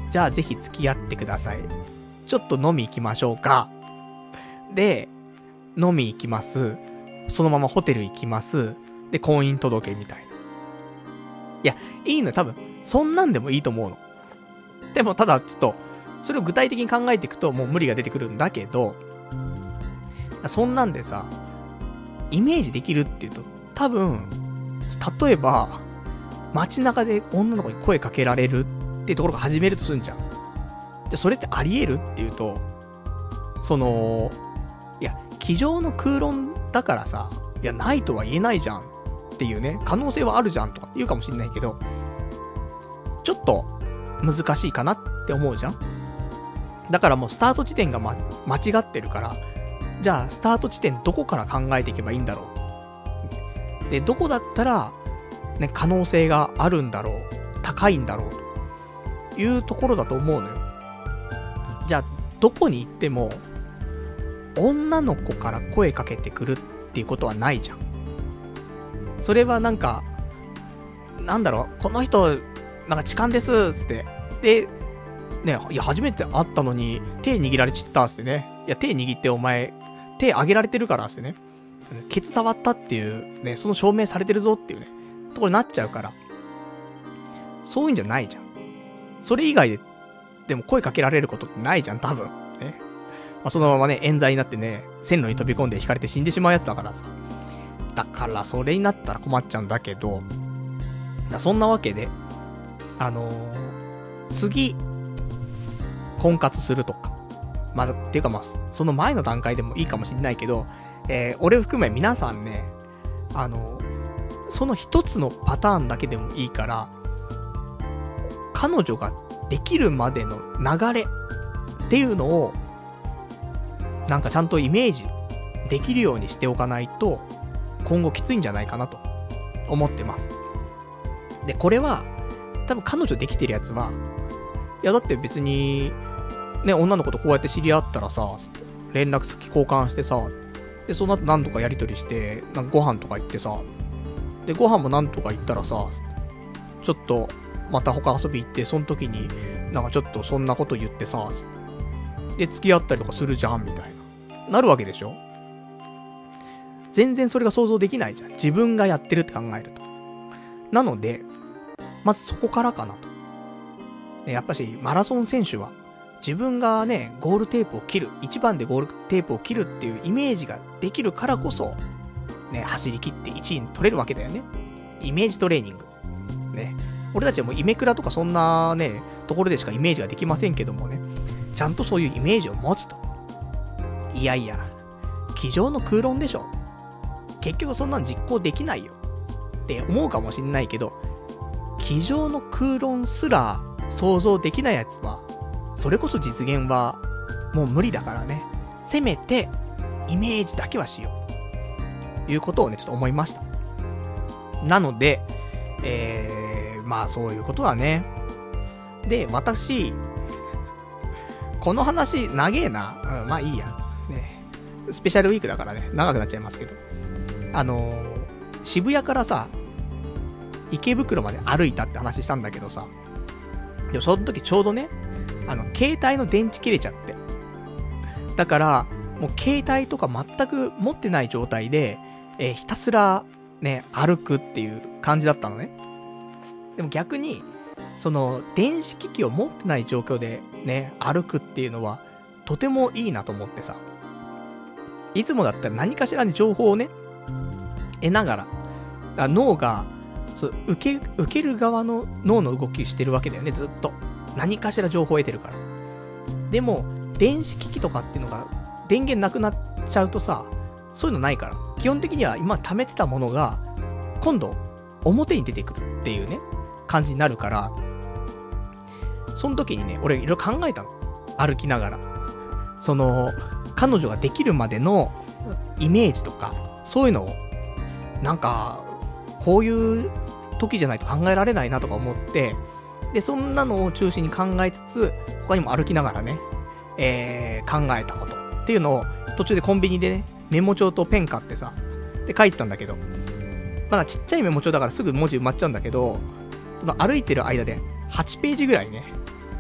じゃあぜひ付き合ってください。ちょっと飲み行きましょうか。で、飲み行きます。そのままホテル行きます。で、婚姻届みたいな。いや、いいの多分、そんなんでもいいと思うの。でもただちょっと、それを具体的に考えていくともう無理が出てくるんだけど、そんなんでさ、イメージできるっていうと、多分、例えば、街中で女の子に声かけられるっていうところが始めるとすんじゃん。で、それってあり得るっていうと、その、いや、机上の空論だからさ、いや、ないとは言えないじゃんっていうね、可能性はあるじゃんとかって言うかもしんないけど、ちょっと難しいかなって思うじゃん。だからもうスタート地点がまず間違ってるから、じゃあスタート地点どこから考えていけばいいんだろう。で、どこだったら、ね、可能性があるんだろう、高いんだろうというところだと思うのよ。じゃあどこに行っても女の子から声かけてくるっていうことはないじゃん。それはなんかなんだろう、この人なんか痴漢ですつってでね、いや初めて会ったのに手握られちったつってね、いや手握ってお前手上げられてるからつってね、ケツ触ったっていうね、その証明されてるぞっていうねところになっちゃうから、そういうんじゃないじゃん。それ以外ででも声かけられることってないじゃん多分ね。まあ、そのままね冤罪になってね線路に飛び込んで引かれて死んでしまうやつだからさ。だからそれになったら困っちゃうんだけど、そんなわけであのー、次婚活するとか、まあっていうかまあその前の段階でもいいかもしれないけど、えー、俺を含め皆さんね、あのー、その一つのパターンだけでもいいから、彼女ができるまでの流れっていうのをなんかちゃんとイメージできるようにしておかないと今後きついんじゃないかなと思ってます。で、これは多分彼女できてるやつは、いやだって別にね、女の子とこうやって知り合ったらさ、連絡先交換してさ、でその後何とかやり取りしてなんかご飯とか行ってさ、でご飯も何とか行ったらさ、ちょっとまた他遊び行って、その時になんかちょっとそんなこと言ってさ、で付き合ったりとかするじゃんみたいななるわけでしょ。全然それが想像できないじゃん、自分がやってるって考えると。なのでまずそこからかなと、ね、やっぱしマラソン選手は自分がねゴールテープを切る、一番でゴールテープを切るっていうイメージができるからこそね、走り切っていちいに取れるわけだよね。イメージトレーニングね。俺たちはもうイメクラとかそんなねところでしかイメージができませんけどもね、ちゃんとそういうイメージを持つと。いやいや机上の空論でしょ、結局そんなの実行できないよって思うかもしんないけど、机上の空論すら想像できないやつはそれこそ実現はもう無理だからね、せめてイメージだけはしようということをねちょっと思いました。なのでえー、まあそういうことだね。で、私この話長えな、うん、まあいいやね、スペシャルウィークだからね長くなっちゃいますけど、あのー、渋谷からさ池袋まで歩いたって話したんだけどさ、でもその時ちょうどねあの携帯の電池切れちゃって、だからもう携帯とか全く持ってない状態で、えー、ひたすらね歩くっていう感じだったのね。でも逆にその電子機器を持ってない状況でね歩くっていうのはとてもいいなと思ってさ、いつもだったら何かしらに情報をね得ながら、脳がそう受け受ける側の脳の動きしてるわけだよね、ずっと何かしら情報を得てるから。でも電子機器とかっていうのが電源なくなっちゃうとさ、そういうのないから、基本的には今貯めてたものが今度表に出てくるっていうね感じになるから、その時にね俺いろいろ考えたの、歩きながら。その彼女ができるまでのイメージとかそういうのをなんかこういう時じゃないと考えられないなとか思って、でそんなのを中心に考えつつ他にも歩きながらね、えー、考えたことっていうのを途中でコンビニでねメモ帳とペン買ってさで書いてたんだけど、まだちっちゃいメモ帳だからすぐ文字埋まっちゃうんだけど、その歩いてる間ではちページぐらいね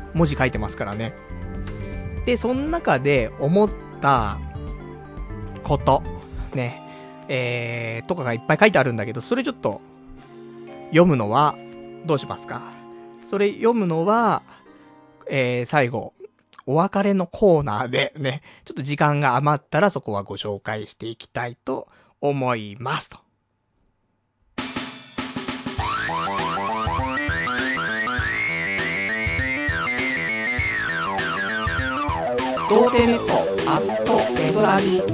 文字書いてますからね。で、その中で思ったこと、ね、えー、とかがいっぱい書いてあるんだけど、それちょっと、読むのは、どうしますか？それ読むのは、えー、最後、お別れのコーナーでね、ちょっと時間が余ったらそこはご紹介していきたいと思いますと。童貞ネットアットネトラジ。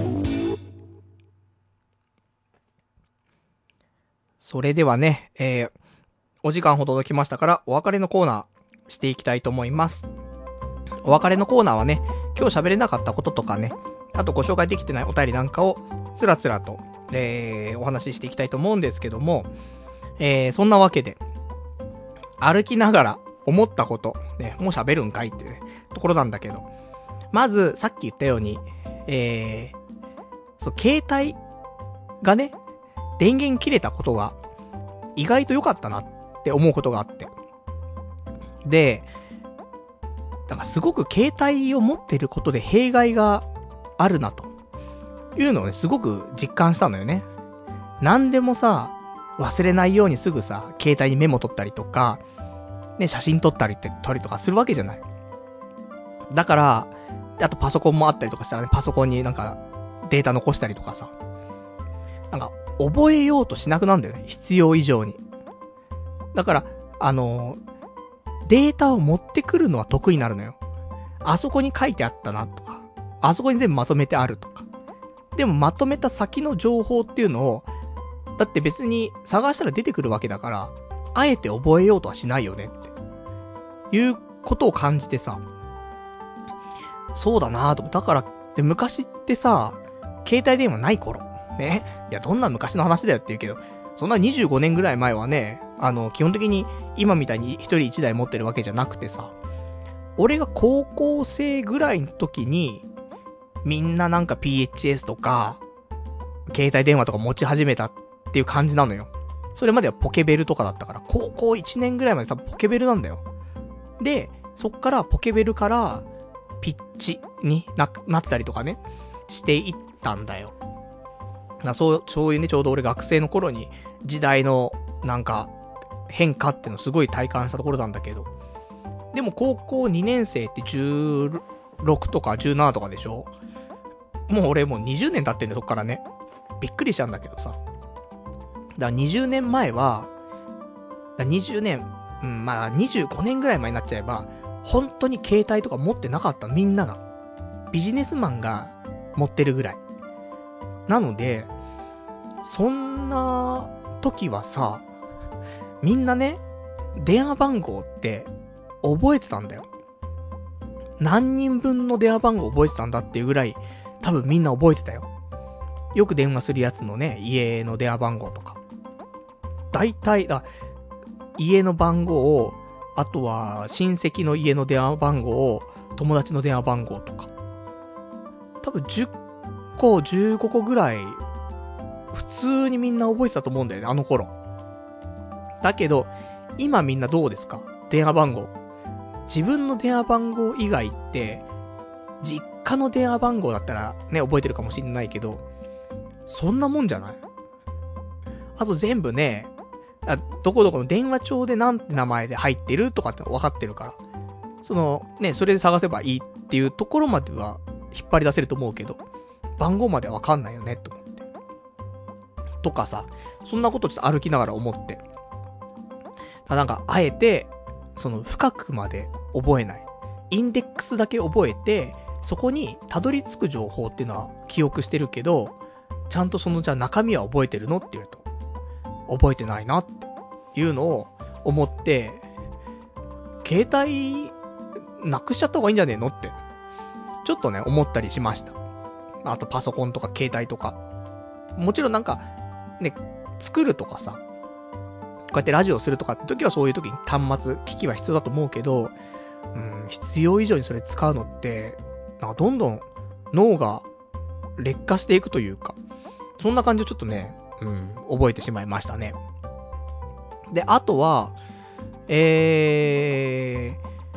それではね、えー、お時間ほど届きましたからお別れのコーナーしていきたいと思います。お別れのコーナーはね、今日喋れなかったこととかね、あとご紹介できてないお便りなんかをつらつらと、えー、お話ししていきたいと思うんですけども、えー、そんなわけで歩きながら思ったことね、もう喋るんかいってねところなんだけど、まずさっき言ったように、えー、そう携帯がね電源切れたことが意外と良かったなって思うことがあって、でなんかすごく携帯を持っていることで弊害があるなというのをねすごく実感したのよね。なんでもさ忘れないようにすぐさ携帯にメモ取ったりとかね写真撮ったりって撮りとかするわけじゃない。だからあとパソコンもあったりとかしたらね、パソコンになんかデータ残したりとかさ、なんか覚えようとしなくなるんだよね、必要以上に。だからあのー、データを持ってくるのは得意になるのよ。あそこに書いてあったなとか、あそこに全部まとめてあるとか。でもまとめた先の情報っていうのを、だって別に探したら出てくるわけだから、あえて覚えようとはしないよねっていうことを感じてさ、そうだなぁと。だから、で、昔ってさ、携帯電話ない頃。ね。いや、どんな昔の話だよって言うけど、そんなにじゅうごねんぐらい前はね、あの、基本的に今みたいに一人一台持ってるわけじゃなくてさ、俺が高校生ぐらいの時に、みんななんか ピーエイチエス とか、携帯電話とか持ち始めたっていう感じなのよ。それまではポケベルとかだったから、高校いちねんぐらいまで多分ポケベルなんだよ。で、そっからポケベルから、ピッチに な, なったりとかねしていったんだよ。なそうそういうね、ちょうど俺学生の頃に時代のなんか変化っていうのをすごい体感したところなんだけど、でも高校にねん生ってじゅうろくとかじゅうななとかでしょ。もう俺もうにじゅうねん経ってんだよ、そっからね。びっくりしたんだけどさ。だからにじゅうねんまえはだにじゅうねん、うん、まあにじゅうごねんぐらい前になっちゃえば本当に携帯とか持ってなかったの、みんなが。ビジネスマンが持ってるぐらい。なので、そんな時はさ、みんなね、電話番号って覚えてたんだよ。何人分の電話番号覚えてたんだっていうぐらい、多分みんな覚えてたよ。よく電話するやつのね、家の電話番号とか。大体、だ、家の番号を、あとは親戚の家の電話番号、友達の電話番号とか、多分じゅっこじゅうごこぐらい普通にみんな覚えてたと思うんだよね、あの頃。だけど今みんなどうですか？電話番号、自分の電話番号以外って実家の電話番号だったらね覚えてるかもしれないけど、そんなもんじゃない？あと全部ね、あ、どこどこの電話帳でなんて名前で入ってるとかって分かってるから、そのね、それで探せばいいっていうところまでは引っ張り出せると思うけど、番号までは分かんないよねと思って。とかさ、そんなことちょっと歩きながら思って。だなんかあえてその深くまで覚えない。インデックスだけ覚えて、そこにたどり着く情報っていうのは記憶してるけど、ちゃんとそのじゃあ中身は覚えてるのって言うと、覚えてないなっていうのを思って、携帯なくしちゃった方がいいんじゃねえのってちょっとね思ったりしました。あとパソコンとか携帯とか、もちろんなんかね作るとかさ、こうやってラジオするとかって時はそういう時に端末機器は必要だと思うけど、うん、必要以上にそれ使うのってなんかどんどん脳が劣化していくというか、そんな感じをちょっとね、うん、覚えてしまいましたね。で、あとは、えー、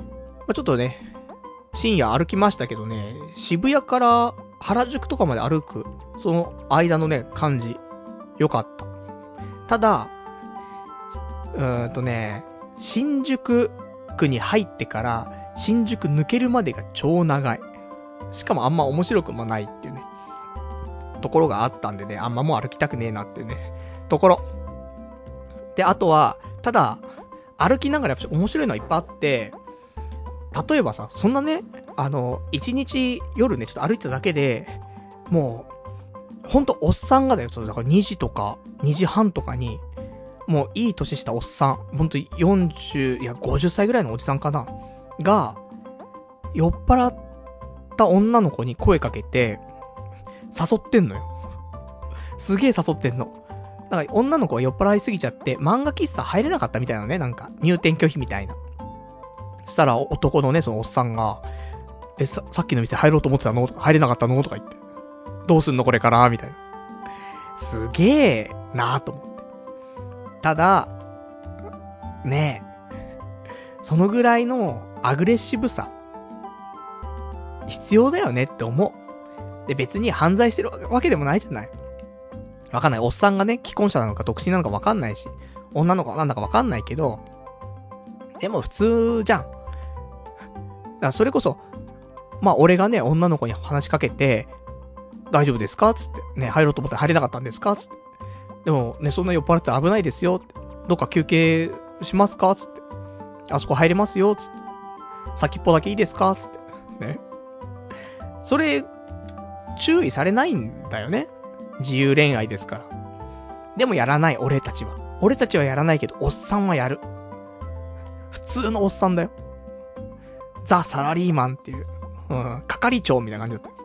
あ、ちょっとね、深夜歩きましたけどね、渋谷から原宿とかまで歩く、その間のね、感じ、良かった。ただ、うーんとね、新宿区に入ってから、新宿抜けるまでが超長い。しかもあんま面白くもないっていうね、ところがあったんでね、あんまもう歩きたくねえなっていうね、ところ。で、あとは、ただ、歩きながらやっぱ面白いのはいっぱいあって、例えばさ、そんなね、あの、一日夜ね、ちょっと歩いてただけで、もう、ほんとおっさんがだよ、そうだからにじとか、にじはんとかに、もういい年したおっさん、ほんとよんじゅう、いやごじゅっさいぐらいのおじさんかな、が、酔っ払った女の子に声かけて、誘ってんのよ。すげえ誘ってんの。なんか女の子が酔っ払いすぎちゃって、漫画喫茶入れなかったみたいなね、なんか、入店拒否みたいな。したら男のね、そのおっさんが、え、さ、さっきの店入ろうと思ってたの入れなかったのとか言って。どうすんのこれからみたいな。すげえなぁと思って。ただ、ねえ、そのぐらいのアグレッシブさ、必要だよねって思う。で、別に犯罪してるわけでもないじゃない。わかんない。おっさんがね、既婚者なのか独身なのかわかんないし、女の子はなんだかわかんないけど、でも普通じゃん。だからそれこそ、まあ俺がね、女の子に話しかけて、大丈夫ですかつって。ね、入ろうと思って入れなかったんですかつって。でもね、そんな酔っ払って危ないですよって。どっか休憩しますかつって。あそこ入れますよつって。先っぽだけいいですかつって。ね。それ、注意されないんだよね。自由恋愛ですから。でもやらない、俺たちは。俺たちはやらないけど、おっさんはやる。普通のおっさんだよ。ザ・サラリーマンっていう。うん、係長みたいな感じだった。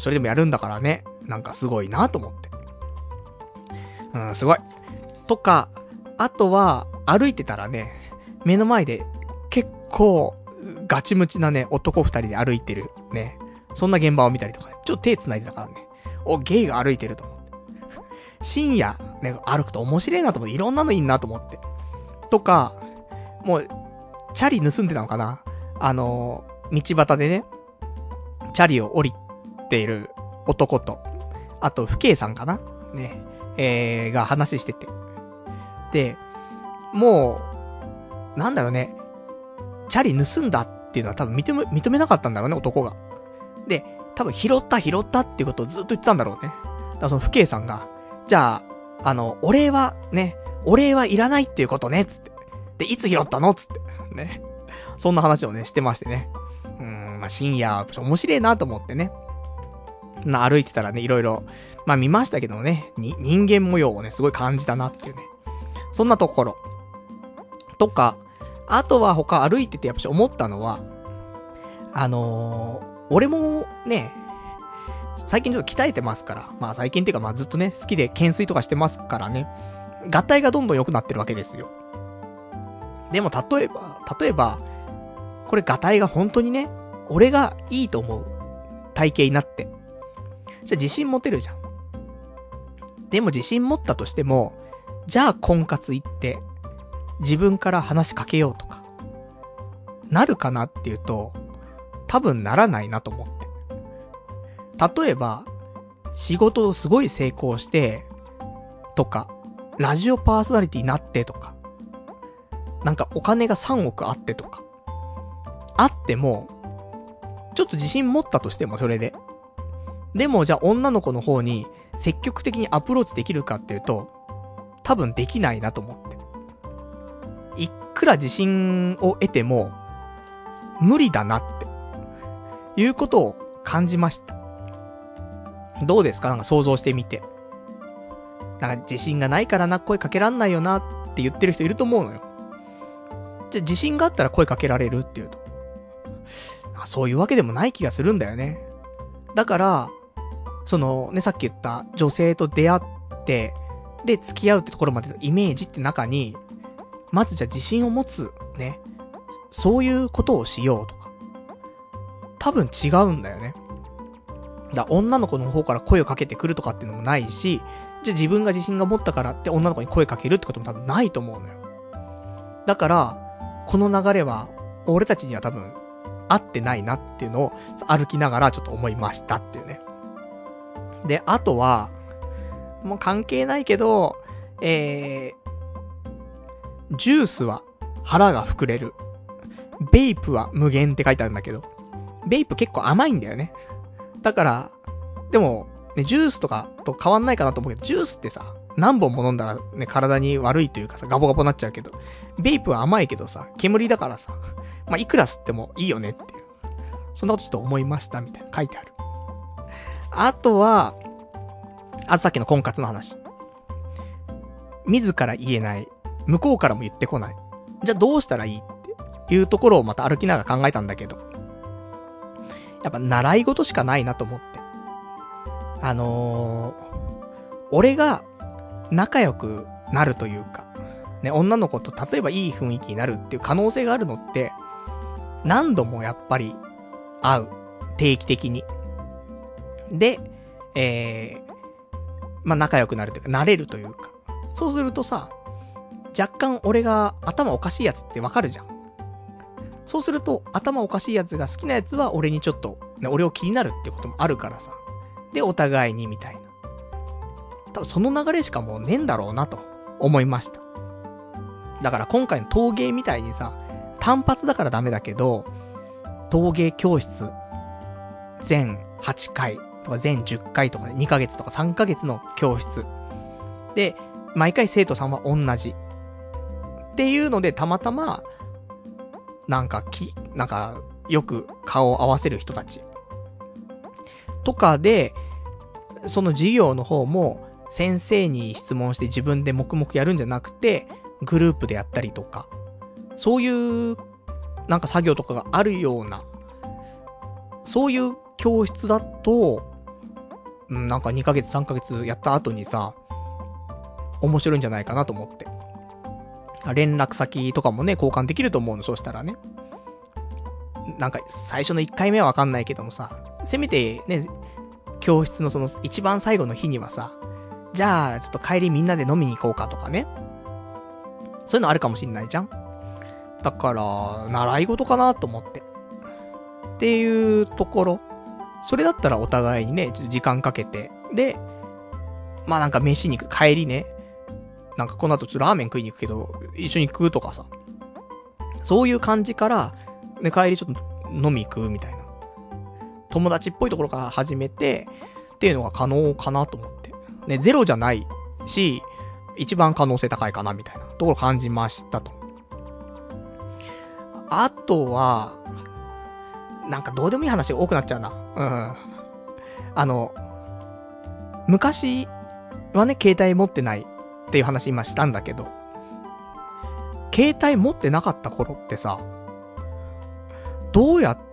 それでもやるんだからね。なんかすごいなと思って。うん、すごい。とか、あとは、歩いてたらね、目の前で結構ガチムチなね、男二人で歩いてるね。そんな現場を見たりとかね。ちょっと手繋いでたからね。お、ゲイが歩いてると思って。深夜、ね、歩くと面白いなと思って、いろんなのいいなと思って。とか、もう、チャリ盗んでたのかなあのー、道端でね、チャリを降りている男と、あと、父兄さんかなね、えー、が話してて。で、もう、なんだろうね、チャリ盗んだっていうのは多分認め、認めなかったんだろうね、男が。で、多分拾った拾ったっていうことをずっと言ってたんだろうね。だからその父兄さんが、じゃあ、あの、お礼は、ね、お礼はいらないっていうことね、つって。で、いつ拾ったのつって。ね。そんな話をね、してましてね。うーん、まあ、深夜、面白いなと思ってね。な、歩いてたらね、いろいろ、まあ見ましたけどね、に、人間模様をね、すごい感じたなっていうね。そんなところ。とか、あとは他歩いててやっぱし思ったのは、あのー、俺もね、最近ちょっと鍛えてますから、まあ最近っていうかまあずっとね、好きで懸垂とかしてますからね、合体がどんどん良くなってるわけですよ。でも例えば、例えば、これ合体が本当にね、俺がいいと思う体型になって、じゃあ自信持てるじゃん。でも自信持ったとしても、じゃあ婚活行って、自分から話しかけようとか、なるかなっていうと、多分ならないなと思って。例えば、仕事をすごい成功して、とか、ラジオパーソナリティになってとか、なんかお金がさんおくあってとか、あっても、ちょっと自信持ったとしてもそれで。でもじゃあ女の子の方に積極的にアプローチできるかっていうと、多分できないなと思って。いくら自信を得ても、無理だなって、いうことを感じました。どうですかなんか想像してみて。なんか自信がないからな、声かけらんないよなって言ってる人いると思うのよ。じゃあ自信があったら声かけられるっていうと。そういうわけでもない気がするんだよね。だから、そのね、さっき言った女性と出会って、で付き合うってところまでのイメージって中に、まずじゃあ自信を持つ、ね。そういうことをしようとか。多分違うんだよね。だから女の子の方から声をかけてくるとかっていうのもないし、じゃあ自分が自信が持ったからって女の子に声かけるってことも多分ないと思うのよ。だから、この流れは、俺たちには多分合ってないなっていうのを歩きながらちょっと思いましたっていうね。で、あとは、もう関係ないけど、えー、ジュースは腹が膨れる。ベイプは無限って書いてあるんだけど、ベイプ結構甘いんだよね。だから、でも、ね、ジュースとかと変わんないかなと思うけど、ジュースってさ、何本も飲んだらね、体に悪いというかさ、ガボガボになっちゃうけど、ベイプは甘いけどさ、煙だからさ、まあ、いくら吸ってもいいよねっていう。そんなことちょっと思いましたみたいな書いてある。あとは、あ、さっきの婚活の話。自ら言えない。向こうからも言ってこない。じゃあどうしたらいいっていうところをまた歩きながら考えたんだけど。やっぱ習い事しかないなと思って。あのー、俺が仲良くなるというか、ね、女の子と例えばいい雰囲気になるっていう可能性があるのって、何度もやっぱり会う。定期的に。で、えー、まあ、仲良くなるというか、慣れるというか。そうするとさ、若干俺が頭おかしいやつってわかるじゃん。そうすると、頭おかしいやつが好きなやつは俺にちょっと、ね、俺を気になるってこともあるからさ。で、お互いにみたいな。多分その流れしかもうねえんだろうなと思いました。だから今回の陶芸みたいにさ、単発だからダメだけど、陶芸教室、全はちかいとか全じゅっかいとかでにかげつとかさんかげつの教室。で、毎回生徒さんは同じ。っていうので、たまたま、なんかき、なんか、よく顔を合わせる人たち。とかで、その授業の方も、先生に質問して自分で黙々やるんじゃなくて、グループでやったりとか、そういう、なんか作業とかがあるような、そういう教室だと、なんかにかげつさんかげつやった後にさ、面白いんじゃないかなと思って。連絡先とかもね、交換できると思うの、そうしたらね。なんか、最初のいっかいめはわかんないけどもさ、せめてね、教室のその一番最後の日にはさ、じゃあ、ちょっと帰りみんなで飲みに行こうかとかね。そういうのあるかもしんないじゃん。だから、習い事かなと思って。っていうところ。それだったらお互いにね、ちょっと時間かけて。で、まあなんか飯に行く、帰りね。なんかこの後ちょっとラーメン食いに行くけど、一緒に食うとかさ。そういう感じから、ね、帰りちょっと飲み行くみたいな。友達っぽいところから始めて、っていうのが可能かなと思って。ね、ゼロじゃないし、一番可能性高いかなみたいなところ感じましたと。あとは、なんかどうでもいい話が多くなっちゃうな。うん。あの、昔はね、携帯持ってないっていう話今したんだけど、携帯持ってなかった頃ってさ、どうやって、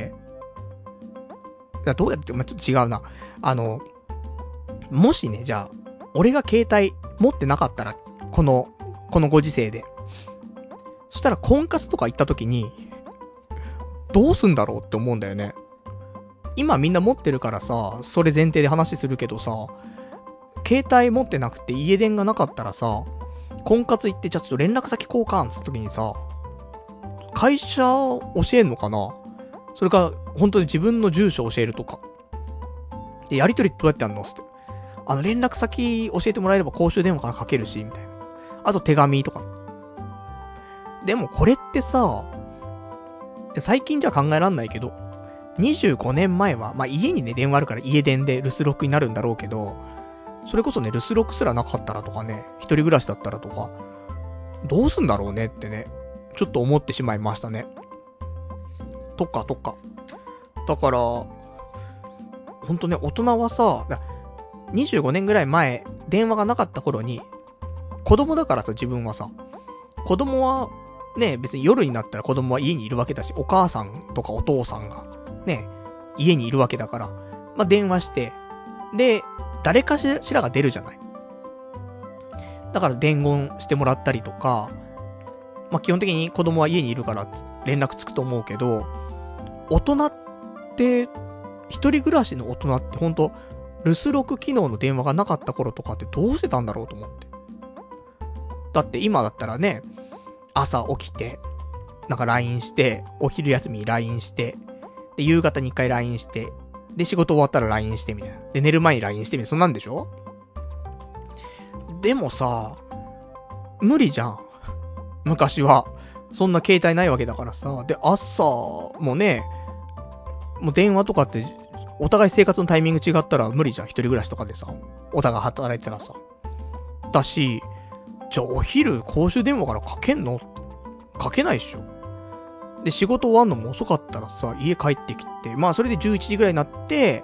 いやどうやって、まあ、ちょっと違うな。あの、もしね、じゃあ、俺が携帯持ってなかったら、この、このご時世で。そしたら婚活とか行った時に、どうすんだろうって思うんだよね。今みんな持ってるからさ、それ前提で話するけどさ、携帯持ってなくて家電がなかったらさ、婚活行ってじゃあちょっと連絡先交換って時にさ、会社教えんのかな？それか、本当に自分の住所教えるとか。で、やりとりどうやってやんのって。あの、連絡先教えてもらえれば公衆電話からかけるし、みたいな。あと手紙とか。でもこれってさ、最近じゃ考えらんないけど、にじゅうごねんまえは、まあ、家にね、電話あるから家電で留守録になるんだろうけど、それこそね、留守録すらなかったらとかね、一人暮らしだったらとか、どうすんだろうねってね、ちょっと思ってしまいましたね。とかとか。だから、ほんとね、大人はさ、にじゅうごねんぐらい前、電話がなかった頃に、子供だからさ、自分はさ、子供は、ね、別に夜になったら子供は家にいるわけだし、お母さんとかお父さんが、ね、家にいるわけだから、まあ、電話して、で、誰かしらが出るじゃない。だから伝言してもらったりとか、まあ、基本的に子供は家にいるから連絡つくと思うけど、大人って、一人暮らしの大人ってほんと、留守録機能の電話がなかった頃とかってどうしてたんだろうと思って。だって今だったらね、朝起きて、 なんか ライン して、お昼休みに ライン して、で、夕方にいっかい ライン して、で、仕事終わったら ライン してみたいな。で、寝る前に ライン してみたいな。そんなんでしょ？でもさ、無理じゃん。昔は。そんな携帯ないわけだからさ。で、朝もね、もう電話とかって、お互い生活のタイミング違ったら無理じゃん。一人暮らしとかでさ。お互い働いてたらさ。だし、じゃあお昼公衆電話からかけんの？かけないっしょ。で、仕事終わんのも遅かったらさ、家帰ってきて、まあそれでじゅういちじぐらいになって、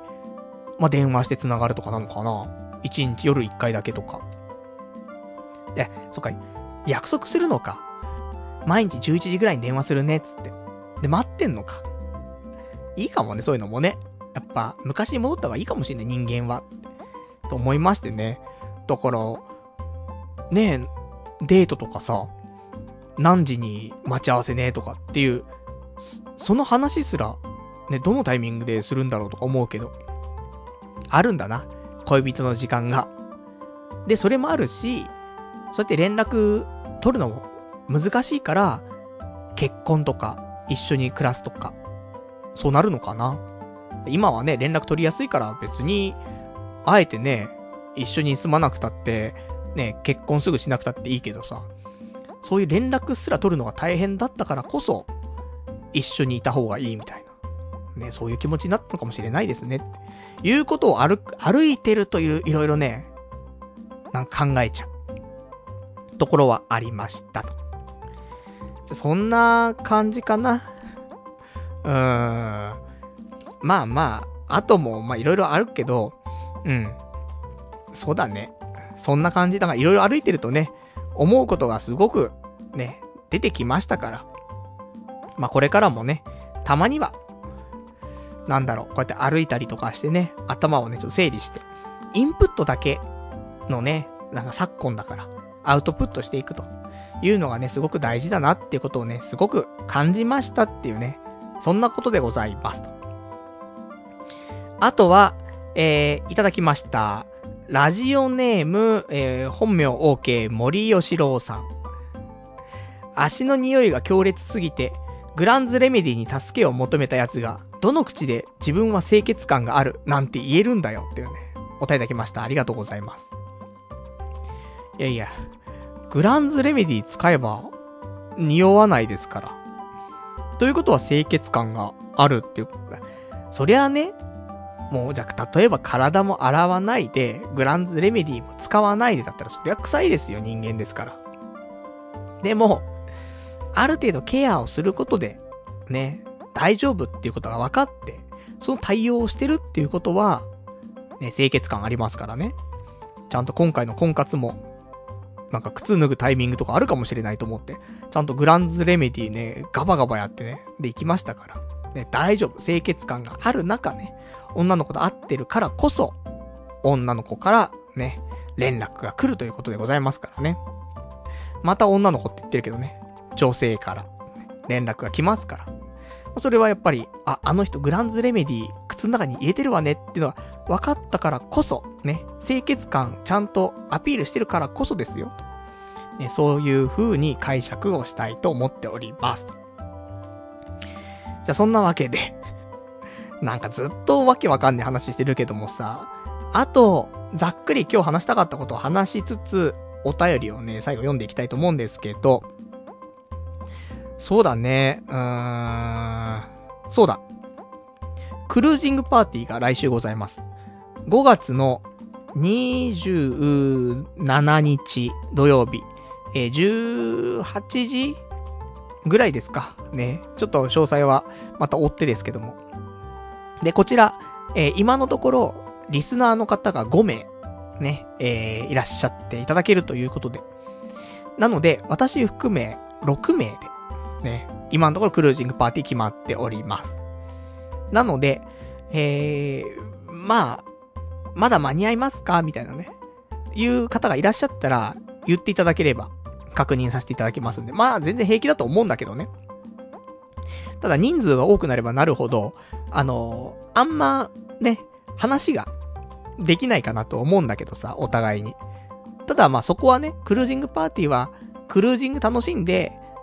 まあ電話して繋がるとかなのかな。一日夜一回だけとか。え、そっか、約束するのか。毎日じゅういちじぐらいに電話するね、つって。で、待ってんのか。いいかもね、そういうのもね。やっぱ、昔に戻った方がいいかもしれない、人間は。と思いましてね。だから、ねえ、デートとかさ、何時に待ち合わせねとかっていう、その話すら、ね、どのタイミングでするんだろうとか思うけど、あるんだな。恋人の時間が。で、それもあるし、そうやって連絡取るのも難しいから、結婚とか、一緒に暮らすとか、そうなるのかな。今はね、連絡取りやすいから別に、あえてね、一緒に住まなくたって、ね、結婚すぐしなくたっていいけどさ、そういう連絡すら取るのが大変だったからこそ、一緒にいた方がいいみたいな。ね、そういう気持ちになったのかもしれないですね。っていうことを歩く、歩いてるという、いろいろね、なんか考えちゃう。ところはありましたと。じゃ、そんな感じかな。うーん。まあまあ、あとも、まあいろいろあるけど、うん。そうだね。そんな感じ。だからいろいろ歩いてるとね、思うことがすごくね、出てきましたから。まあこれからもね、たまには、なんだろう、こうやって歩いたりとかしてね、頭をね、ちょっと整理して、インプットだけのね、なんか昨今だから、アウトプットしていくというのがね、すごく大事だなっていうことをね、すごく感じましたっていうね、そんなことでございますと。あとは、えー、いただきました。ラジオネーム、えー、本名 OK 森吉郎さん。足の匂いが強烈すぎて、グランズレメディに助けを求めたやつが、どの口で自分は清潔感があるなんて言えるんだよっていうね、お答えいただきました。ありがとうございます。いやいや、グランズレメディ使えば、匂わないですから。ということは清潔感があるっていう。そりゃあね、もうじゃあ例えば体も洗わないで、グランズレメディも使わないでだったらそりゃ臭いですよ、人間ですから。でも、ある程度ケアをすることで、ね、大丈夫っていうことが分かって、その対応をしてるっていうことは、ね、清潔感ありますからね。ちゃんと今回の婚活も、なんか靴脱ぐタイミングとかあるかもしれないと思って、ちゃんとグランズレメディね、ガバガバやってね、で行きましたから。ね、大丈夫。清潔感がある中ね、女の子と会ってるからこそ、女の子からね、連絡が来るということでございますからね。また女の子って言ってるけどね、女性から連絡が来ますから。それはやっぱり、あ、あの人グランズレメディ靴の中に入れてるわねっていうのは分かったからこそ、ね、清潔感ちゃんとアピールしてるからこそですよ。ね、そういう風に解釈をしたいと思っておりますと。じゃあそんなわけで、なんかずっとわけわかんない話してるけどもさ、あと、ざっくり今日話したかったことを話しつつ、お便りをね、最後読んでいきたいと思うんですけど、そうだね、うーん、そうだ。クルージングパーティーが来週ございます。ごがつのにじゅうしちにち土曜日、えー、じゅうはちじぐらいですかね。ちょっと詳細はまた追ってですけども。で、こちら、えー、今のところ、リスナーの方がごめい、ね、えー、いらっしゃっていただけるということで。なので、私含めろくめいで、ね、今のところクルージングパーティー決まっております。なので、えー、まあ、まだ間に合いますかみたいなね、いう方がいらっしゃったら、言っていただければ、確認させていただきますんで。まあ、全然平気だと思うんだけどね。ただ人数が多くなればなるほど、あのー、あんま、ね、話ができないかなと思うんだけどさ、お互いに。ただまあそこはね、クルージングパーティーは、クルージング楽しんで、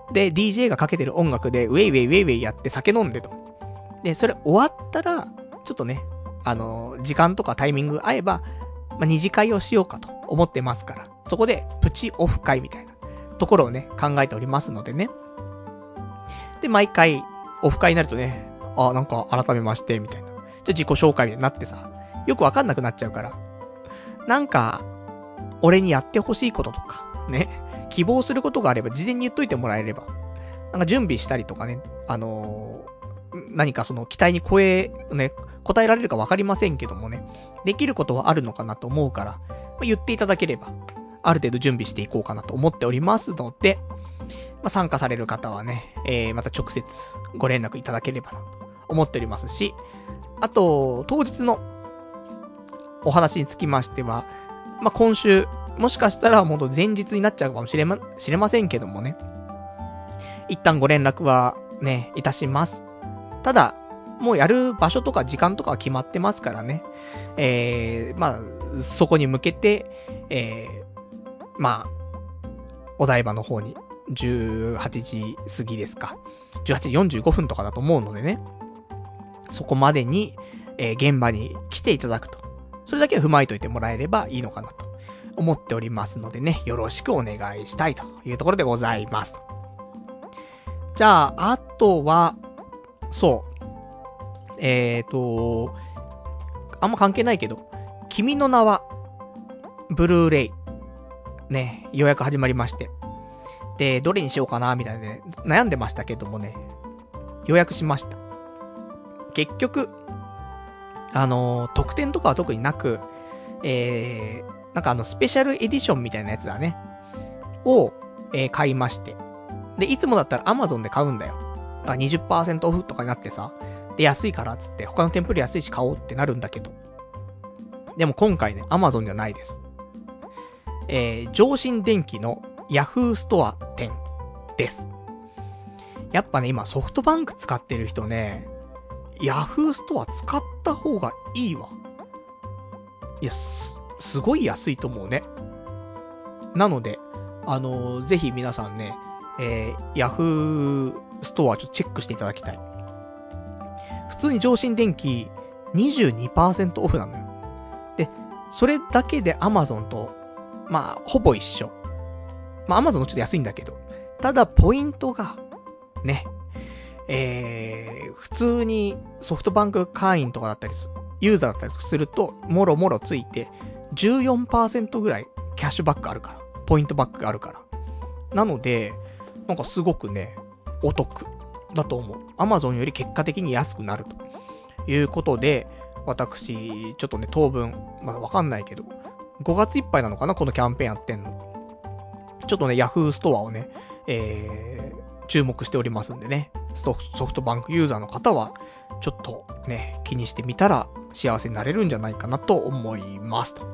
で、ディージェー がかけてる音楽で、ウェイウェイウェイウェイやって酒飲んでと。で、それ終わったら、ちょっとね、あのー、時間とかタイミング合えば、まあ、二次会をしようかと思ってますから、そこでプチオフ会みたいなところをね、考えておりますのでね。で、毎回、オフ会になるとね、あ、なんか改めまして、みたいな。じゃあ自己紹介みたいになってさ、よくわかんなくなっちゃうから、なんか、俺にやってほしいこととか、ね、希望することがあれば事前に言っといてもらえれば、なんか準備したりとかね、あのー、何かその期待に超え、ね、答えられるかわかりませんけどもね、できることはあるのかなと思うから、まあ、言っていただければ、ある程度準備していこうかなと思っておりますので、まあ、参加される方はね、えー、また直接ご連絡いただければなと思っておりますし、あと、当日のお話につきましては、まあ、今週、もしかしたらもう前日になっちゃうかもしれま、知れませんけどもね、一旦ご連絡はね、いたします。ただ、もうやる場所とか時間とかは決まってますからね。えー、まあ、そこに向けて、えー、まあ、お台場の方にじゅうはちじ過ぎですか。じゅうはちじよんじゅうごふんとかだと思うのでね。そこまでに、えー、現場に来ていただくと。それだけは踏まえといてもらえればいいのかなと思っておりますのでね。よろしくお願いしたいというところでございます。じゃあ、あとは、そう。えーと、あんま関係ないけど、君の名は、ブルーレイ。ね、予約始まりまして。で、どれにしようかな、みたいなね、悩んでましたけどもね、予約しました。結局、あのー、特典とかは特になく、えー、なんかあの、スペシャルエディションみたいなやつだね。を、えー、買いまして。で、いつもだったら Amazon で買うんだよ。だから にじゅっパーセント オフとかになってさ、で、安いからっつって、他の店舗で安いし買おうってなるんだけど。でも今回ね、Amazon じゃないです。えー、上新電機の Yahoo ストア店です。やっぱね、今ソフトバンク使ってる人ね、Yahoo ストア使った方がいいわ。いや、す、すごい安いと思うね。なので、あのー、ぜひ皆さんね、えー、Yahoo ストアちょっとチェックしていただきたい。普通に上新電機 にじゅうにパーセント オフなのよ。で、それだけで Amazon と、まあ、ほぼ一緒。まあ、Amazon のちょっと安いんだけど。ただ、ポイントが、ね、えー、普通にソフトバンク会員とかだったりす、ユーザーだったりすると、もろもろついて、じゅうよんパーセント ぐらいキャッシュバックあるから。ポイントバックがあるから。なので、なんかすごくね、お得だと思う。Amazon より結果的に安くなるということで、私、ちょっとね、当分、まだわかんないけど、ごがついっぱいなのかなこのキャンペーンやってんの。ちょっとね、Yahoo ストアをね、えー、注目しておりますんでね、ソフトバンクユーザーの方は、ちょっとね、気にしてみたら幸せになれるんじゃないかなと思いますと。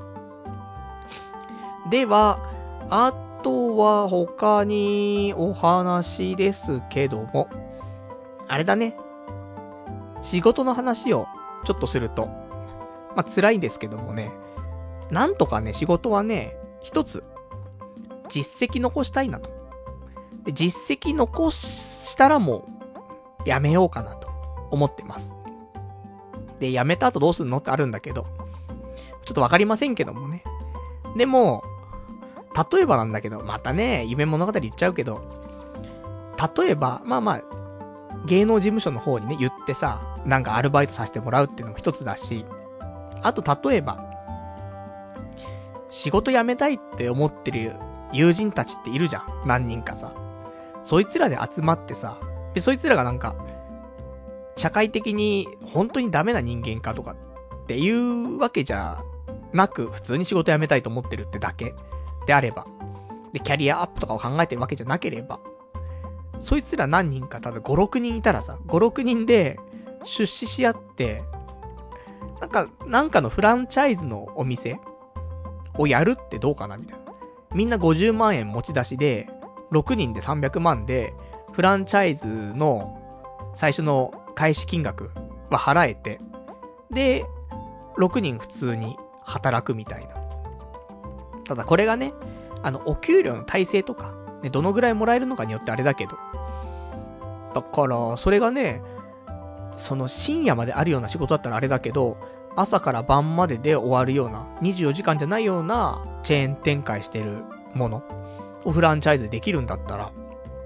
では、あとは他にお話ですけども、あれだね。仕事の話をちょっとすると、まあ、辛いんですけどもね、なんとかね、仕事はね、一つ、実績残したいなと。で、実績残したらもう、やめようかなと思ってます。で、やめた後どうすんのってあるんだけど、ちょっとわかりませんけどもね。でも、例えばなんだけど、またね、夢物語言っちゃうけど、例えば、まあまあ、芸能事務所の方にね、言ってさ、なんかアルバイトさせてもらうっていうのも一つだし、あと例えば、仕事辞めたいって思ってる友人たちっているじゃん。何人かさ。そいつらで集まってさ、で、そいつらがなんか、社会的に本当にダメな人間かとかっていうわけじゃなく、普通に仕事辞めたいと思ってるってだけであれば、で、キャリアアップとかを考えてるわけじゃなければ、そいつら何人か、ただご、ろくにんいたらさ、ご、ろくにんで出資し合って、なんか、なんかのフランチャイズのお店をやるってどうかなみたいな。みんなごじゅうまんえん持ち出しで、ろくにんでさんびゃくまんで、フランチャイズの最初の開始金額は払えて、で、ろくにん普通に働くみたいな。ただこれがね、あの、お給料の体制とか、 ね、どのぐらいもらえるのかによってあれだけど。だから、それがね、その深夜まであるような仕事だったらあれだけど、朝から晩までで終わるような、にじゅうよじかんじゃないようなチェーン展開してるものをフランチャイズでできるんだったら、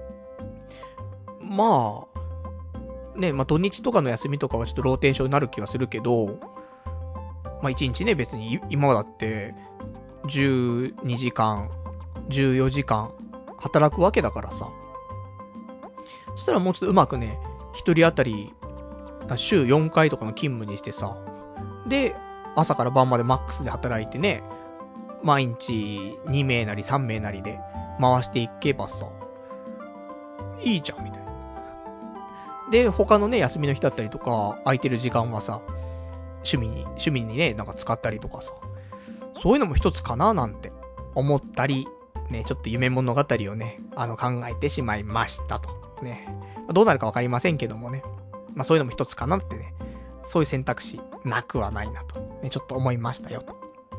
まあ、ね、まあ土日とかの休みとかはちょっとローテーションになる気がするけど、まあ一日ね、別に今だってじゅうにじかん、じゅうよじかん働くわけだからさ。そしたらもうちょっとうまくね、一人当たり週よんかいとかの勤務にしてさ、で、朝から晩までマックスで働いてね、毎日にめいなりさんめいなりで回していけばさ、いいじゃんみたいな。で、他のね、休みの日だったりとか、空いてる時間はさ、趣味に、趣味にね、なんか使ったりとかさ、そういうのも一つかななんて思ったり、ね、ちょっと夢物語をね、あの考えてしまいましたと。ね。どうなるかわかりませんけどもね。まあそういうのも一つかなってね、そういう選択肢なくはないなと、ね、ちょっと思いましたよと。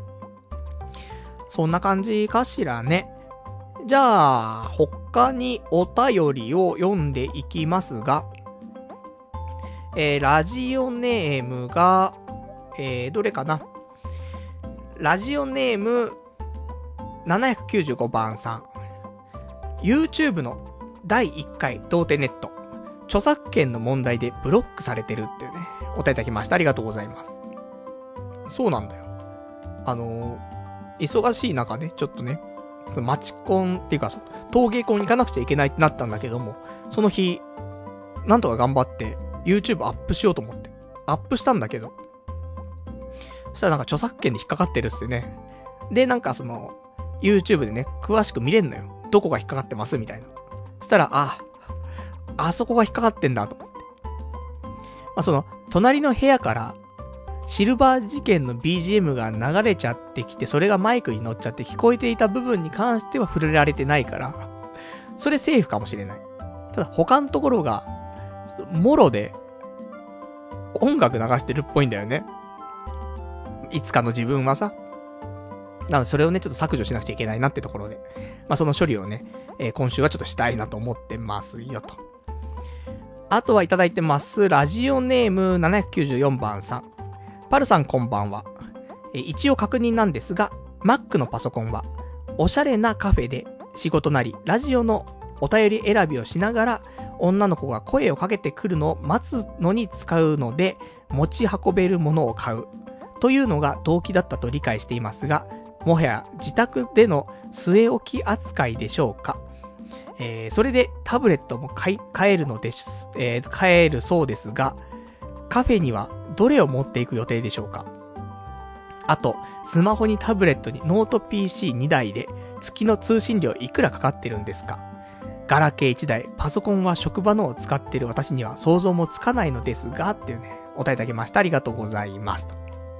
そんな感じかしらね。じゃあ、他にお便りを読んでいきますが、えー、ラジオネームが、えー、どれかな。ラジオネームななひゃくきゅうじゅうごばんさん。YouTube のだいいっかい童貞ネット。著作権の問題でブロックされてるっていうね、お便りいただきました。ありがとうございます。そうなんだよ。あのー、忙しい中ね、ちょっとね、マチコンっていうか、陶芸コンに行かなくちゃいけないってなったんだけども、その日、なんとか頑張って YouTube アップしようと思って、アップしたんだけど、そしたらなんか著作権で引っかかってるっすよね。で、なんかその、YouTube でね、詳しく見れんのよ。どこが引っかかってますみたいな。そしたら、あ、あそこが引っかかってんだと思って。まあ、その、隣の部屋から、シルバー事件の ビージーエム が流れちゃってきて、それがマイクに乗っちゃって聞こえていた部分に関しては触れられてないから、それセーフかもしれない。ただ他のところが、ちょっともろで、音楽流してるっぽいんだよね。いつかの自分はさ。なのでそれをね、ちょっと削除しなくちゃいけないなってところで。まあ、その処理をね、えー、今週はちょっとしたいなと思ってますよと。あとはいただいてます。ラジオネームななひゃくきゅうじゅうよんばんさん。パルさんこんばんは。えー、一応確認なんですが、Mac のパソコンは、おしゃれなカフェで仕事なり、ラジオのお便り選びをしながら、女の子が声をかけてくるのを待つのに使うので、持ち運べるものを買う。というのが動機だったと理解していますが、もはや自宅での据え置き扱いでしょうか。えー、それでタブレットも買い、買えるのです、えー、買えるそうですが、カフェにはどれを持っていく予定でしょうか。あと、スマホにタブレットにノート ピーシーに 台で月の通信料いくらかかってるんですか。ガラケーいちだい、パソコンは職場のを使っている私には想像もつかないのですが、っていうね、お答えいただきました。ありがとうございますと。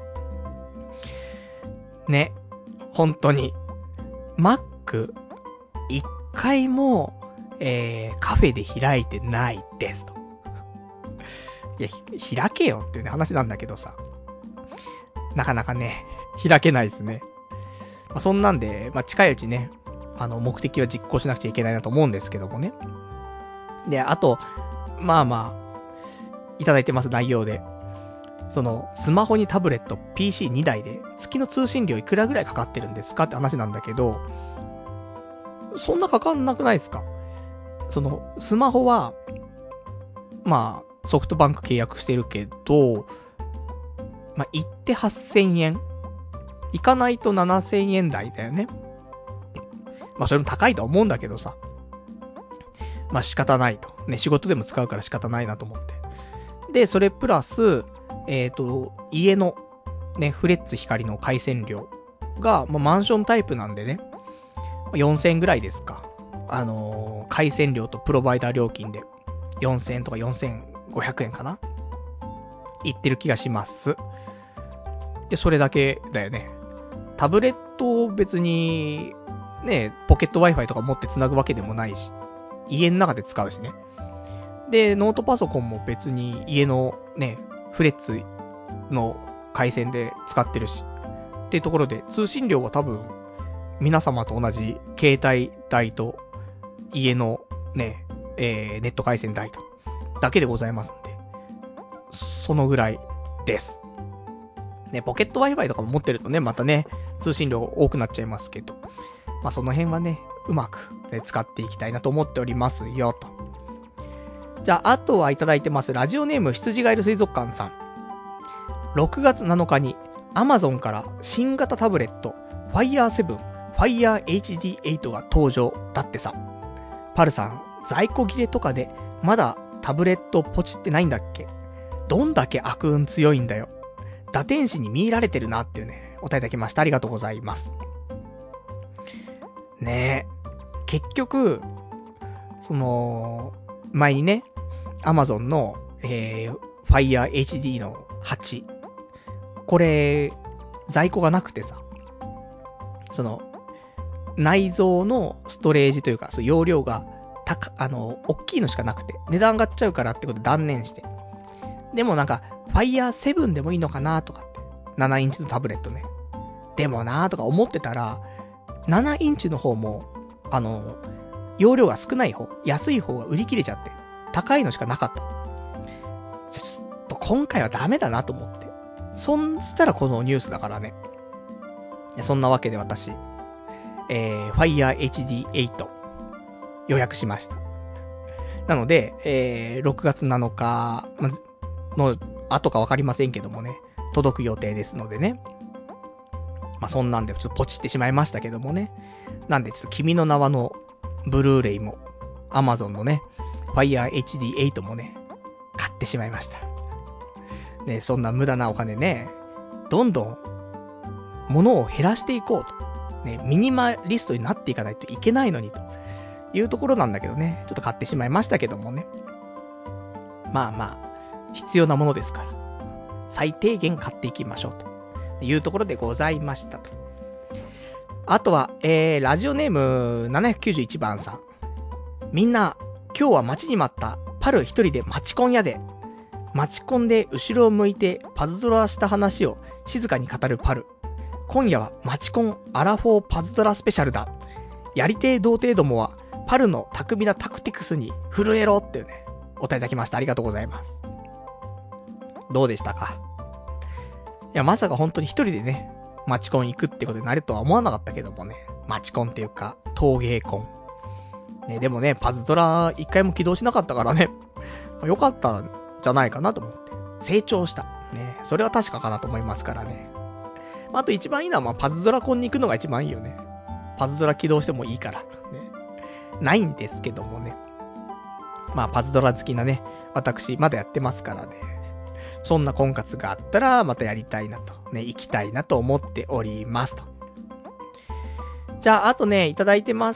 ね、本当に、Mac、一回も、えー、カフェで開いてないですと。いや、開けよっていうね、話なんだけどさ。なかなかね、開けないですね。まあ、そんなんで、まあ、近いうちね、あの、目的は実行しなくちゃいけないなと思うんですけどもね。で、あと、まあまあ、いただいてます内容で、その、スマホにタブレット、ピーシーに 台で、月の通信料いくらぐらいかかってるんですかって話なんだけど、そんなかかんなくないですか？その、スマホは、まあ、ソフトバンク契約してるけど、まあ、行ってはっせんえん。行かないとななせんえん台だよね。まあ、それも高いと思うんだけどさ。まあ、仕方ないと。ね、仕事でも使うから仕方ないなと思って。で、それプラス、えっと、家の、ね、フレッツ光の回線量が、まあ、マンションタイプなんでね、よんせんえんぐらいですか。あのー、回線量とプロバイダー料金で、よんせんえんとかよんせんごひゃくえんかな？言ってる気がします。で、それだけだよね。タブレットを別に、ね、ポケット Wi-Fi とか持って繋ぐわけでもないし、家の中で使うしね。で、ノートパソコンも別に家のね、フレッツの回線で使ってるし。っていうところで、通信量は多分、皆様と同じ携帯代と家のね、えー、ネット回線代と、だけでございますんで。そのぐらいです。ね、ポケット Wi-Fi とかも持ってるとね、またね、通信量多くなっちゃいますけど。まあその辺はね、うまく、ね、使っていきたいなと思っておりますよ、と。じゃあ、あとはいただいてます。ラジオネーム羊ガエル水族館さん。ろくがつなのかに Amazon から新型タブレット ファイヤーセブン ファイヤー エイチディーエイト が登場だってさ。パルさん、在庫切れとかでまだタブレットポチってないんだっけ？どんだけ悪運強いんだよ。打天使に見入られてるなっていうね、お答えいただきました。ありがとうございます。ねえ。結局、その、前にね、Amazon の、えー、Fire エイチディー のはち。これ、在庫がなくてさ、その、内蔵のストレージというか、その容量が、高、あの、大きいのしかなくて、値段上がっちゃうからってことで断念して。でもなんか、Fire セブンでもいいのかなとかって。ななインチのタブレットね。でもなーとか思ってたら、ななインチの方も、あの、容量が少ない方、安い方が売り切れちゃって、高いのしかなかった。ちょっと今回はダメだなと思って。そんしたらこのニュースだからね。そんなわけで私、えー、Fire エイチディーエイト 予約しました。なので、えー、ろくがつなのかの後かわかりませんけどもね、届く予定ですのでね。まあ、そんなんでちょっとポチってしまいましたけどもね。なんでちょっと君の名はのブルーレイも Amazon のね Fire エイチディーエイト もね買ってしまいました。ね、そんな無駄なお金ね、どんどん物を減らしていこうとね、ミニマリストになっていかないといけないのにというところなんだけどね、ちょっと買ってしまいましたけどもね。まあまあ必要なものですから最低限買っていきましょうというところでございましたと。あとは、えー、ラジオネームななひゃくきゅうじゅういちばんさん。みんな、今日は待ちに待ったパル一人でマチコンやで。マチコンで後ろを向いてパズドラした話を静かに語るパル。今夜はマチコンアラフォーパズドラスペシャルだ。やりてえ童貞どもはパルの巧みなタクティクスに震えろっていうね、お答えいただきました。ありがとうございます。どうでしたか？いや、まさか本当に一人でね、マチコン行くってことになるとは思わなかったけどもね。マチコンっていうか、陶芸コン。ね、でもね、パズドラ一回も起動しなかったからね。よかったんじゃないかなと思って。成長した。ね。それは確かかなと思いますからね。あと一番いいのは、まあ、パズドラコンに行くのが一番いいよね。パズドラ起動してもいいから。ね。ないんですけどもね。まあ、パズドラ好きなね、私、まだやってますからね。そんな婚活があったら、またやりたいなと。ね、行きたいなと思っておりますと。じゃあ、あとね、いただいてます。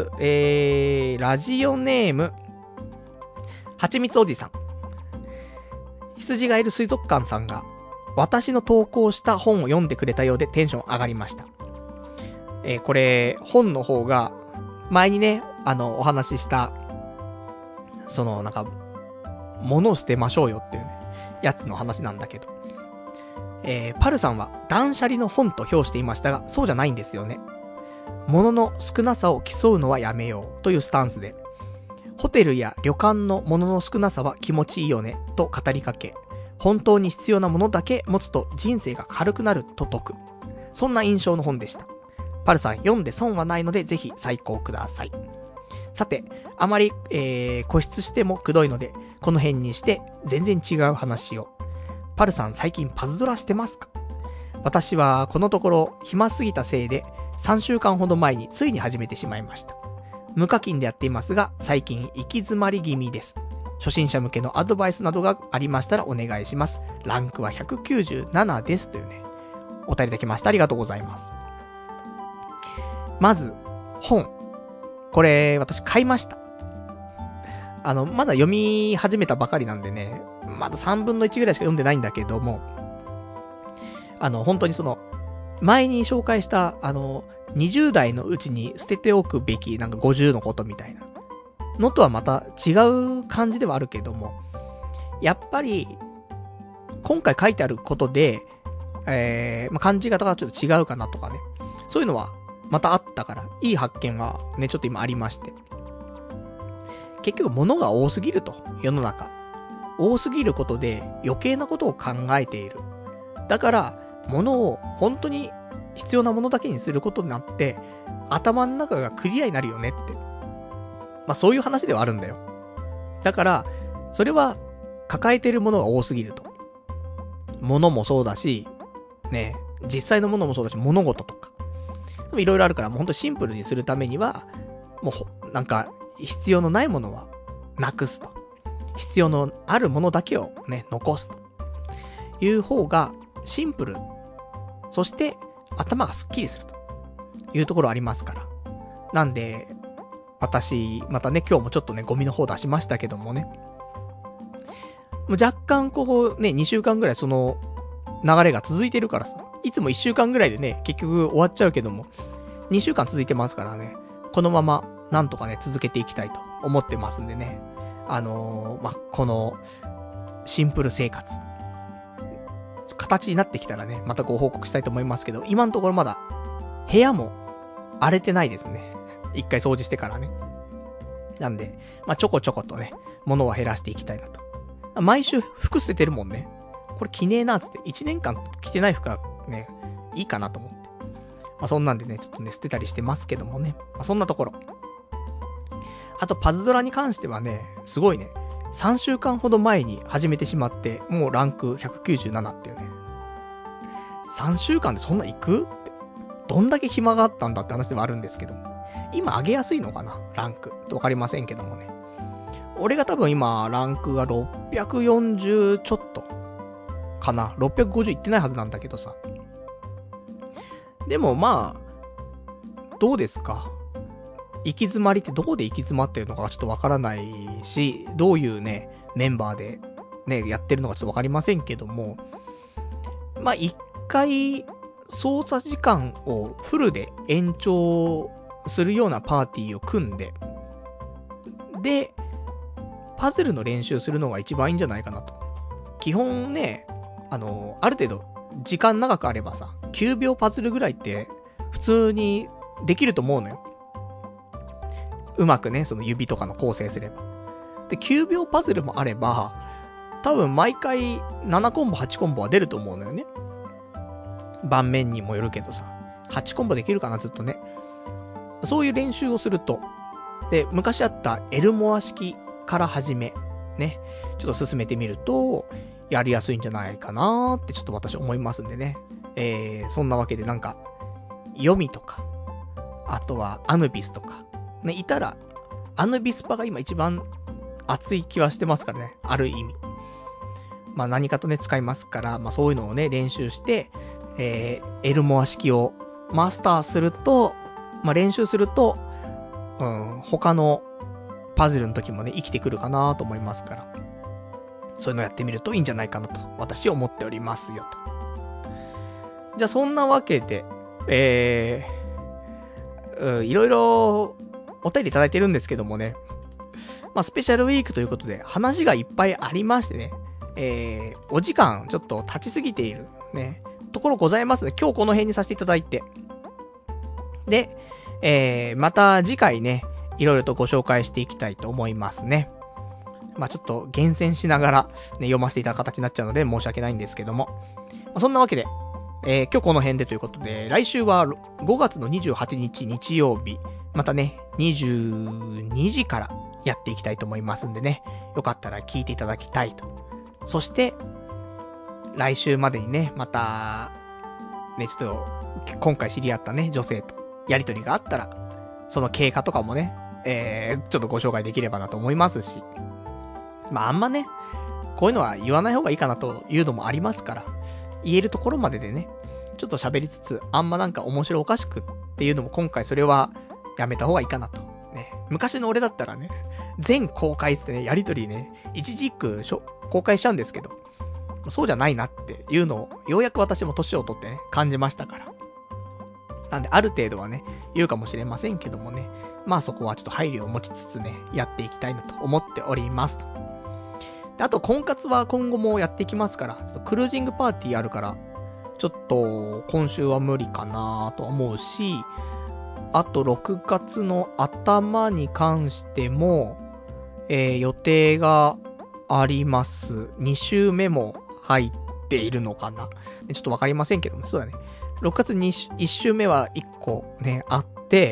えー、ラジオネーム、はちみつおじさん。羊がいる水族館さんが、私の投稿した本を読んでくれたようでテンション上がりました。えー、これ、本の方が、前にね、あの、お話しした、その、なんか、物を捨てましょうよっていうね、やつの話なんだけど。えー、パルさんは断捨離の本と評していましたが、そうじゃないんですよね。物の少なさを競うのはやめようというスタンスで、ホテルや旅館の物の少なさは気持ちいいよねと語りかけ、本当に必要なものだけ持つと人生が軽くなると説く。そんな印象の本でした。パルさん読んで損はないのでぜひ再考ください。さて、あまり、えー、固執してもくどいので、この辺にして全然違う話を。パルさん最近パズドラしてますか？私はこのところ暇すぎたせいでさんしゅうかんほど前についに始めてしまいました。無課金でやっていますが最近行き詰まり気味です。初心者向けのアドバイスなどがありましたらお願いします。ランクはひゃくきゅうじゅうななですというね、お便りいただきました。ありがとうございます。まず、本。これ私買いました。あの、まだ読み始めたばかりなんでね、まださんぶんのいちぐらいしか読んでないんだけども、あの、本当にその、前に紹介した、あの、にじゅう代のうちに捨てておくべき、なんかごじゅうのことみたいなのとはまた違う感じではあるけども、やっぱり、今回書いてあることで、えー、まあ、感じ方がちょっと違うかなとかね、そういうのはまたあったから、いい発見はね、ちょっと今ありまして。 結局物が多すぎると、世の中。多すぎることで余計なことを考えている。だから、物を本当に必要なものだけにすることになって、頭の中がクリアになるよねって。まあそういう話ではあるんだよ。だから、それは抱えているものが多すぎると。物もそうだし、ね、実際のものもそうだし、物事とか。いろいろあるから、もうほんとシンプルにするためには、もう、なんか、必要のないものはなくすと。必要のあるものだけをね、残すと。いう方が、シンプル。そして、頭がスッキリすると。いうところありますから。なんで、私、またね、今日もちょっとね、ゴミの方出しましたけどもね。もう若干こうね、にしゅうかんぐらいその流れが続いてるからさ。いつもいっしゅうかんぐらいでね、結局終わっちゃうけども、にしゅうかん続いてますからね。このまま、なんとかね、続けていきたいと思ってますんでね。あのー、まあ、この、シンプル生活。形になってきたらね、またご報告したいと思いますけど、今のところまだ、部屋も荒れてないですね。一回掃除してからね。なんで、まあ、ちょこちょことね、物は減らしていきたいなと。毎週服捨ててるもんね。これ着ねえなーつって、いちねんかん着てない服はね、いいかなと思って。まあ、そんなんでね、ちょっとね、捨てたりしてますけどもね。まあ、そんなところ。あと、パズドラに関してはね、すごいね、さんしゅうかんほど前に始めてしまって、もうランクひゃくきゅうじゅうななっていうね。さんしゅうかんでそんな行くって。どんだけ暇があったんだって話ではあるんですけど。今上げやすいのかなランク。わかりませんけどもね。俺が多分今、ランクがろっぴゃくよんじゅうちょっと。かな。ろっぴゃくごじゅういってないはずなんだけどさ。でもまあ、どうですか。行き詰まりってどこで行き詰まってるのかちょっとわからないし、どういうね、メンバーでね、やってるのかちょっとわかりませんけども、まあ一回、操作時間をフルで延長するようなパーティーを組んで、で、パズルの練習するのが一番いいんじゃないかなと。基本ね、あの、ある程度、時間長くあればさ、きゅうびょうパズルぐらいって、普通にできると思うのよ。うまくね、その指とかの構成すれば。で、きゅうびょうパズルもあれば、多分毎回ななコンボはちコンボは出ると思うのよね。盤面にもよるけどさ。はちコンボできるかな、ずっとね。そういう練習をすると。で、昔あったエルモア式から始め、ね。ちょっと進めてみると、やりやすいんじゃないかなーってちょっと私思いますんでね。えー、そんなわけでなんか、読みとか、あとはアヌビスとか、ね、いたら、アヌビスパが今一番熱い気はしてますからね。ある意味。まあ何かとね、使いますから、まあそういうのをね、練習して、えー、エルモア式をマスターすると、まあ練習すると、うん、他のパズルの時もね、生きてくるかなと思いますから。そういうのやってみるといいんじゃないかなと、私は思っておりますよと。じゃあそんなわけで、えー、うん、いろいろお便りいただいてるんですけどもね。まあスペシャルウィークということで、話がいっぱいありましてね。えー、お時間ちょっと経ちすぎているね、ところございますので、今日この辺にさせていただいて。で、えー、また次回ね、いろいろとご紹介していきたいと思いますね。まあちょっと厳選しながら、ね、読ませていただく形になっちゃうので申し訳ないんですけども。まあ、そんなわけで、えー、今日この辺でということで、来週はごがつのにじゅうはちにち日曜日、またね、にじゅうにじからやっていきたいと思いますんでね、よかったら聞いていただきたいと。そして、来週までにね、また、ね、ちょっと、今回知り合ったね、女性とやりとりがあったら、その経過とかもね、えー、ちょっとご紹介できればなと思いますし、まああんまね、こういうのは言わない方がいいかなというのもありますから、言えるところまででね、ちょっと喋りつつ、あんまなんか面白おかしくっていうのも今回それはやめた方がいいかなと。ね、昔の俺だったらね、全公開ってね、やりとりね、一時句公開しちゃうんですけど、そうじゃないなっていうのを、ようやく私も年を取ってね、感じましたから。なんで、ある程度はね、言うかもしれませんけどもね、まあそこはちょっと配慮を持ちつつね、やっていきたいなと思っておりますと。で、あと、婚活は今後もやっていきますから、ちょっとクルージングパーティーあるから、ちょっと、今週は無理かなと思うし、あとろくがつの頭に関しても、 えー、予定があります。に週目も入っているのかな。ちょっとわかりませんけども、そうだね。ろくがつにいっ週目はいっこね、あって、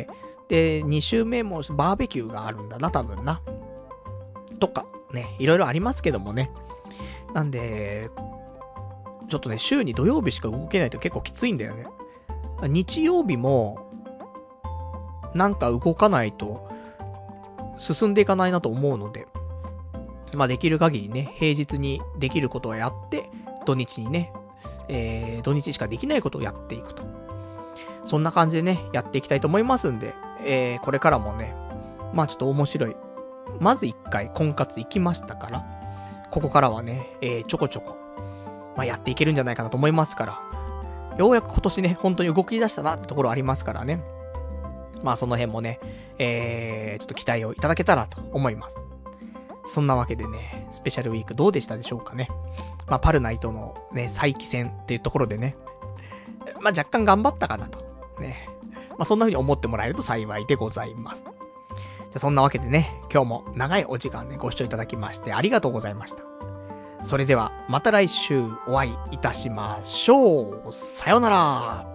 で、に週目もバーベキューがあるんだな、多分な。とか、ね、いろいろありますけどもね。なんで、ちょっとね、週に土曜日しか動けないと結構きついんだよね。日曜日も、なんか動かないと、進んでいかないなと思うので、まあできる限りね、平日にできることをやって、土日にね、えー、土日しかできないことをやっていくと。そんな感じでね、やっていきたいと思いますんで、えー、これからもね、まあちょっと面白い。まず一回婚活行きましたから、ここからはね、えー、ちょこちょこ、まあやっていけるんじゃないかなと思いますから、ようやく今年ね、本当に動き出したなってところありますからね。まあその辺もね、えー、ちょっと期待をいただけたらと思います。そんなわけでね、スペシャルウィークどうでしたでしょうかね。まあパルナイトのね、再起戦っていうところでね、まあ若干頑張ったかなと。ね。まあそんな風に思ってもらえると幸いでございます。じゃあそんなわけでね、今日も長いお時間ね、ご視聴いただきましてありがとうございました。それではまた来週お会いいたしましょう。さようなら。